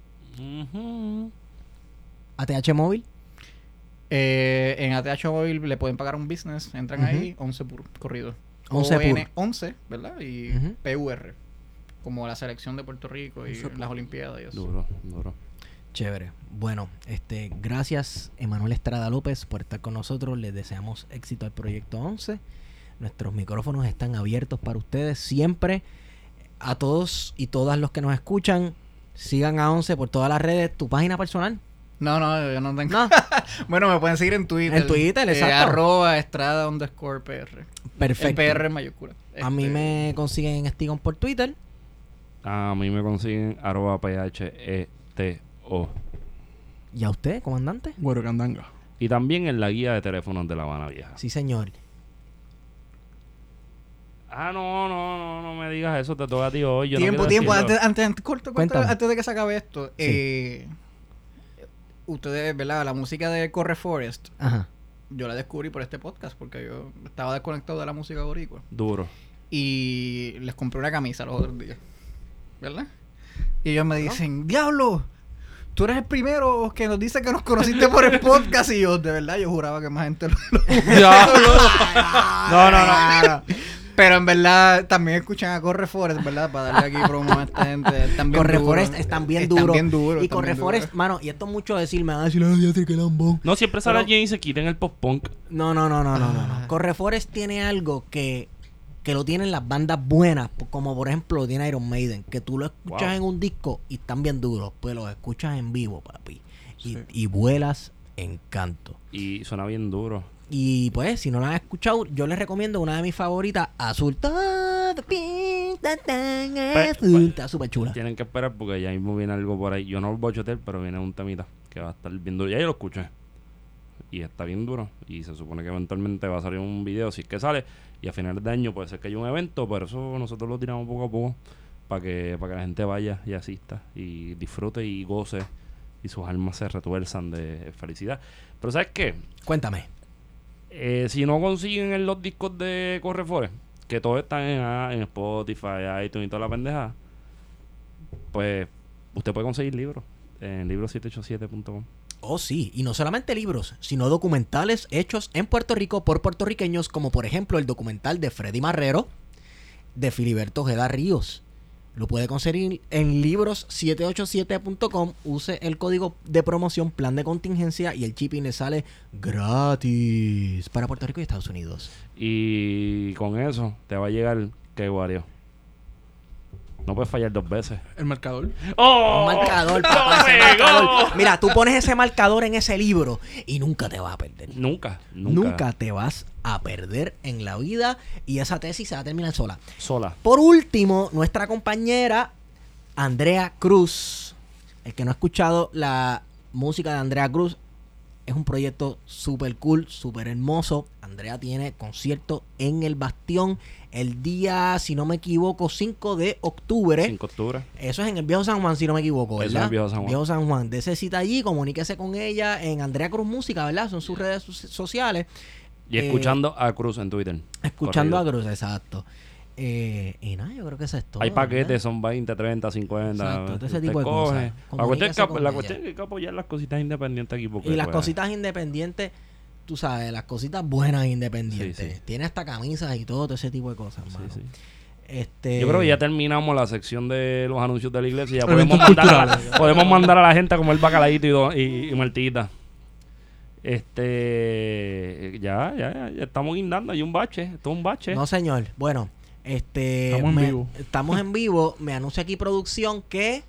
ATH Móvil. En ATH Móvil le pueden pagar un business, entran ahí, 11 puro, corrido. 11 puro. 11, ¿verdad? Y PUR, como la selección de Puerto Rico y las Olimpiadas y eso. Duro. Chévere. Bueno, gracias Emanuel Estrada López por estar con nosotros. Les deseamos éxito al Proyecto 11. Nuestros micrófonos están abiertos para ustedes siempre. A todos y todas los que nos escuchan, sigan a 11 por todas las redes. ¿Tu página personal? No, yo no tengo. ¿No? Bueno, me pueden seguir en Twitter. En Twitter, exacto. @Estrada_PR. Perfecto. PR en mayúscula. A mí me consiguen en Stigon por Twitter. A mí me consiguen @PHETO. ¿Y a usted, comandante? Güero Candanga. Y también en la guía de teléfonos de La Habana Vieja. Sí, señor. No me digas eso, te toca a ti hoy. Yo tiempo, corto, Cuéntame. antes de que se acabe esto. Sí. Ustedes, ¿verdad? La música de Corre Forest, Ajá. yo la descubrí por este podcast porque yo estaba desconectado de la música boricua. Duro. Y les compré una camisa los otros días, ¿verdad? Y ellos me dicen, ¡Diablo! Tú eres el primero que nos dice que nos conociste por el podcast. Y yo, de verdad, yo juraba que más gente lo No. Pero en verdad también escuchan a Corre Forest, ¿verdad? Para darle aquí promo a esta gente. Corre Forest están bien duros. Y Corre bien Forest, mano, y esto es mucho decir, me van a decir, ay, que lambón. No, siempre sale alguien y se quiten el post-punk. No. Corre Forest tiene algo que lo tienen las bandas buenas, como por ejemplo lo tiene Iron Maiden, que tú lo escuchas en un disco y están bien duros, pues los escuchas en vivo, papi. Y vuelas en canto. Y suena bien duro. Y pues, si no la has escuchado, yo les recomiendo una de mis favoritas, Azul. Todo pinta tan azul. Está súper chula. Tienen que esperar porque ya mismo viene algo por ahí. Yo no lo voy a chotear, pero viene un temita que va a estar bien duro. Ya yo lo escuché. Y está bien duro. Y se supone que eventualmente va a salir un video, si es que sale. Y a finales de año puede ser que haya un evento, pero eso nosotros lo tiramos poco a poco para que la gente vaya y asista y disfrute y goce y sus almas se retuerzan de felicidad. Pero ¿sabes qué? Cuéntame. Si no consiguen los discos de Corre Forest, que todos están en Spotify, iTunes y toda la pendejada, pues usted puede conseguir libros en libros787.com. Oh, sí. Y no solamente libros, sino documentales hechos en Puerto Rico por puertorriqueños, como por ejemplo el documental de Freddy Marrero, de Filiberto Ojeda Ríos. Lo puede conseguir en libros787.com. Use el código de promoción Plan de Contingencia y el shipping le sale gratis para Puerto Rico y Estados Unidos. Y con eso te va a llegar que Wario. No puedes fallar 2 veces. El marcador. ¡Oh! Un marcador, papá. Ese marcador. Mira, tú pones ese marcador en ese libro y nunca te vas a perder. Nunca. Nunca te vas a perder en la vida y esa tesis se va a terminar sola. Por último, nuestra compañera Andrea Cruz. El que no ha escuchado la música de Andrea Cruz, es un proyecto súper cool, súper hermoso. Andrea tiene concierto en el Bastión el día, si no me equivoco, 5 de octubre. 5 de octubre. Eso es en el Viejo San Juan, si no me equivoco, ¿verdad? Eso es en el Viejo San Juan. Dese cita allí, comuníquese con ella en Andrea Cruz Música, ¿verdad? Son sus redes sociales. Y escuchando a Cruz en Twitter. Escuchando a Cruz, exacto. Y nada, yo creo que eso es todo. Hay paquetes, ¿verdad? Son 20, 30, 50. Exacto, todo ese tipo de cosas. La cuestión es que hay que apoyar las cositas independientes aquí. Porque, y las cositas independientes, tú sabes, las cositas buenas independientes. Sí. Tiene hasta camisas y todo ese tipo de cosas, mano. Sí. Yo creo que ya terminamos la sección de los anuncios de la iglesia. Ya podemos mandar a la gente a comer bacalaíto y martita. Ya estamos guindando, hay un bache, esto es un bache. No, señor. Bueno, estamos en vivo. Estamos en vivo. Me anuncia aquí producción que...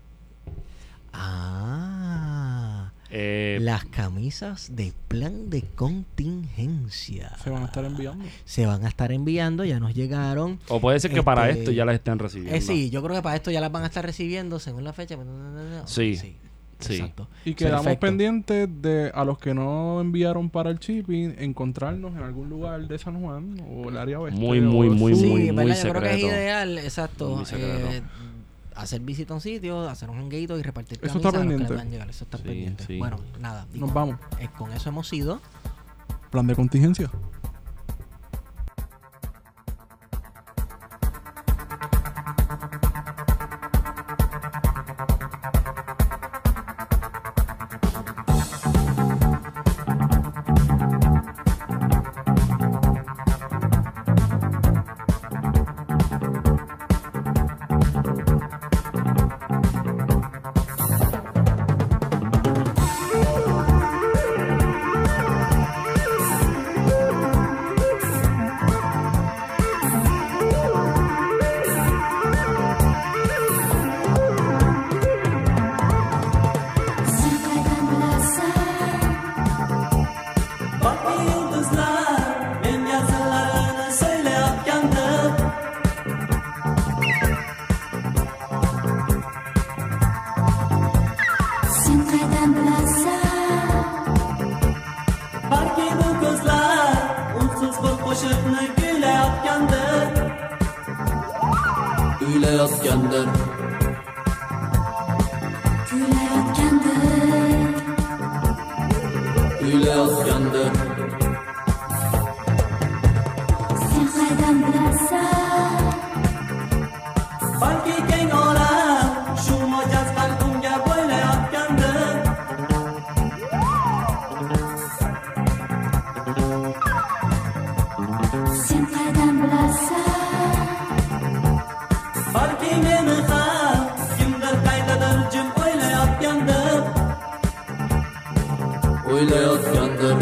las camisas de plan de contingencia Se van a estar enviando. Se van a estar enviando, ya nos llegaron. O puede ser que para esto ya las estén recibiendo. Sí, yo creo que para esto ya las van a estar recibiendo según la fecha. Sí. Exacto. Y quedamos Perfecto. pendientes de a los que no enviaron para el shipping, encontrarnos en algún lugar de San Juan o el área oeste. Muy Sí, muy ¿verdad? Yo creo que es secreto. ideal, exacto. Muy secreto. Hacer visita a un sitio, hacer un jangueito y repartir Eso camisas está a los que le pendiente. puedan llegar. Eso está Sí, pendiente. sí. Bueno, nada. Nos vamos. Con eso hemos ido. Plan de contingencia. Kuylayotgandir Sen qaydan bilasan balki keng olam shu mo'jaz qalbimga bo'ylayotgandir Sen qaydan bilasan balki meni ham kimdir qaydadir jim o'ylayotgandir O'ylayotgandir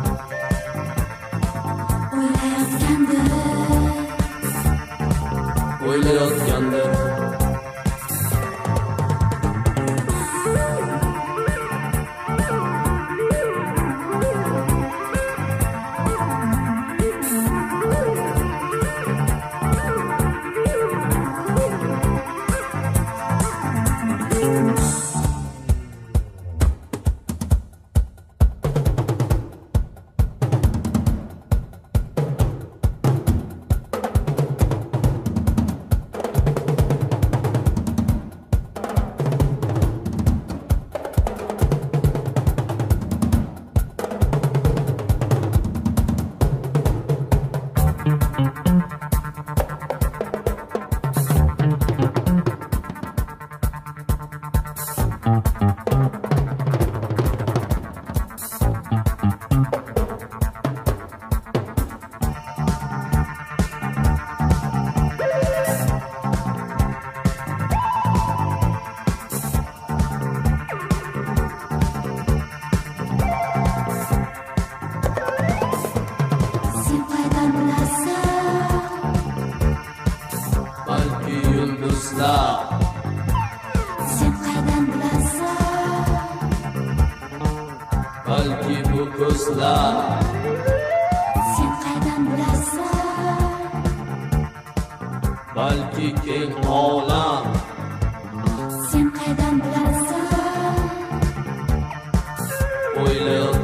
balki yulduzlar Sen qaydan bilasan balki bu ko'zlar Sen qaydan bilasan balki keng olam Sen qaydan bilasan o'ylayotgandir